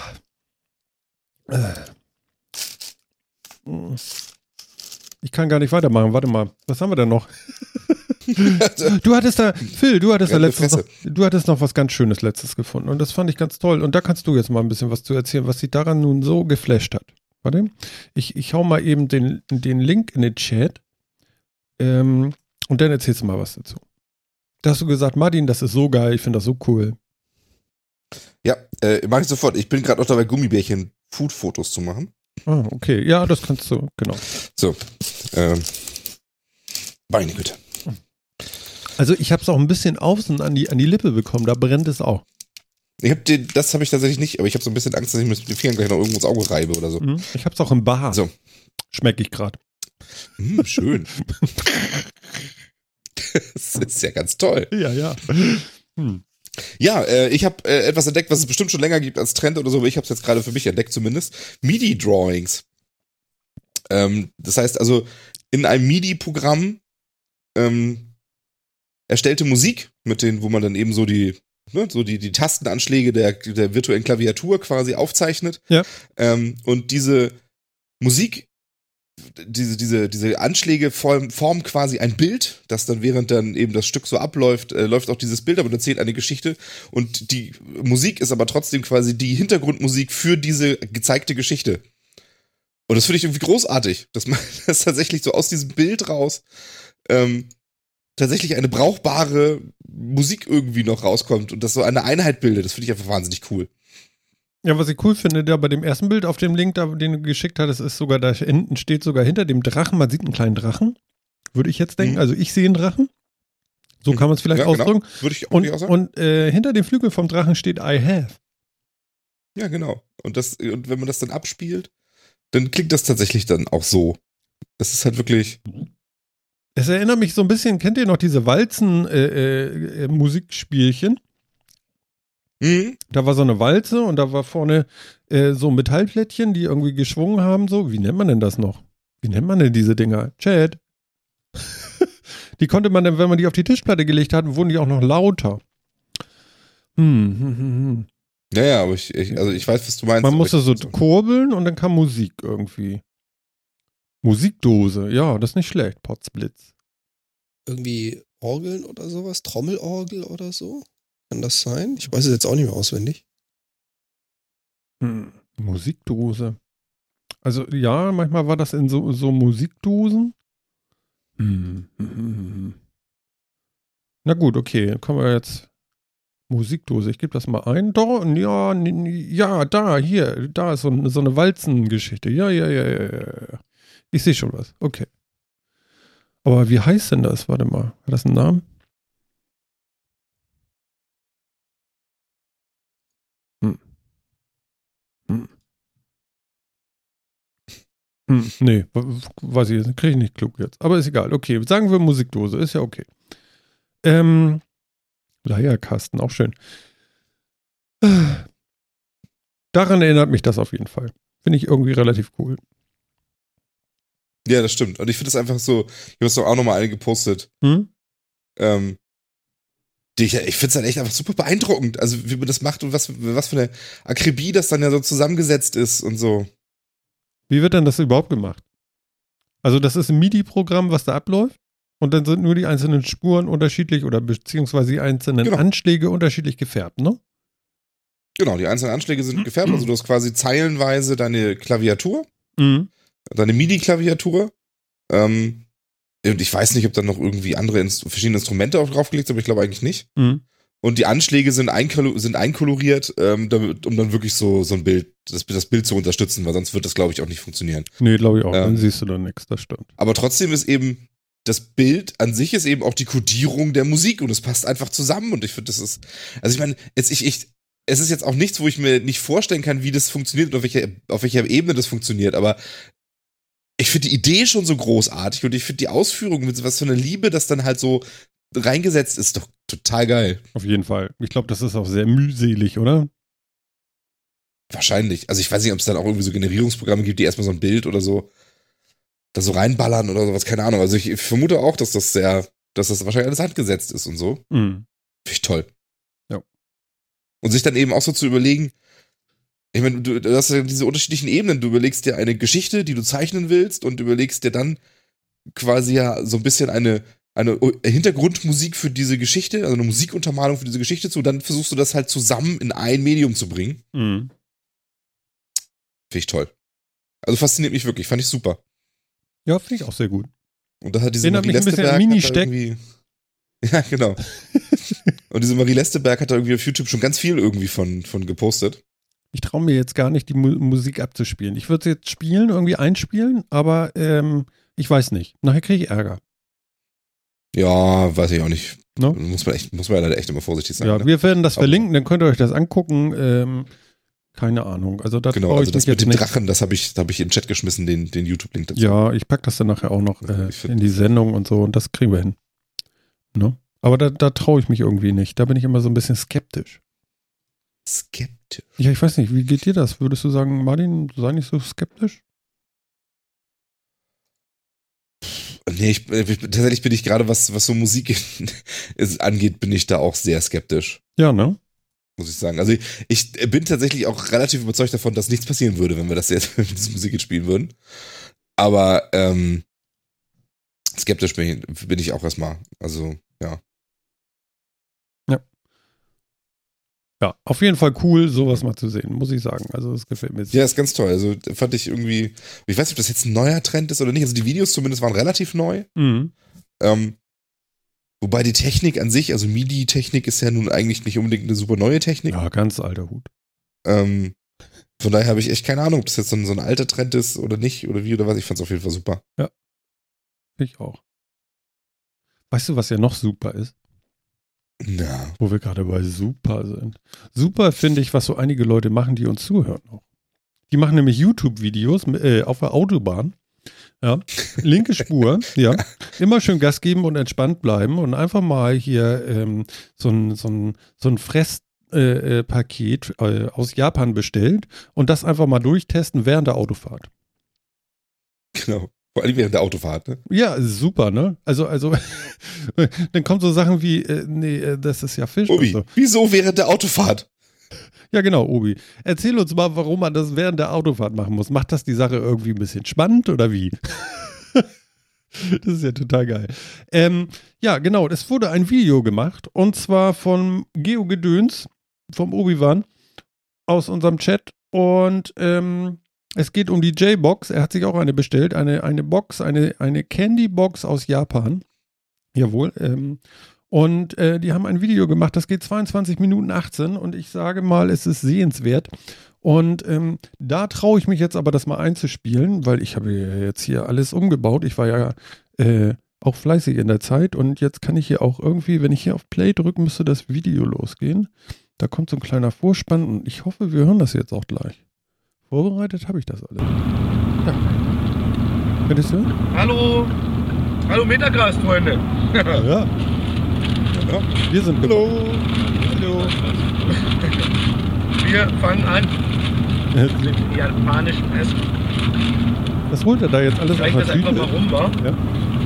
Ich kann gar nicht weitermachen. Warte mal. Was haben wir denn noch? Du hattest da, Phil, du hattest da letztens noch, du hattest noch was ganz Schönes letztes gefunden. Und das fand ich ganz toll. Und da kannst du jetzt mal ein bisschen was zu erzählen, was dich daran nun so geflasht hat. Warte. Ich, ich hau mal eben den, den Link in den Chat. Ähm, und dann erzählst du mal was dazu. Da hast du gesagt, Martin, das ist so geil. Ich finde das so cool. Ja, äh, mach ich sofort. Ich bin gerade noch dabei, Gummibärchen-Food-Fotos zu machen. Ah, okay. Ja, das kannst du, genau. So, ähm, meine Güte. Also ich habe es auch ein bisschen außen an die, an die Lippe bekommen, da brennt es auch. Ich hab den, das habe ich tatsächlich nicht, aber ich habe so ein bisschen Angst, dass ich mir mit den Fingern gleich noch irgendwo ins Auge reibe oder so. Ich habe es auch im Bart. So. Schmecke ich gerade. Mm, schön. Das ist ja ganz toll. Ja, ja. Hm. Ja, äh, ich habe äh, etwas entdeckt, was es bestimmt schon länger gibt als Trend oder so, aber ich habe es jetzt gerade für mich entdeckt zumindest. MIDI-Drawings. Ähm, das heißt also, in einem MIDI-Programm ähm, erstellte Musik, mit denen, wo man dann eben so die, ne, so die, die Tastenanschläge der, der virtuellen Klaviatur quasi aufzeichnet. Ja. Ähm, und diese Musik, diese, diese, diese Anschläge formen, formen quasi ein Bild, das dann während dann eben das Stück so abläuft, äh, läuft auch dieses Bild, aber erzählt eine Geschichte. Und die Musik ist aber trotzdem quasi die Hintergrundmusik für diese gezeigte Geschichte. Und das finde ich irgendwie großartig, dass man das tatsächlich so aus diesem Bild raus ähm, tatsächlich eine brauchbare Musik irgendwie noch rauskommt und das so eine Einheit bildet. Das finde ich einfach wahnsinnig cool. Ja, was ich cool finde, da bei dem ersten Bild auf dem Link, da, den du geschickt hattest, ist sogar, da hinten steht sogar hinter dem Drachen, man sieht einen kleinen Drachen, würde ich jetzt denken. Mhm. Also ich sehe einen Drachen. So kann man es vielleicht ja, ausdrücken. Genau. Würde ich auch, Und, auch sagen. und äh, hinter dem Flügel vom Drachen steht I have. Ja, genau. Und, das, und wenn man das dann abspielt, dann klingt das tatsächlich dann auch so. Das ist halt wirklich... Es erinnert mich so ein bisschen, kennt ihr noch diese Walzen-Musikspielchen? Äh, äh, Mhm. Da war so eine Walze und da war vorne äh, so Metallplättchen, die irgendwie geschwungen haben. So, wie nennt man denn das noch? Wie nennt man denn diese Dinger? Chat. Die konnte man dann, wenn man die auf die Tischplatte gelegt hat, wurden die auch noch lauter. Hm, hm, hm, hm. Ja, ja, aber ich, ich, also ich weiß, was du meinst. Man aber musste ich, so kurbeln und dann kam Musik irgendwie. Musikdose, ja, das ist nicht schlecht. Potzblitz. Irgendwie Orgeln oder sowas? Trommelorgel oder so? Kann das sein? Ich weiß es jetzt auch nicht mehr auswendig. Hm, Musikdose. Also ja, manchmal war das in so, so Musikdosen. Hm, hm, hm, hm. Na gut, okay, dann kommen wir jetzt. Musikdose, ich gebe das mal ein. Da, ja, ja, da, hier, da ist so, eine, so eine Walzengeschichte. Ja, ja, ja, ja, ja. Ich sehe schon was. Okay. Aber wie heißt denn das? Warte mal. Hat das einen Namen? Hm. Hm. Hm, nee, weiß ich jetzt, kriege ich nicht klug jetzt. Aber ist egal. Okay, sagen wir Musikdose, ist ja okay. Ähm, Leierkasten, auch schön. Daran erinnert mich das auf jeden Fall. Finde ich irgendwie relativ cool. Ja, das stimmt. Und ich finde es einfach so, ich habe es doch auch nochmal eine gepostet. Hm? Ähm, die ich ich finde es halt echt einfach super beeindruckend. Also, wie man das macht und was, was für eine Akribie das dann ja so zusammengesetzt ist und so. Wie wird denn das überhaupt gemacht? Also, das ist ein MIDI-Programm, was da abläuft. Und dann sind nur die einzelnen Spuren unterschiedlich oder beziehungsweise die einzelnen Genau. Anschläge unterschiedlich gefärbt, ne? Genau, die einzelnen Anschläge sind gefärbt. Also, du hast quasi zeilenweise deine Klaviatur, Mhm. deine MIDI-Klaviatur. Ähm, und ich weiß nicht, ob dann noch irgendwie andere Inst- verschiedene Instrumente auch draufgelegt sind, aber ich glaube eigentlich nicht. Mhm. Und die Anschläge sind, einkolo- sind einkoloriert, ähm, damit, um dann wirklich so, so ein Bild, das, das Bild zu unterstützen, weil sonst wird das, glaube ich, auch nicht funktionieren. Nee, glaube ich auch. Ähm. Dann siehst du dann nichts, das stimmt. Aber trotzdem ist eben, das Bild an sich ist eben auch die Kodierung der Musik und es passt einfach zusammen und ich finde, das ist, also ich meine, jetzt ich, ich, es ist jetzt auch nichts, wo ich mir nicht vorstellen kann, wie das funktioniert und auf welcher, auf welcher Ebene das funktioniert, aber ich finde die Idee schon so großartig und ich finde die Ausführung mit was für einer Liebe, das dann halt so reingesetzt ist, doch total geil. Auf jeden Fall. Ich glaube, das ist auch sehr mühselig, oder? Wahrscheinlich. Also ich weiß nicht, ob es dann auch irgendwie so Generierungsprogramme gibt, die erstmal so ein Bild oder so da so reinballern oder sowas, keine Ahnung. Also ich vermute auch, dass das sehr, dass das wahrscheinlich alles handgesetzt ist und so. Mhm. Finde ich toll. Ja. Und sich dann eben auch so zu überlegen, Ich meine, du, du hast ja diese unterschiedlichen Ebenen. Du überlegst dir eine Geschichte, die du zeichnen willst, und überlegst dir dann quasi ja so ein bisschen eine, eine Hintergrundmusik für diese Geschichte, also eine Musikuntermalung für diese Geschichte zu. Und dann versuchst du das halt zusammen in ein Medium zu bringen. Mhm. Finde ich toll. Also fasziniert mich wirklich. Fand ich super. Ja, finde ich auch sehr gut. Und da hat diese Erinnert Marie mich ein bisschen Lesteberg an hat da Mini-Steck. irgendwie. Ja, genau. Und diese Marie Lesteberg hat da irgendwie auf YouTube schon ganz viel irgendwie von, von gepostet. Ich traue mir jetzt gar nicht, die Mu- Musik abzuspielen. Ich würde sie jetzt spielen, irgendwie einspielen, aber ähm, ich weiß nicht. Nachher kriege ich Ärger. Ja, weiß ich auch nicht. No? Muss man echt, muss man ja leider echt immer vorsichtig sein. Ja, ne? wir werden das Aber- verlinken, dann könnt ihr euch das angucken. Ähm, keine Ahnung. Also da Genau, traue also ich das mich mit jetzt dem nicht. Drachen, das habe ich, da hab ich in den Chat geschmissen, den, den YouTube-Link dazu. Ja, ich packe das dann nachher auch noch äh, Ich find- in die Sendung und so und das kriegen wir hin. Ne? Aber da, da traue ich mich irgendwie nicht. Da bin ich immer so ein bisschen skeptisch. Skeptisch. Ja, ich weiß nicht, wie geht dir das? Würdest du sagen, Martin, sei nicht so skeptisch? Nee, ich, äh, ich, tatsächlich bin ich gerade, was, was so Musik ist, angeht, bin ich da auch sehr skeptisch, Ja, ne? muss ich sagen. Also ich, ich bin tatsächlich auch relativ überzeugt davon, dass nichts passieren würde, wenn wir das jetzt mit dieser Musik jetzt spielen würden. Aber ähm, skeptisch bin ich, bin ich auch erstmal. Also, ja. Ja, auf jeden Fall cool, sowas mal zu sehen, muss ich sagen. Also das gefällt mir Ja, sehr. ist ganz toll. Also fand ich irgendwie, ich weiß nicht, ob das jetzt ein neuer Trend ist oder nicht. Also die Videos zumindest waren relativ neu. Mhm. Ähm, wobei die Technik an sich, also MIDI-Technik ist ja nun eigentlich nicht unbedingt eine super neue Technik. Ja, ganz alter Hut. Ähm, von daher habe ich echt keine Ahnung, ob das jetzt so ein, so ein alter Trend ist oder nicht oder wie oder was. Ich fand es auf jeden Fall super. Ich auch. Weißt du, was ja noch super ist? Na, Wo wir gerade bei super sind. Super finde ich, was so einige Leute machen, die uns zuhören auch. Die machen nämlich YouTube-Videos äh, auf der Autobahn. Ja, linke Spur, ja. Immer schön Gas geben und entspannt bleiben und einfach mal hier ähm, so ein, so ein, so ein Fresspaket äh, äh, aus Japan bestellt und das einfach mal durchtesten während der Autofahrt. genau. Vor allem während der Autofahrt, ne? Ja, super, ne? Also, also, dann kommen so Sachen wie, äh, nee, äh, das ist ja Fisch. Obi, und so. wieso während der Autofahrt? Ja, genau, Obi. Erzähl uns mal, warum man das während der Autofahrt machen muss. Macht das die Sache irgendwie ein bisschen spannend oder wie? Das ist ja total geil. Ähm, ja, genau, es wurde ein Video gemacht und zwar von Geo Gedöns, vom Obi-Wan, aus unserem Chat und ähm, es geht um die J-Box. Er hat sich auch eine bestellt, eine, eine Box, eine, eine Candy-Box aus Japan. Jawohl. Ähm, und äh, die haben ein Video gemacht, das geht zweiundzwanzig Minuten achtzehn und ich sage mal, es ist sehenswert. Und ähm, da traue ich mich jetzt aber, das mal einzuspielen, weil ich habe jetzt hier alles umgebaut. Ich war ja äh, auch fleißig in der Zeit und jetzt kann ich hier auch irgendwie, wenn ich hier auf Play drücke, müsste das Video losgehen. Da kommt so ein kleiner Vorspann und ich hoffe, wir hören das jetzt auch gleich. Vorbereitet habe ich das alles. Ja. Könntest du? Hallo, hallo Metacast, Freunde. Ja. ja. Wir sind Hallo. Hallo. Wir fangen an mit dem japanischen Essen. Was holt er da jetzt alles Ich auf zeige das der einfach Tüte? mal rum, wa? Ja.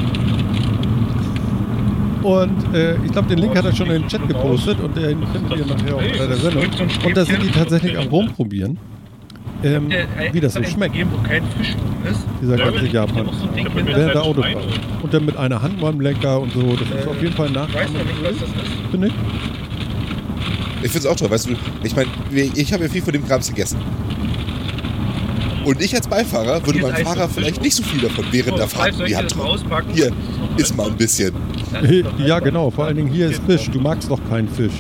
Und äh, ich glaube, den Link hat er schon in den Chat gepostet und den findet ihr nachher auch unter der Sendung. Und da sind die tatsächlich am Rumprobieren, ähm, wie das so schmeckt, Gegeben, wo kein Fisch drin ist. dieser ganze Japan. Noch so ein Ding mit Während der Autofahrt. Und dann mit einer Hand mal am Lenker und so. Das ist auf jeden Fall ein Ich weiß Nachahmer, noch nicht, was das ist. finde ich. Ich find's auch toll, weißt du, ich meine, ich habe ja viel von dem Krams gegessen. Und ich als Beifahrer würde Hier ist meinem Fahrer Eis- vielleicht nicht so viel davon während der Fahrt soll in ich die das Hand mal drücken. auspacken? Hier, isst mal ein bisschen. Das ist doch Ja, einfach- genau. Vor allen Dingen hier ist Fisch. Du magst doch keinen Fisch.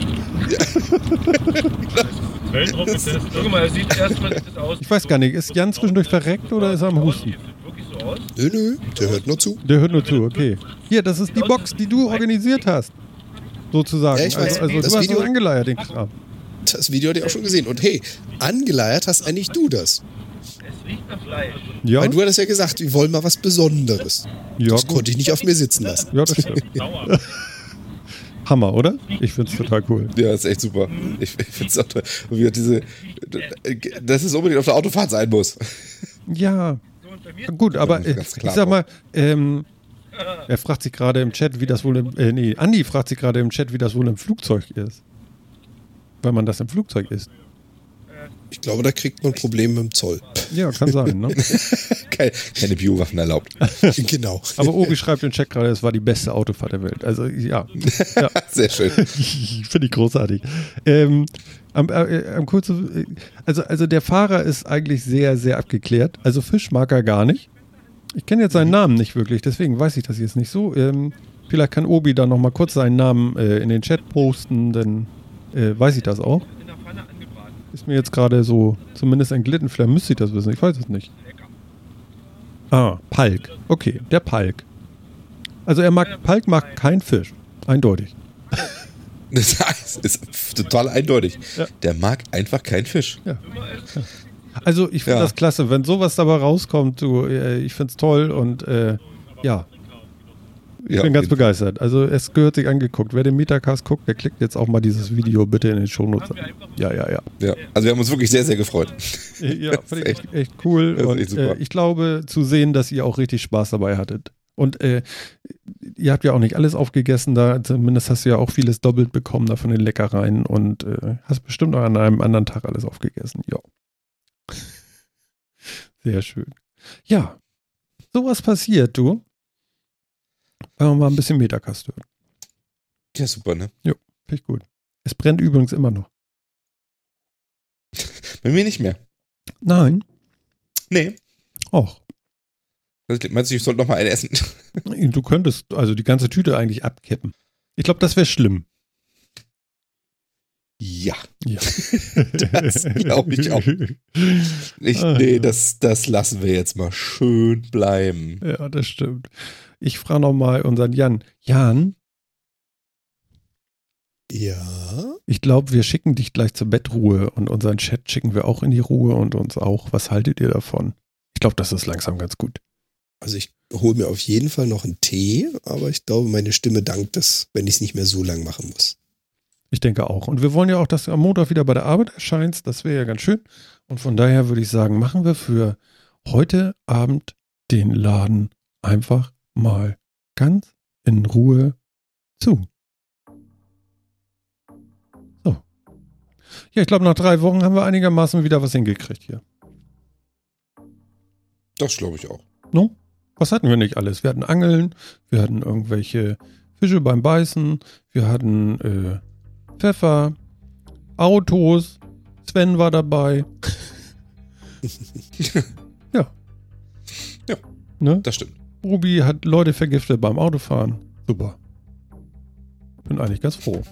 Guck mal, das sieht erstmal das aus. Ich weiß gar nicht, ist Jan zwischendurch verreckt oder ist er am Husten? Sieht wirklich so aus. Nö, nö, der hört nur zu. Der hört nur zu, okay. Hier, das ist die Box, die du organisiert hast. Sozusagen. Ja, ich weiß. Also, also Das du hast Video- das angeleiert, den Kram. Das Video hat ihr auch schon gesehen. Und hey, angeleiert hast eigentlich du das. Es riecht nach Fleisch. Ja, Weil du hattest ja gesagt, wir wollen mal was Besonderes. ja, Das gut. konnte ich nicht auf mir sitzen lassen. Ja, das stimmt. Hammer, oder? Ich find's total cool. Ja, ist echt super. Ich, ich find's auch toll. Und wie diese, dass es unbedingt auf der Autofahrt sein muss. Ja, So, und bei mir gut, aber äh, Ganz ich klar sag mal, ähm, er fragt sich gerade im Chat, wie das wohl im, äh, nee, Andi fragt sich gerade im Chat, wie das wohl im Flugzeug ist. Weil man das im Flugzeug isst. äh, Ich glaube, da kriegt man Probleme mit dem Zoll. Ja, kann sein, ne? Keine, keine Biowaffen erlaubt. Genau. Aber Obi schreibt im Chat gerade, es war die beste Autofahrt der Welt. Also ja. ja. Sehr schön. Finde ich großartig. Ähm, am, äh, am kurzen, also, also der Fahrer ist eigentlich sehr, sehr abgeklärt. Also Fisch mag er gar nicht. Ich kenne jetzt seinen Namen nicht wirklich, deswegen weiß ich das jetzt nicht so. Ähm, vielleicht kann Obi dann nochmal kurz seinen Namen äh, in den Chat posten, dann äh, weiß ich das auch. Ist mir jetzt gerade so zumindest entglitten, vielleicht müsste ich das wissen, ich weiß es nicht. Ah, Palk. Okay, der Palk. Also er mag, Palk mag keinen Fisch. Eindeutig. Das heißt, ist total eindeutig. Ja. Der mag einfach keinen Fisch. Ja. ja. Also ich finde Ja. das klasse, wenn sowas dabei rauskommt, du, äh, ich finde es toll und äh, ja, ich Ja, bin ganz auf jeden begeistert. Also es gehört sich angeguckt. Wer den Metacast guckt, der klickt jetzt auch mal dieses Video bitte in den Shownotes an. Ja, ja, ja. Ja. Also wir haben uns wirklich sehr, sehr gefreut. Ja, finde ich echt, echt cool. Das ist Und echt super. äh, ich glaube zu sehen, dass ihr auch richtig Spaß dabei hattet. Und äh, ihr habt ja auch nicht alles aufgegessen, da zumindest hast du ja auch vieles doppelt bekommen da von den Leckereien und äh, hast bestimmt auch an einem anderen Tag alles aufgegessen. Ja. Sehr schön. Ja, sowas passiert, du. Wenn man mal ein bisschen Metacast hört. Ja, super, ne? Finde ich gut. Es brennt übrigens immer noch. Bei mir nicht mehr. Nein. Nee. Och. Meinst du, ich sollte noch mal einen essen? Du könntest also die ganze Tüte eigentlich abkippen. Ich glaube, das wäre schlimm. Ja. Ja. Das glaube ich auch. Ich, Ah, nee, ja. das, das lassen wir jetzt mal schön bleiben. Ja, das stimmt. Ich frage nochmal unseren Jan. Jan, Ja. ich glaube, wir schicken dich gleich zur Bettruhe und unseren Chat schicken wir auch in die Ruhe und uns auch. Was haltet ihr davon? Ich glaube, das ist langsam ganz gut. Also ich hole mir auf jeden Fall noch einen Tee, aber ich glaube, meine Stimme dankt es, wenn ich es nicht mehr so lang machen muss. Ich denke auch. Und wir wollen ja auch, dass du am Montag wieder bei der Arbeit erscheinst. Das wäre ja ganz schön. Und von daher würde ich sagen, machen wir für heute Abend den Laden einfach mal ganz in Ruhe zu. So. Ja, ich glaube, nach drei Wochen haben wir einigermaßen wieder was hingekriegt hier. Das glaube ich auch. No? Was hatten wir nicht alles? Wir hatten Angeln, wir hatten irgendwelche Fische beim Beißen, wir hatten äh, Pfeffer, Autos, Sven war dabei. Ja. Ja. Ne? Das stimmt. Ruby hat Leute vergiftet beim Autofahren. Super. Bin eigentlich ganz froh.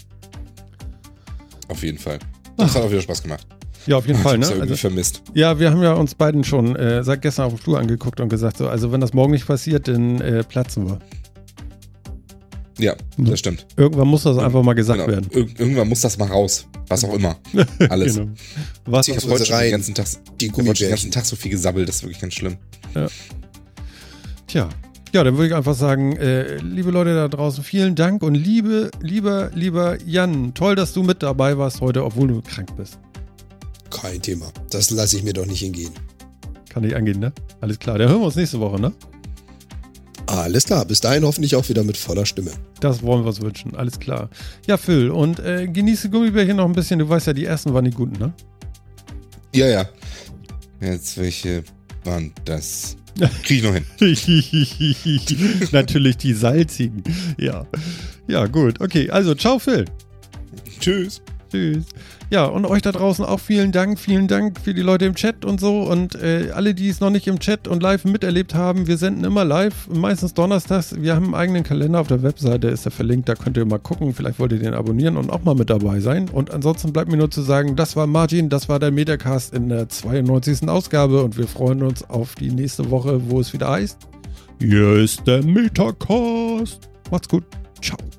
Auf jeden Fall. Das Ach. hat auch wieder Spaß gemacht. Ja, auf jeden Ich Fall, hab's ne? ja irgendwie Also, vermisst. ja, wir haben ja uns beiden schon äh, seit gestern auf dem Flur angeguckt und gesagt, so, also wenn das morgen nicht passiert, dann äh, platzen wir. Ja, Ne? das stimmt. Irgendwann muss das einfach mal gesagt Genau. werden. Ir irgendwann muss das mal raus. Was auch immer. Alles. Genau. Was Ich Die habe heute schon Rein, den ganzen Tag, die ich hab heute schon den ganzen Gummibärchen. Tag so viel gesabbelt, das ist wirklich ganz schlimm. Tja, ja, dann würde ich einfach sagen, äh, liebe Leute da draußen, vielen Dank und liebe, lieber, lieber Jan, toll, dass du mit dabei warst heute, obwohl du krank bist. Kein Thema. Das lasse ich mir doch nicht entgehen. Kann nicht angehen, ne? Alles klar, dann hören wir uns nächste Woche, ne? Alles klar. Bis dahin hoffentlich auch wieder mit voller Stimme. Das wollen wir uns wünschen, alles klar. Ja, Phil, und äh, genieße Gummibärchen noch ein bisschen, du weißt ja, die ersten waren die guten, ne? Ja, ja. Jetzt welche waren das? Krieg ich noch hin. Natürlich die salzigen, ja. Ja, gut, okay, also ciao, Phil. Tschüss. Tschüss. Ja, und euch da draußen auch vielen Dank. Vielen Dank für die Leute im Chat und so. Und äh, alle, die es noch nicht im Chat und live miterlebt haben, wir senden immer live, meistens donnerstags. Wir haben einen eigenen Kalender auf der Webseite, ist der verlinkt. Da könnt ihr mal gucken. Vielleicht wollt ihr den abonnieren und auch mal mit dabei sein. Und ansonsten bleibt mir nur zu sagen, das war Martin, das war der Metacast in der zweiundneunzigsten Ausgabe. Und wir freuen uns auf die nächste Woche, wo es wieder heißt: Hier ist der Metacast. Macht's gut. Ciao.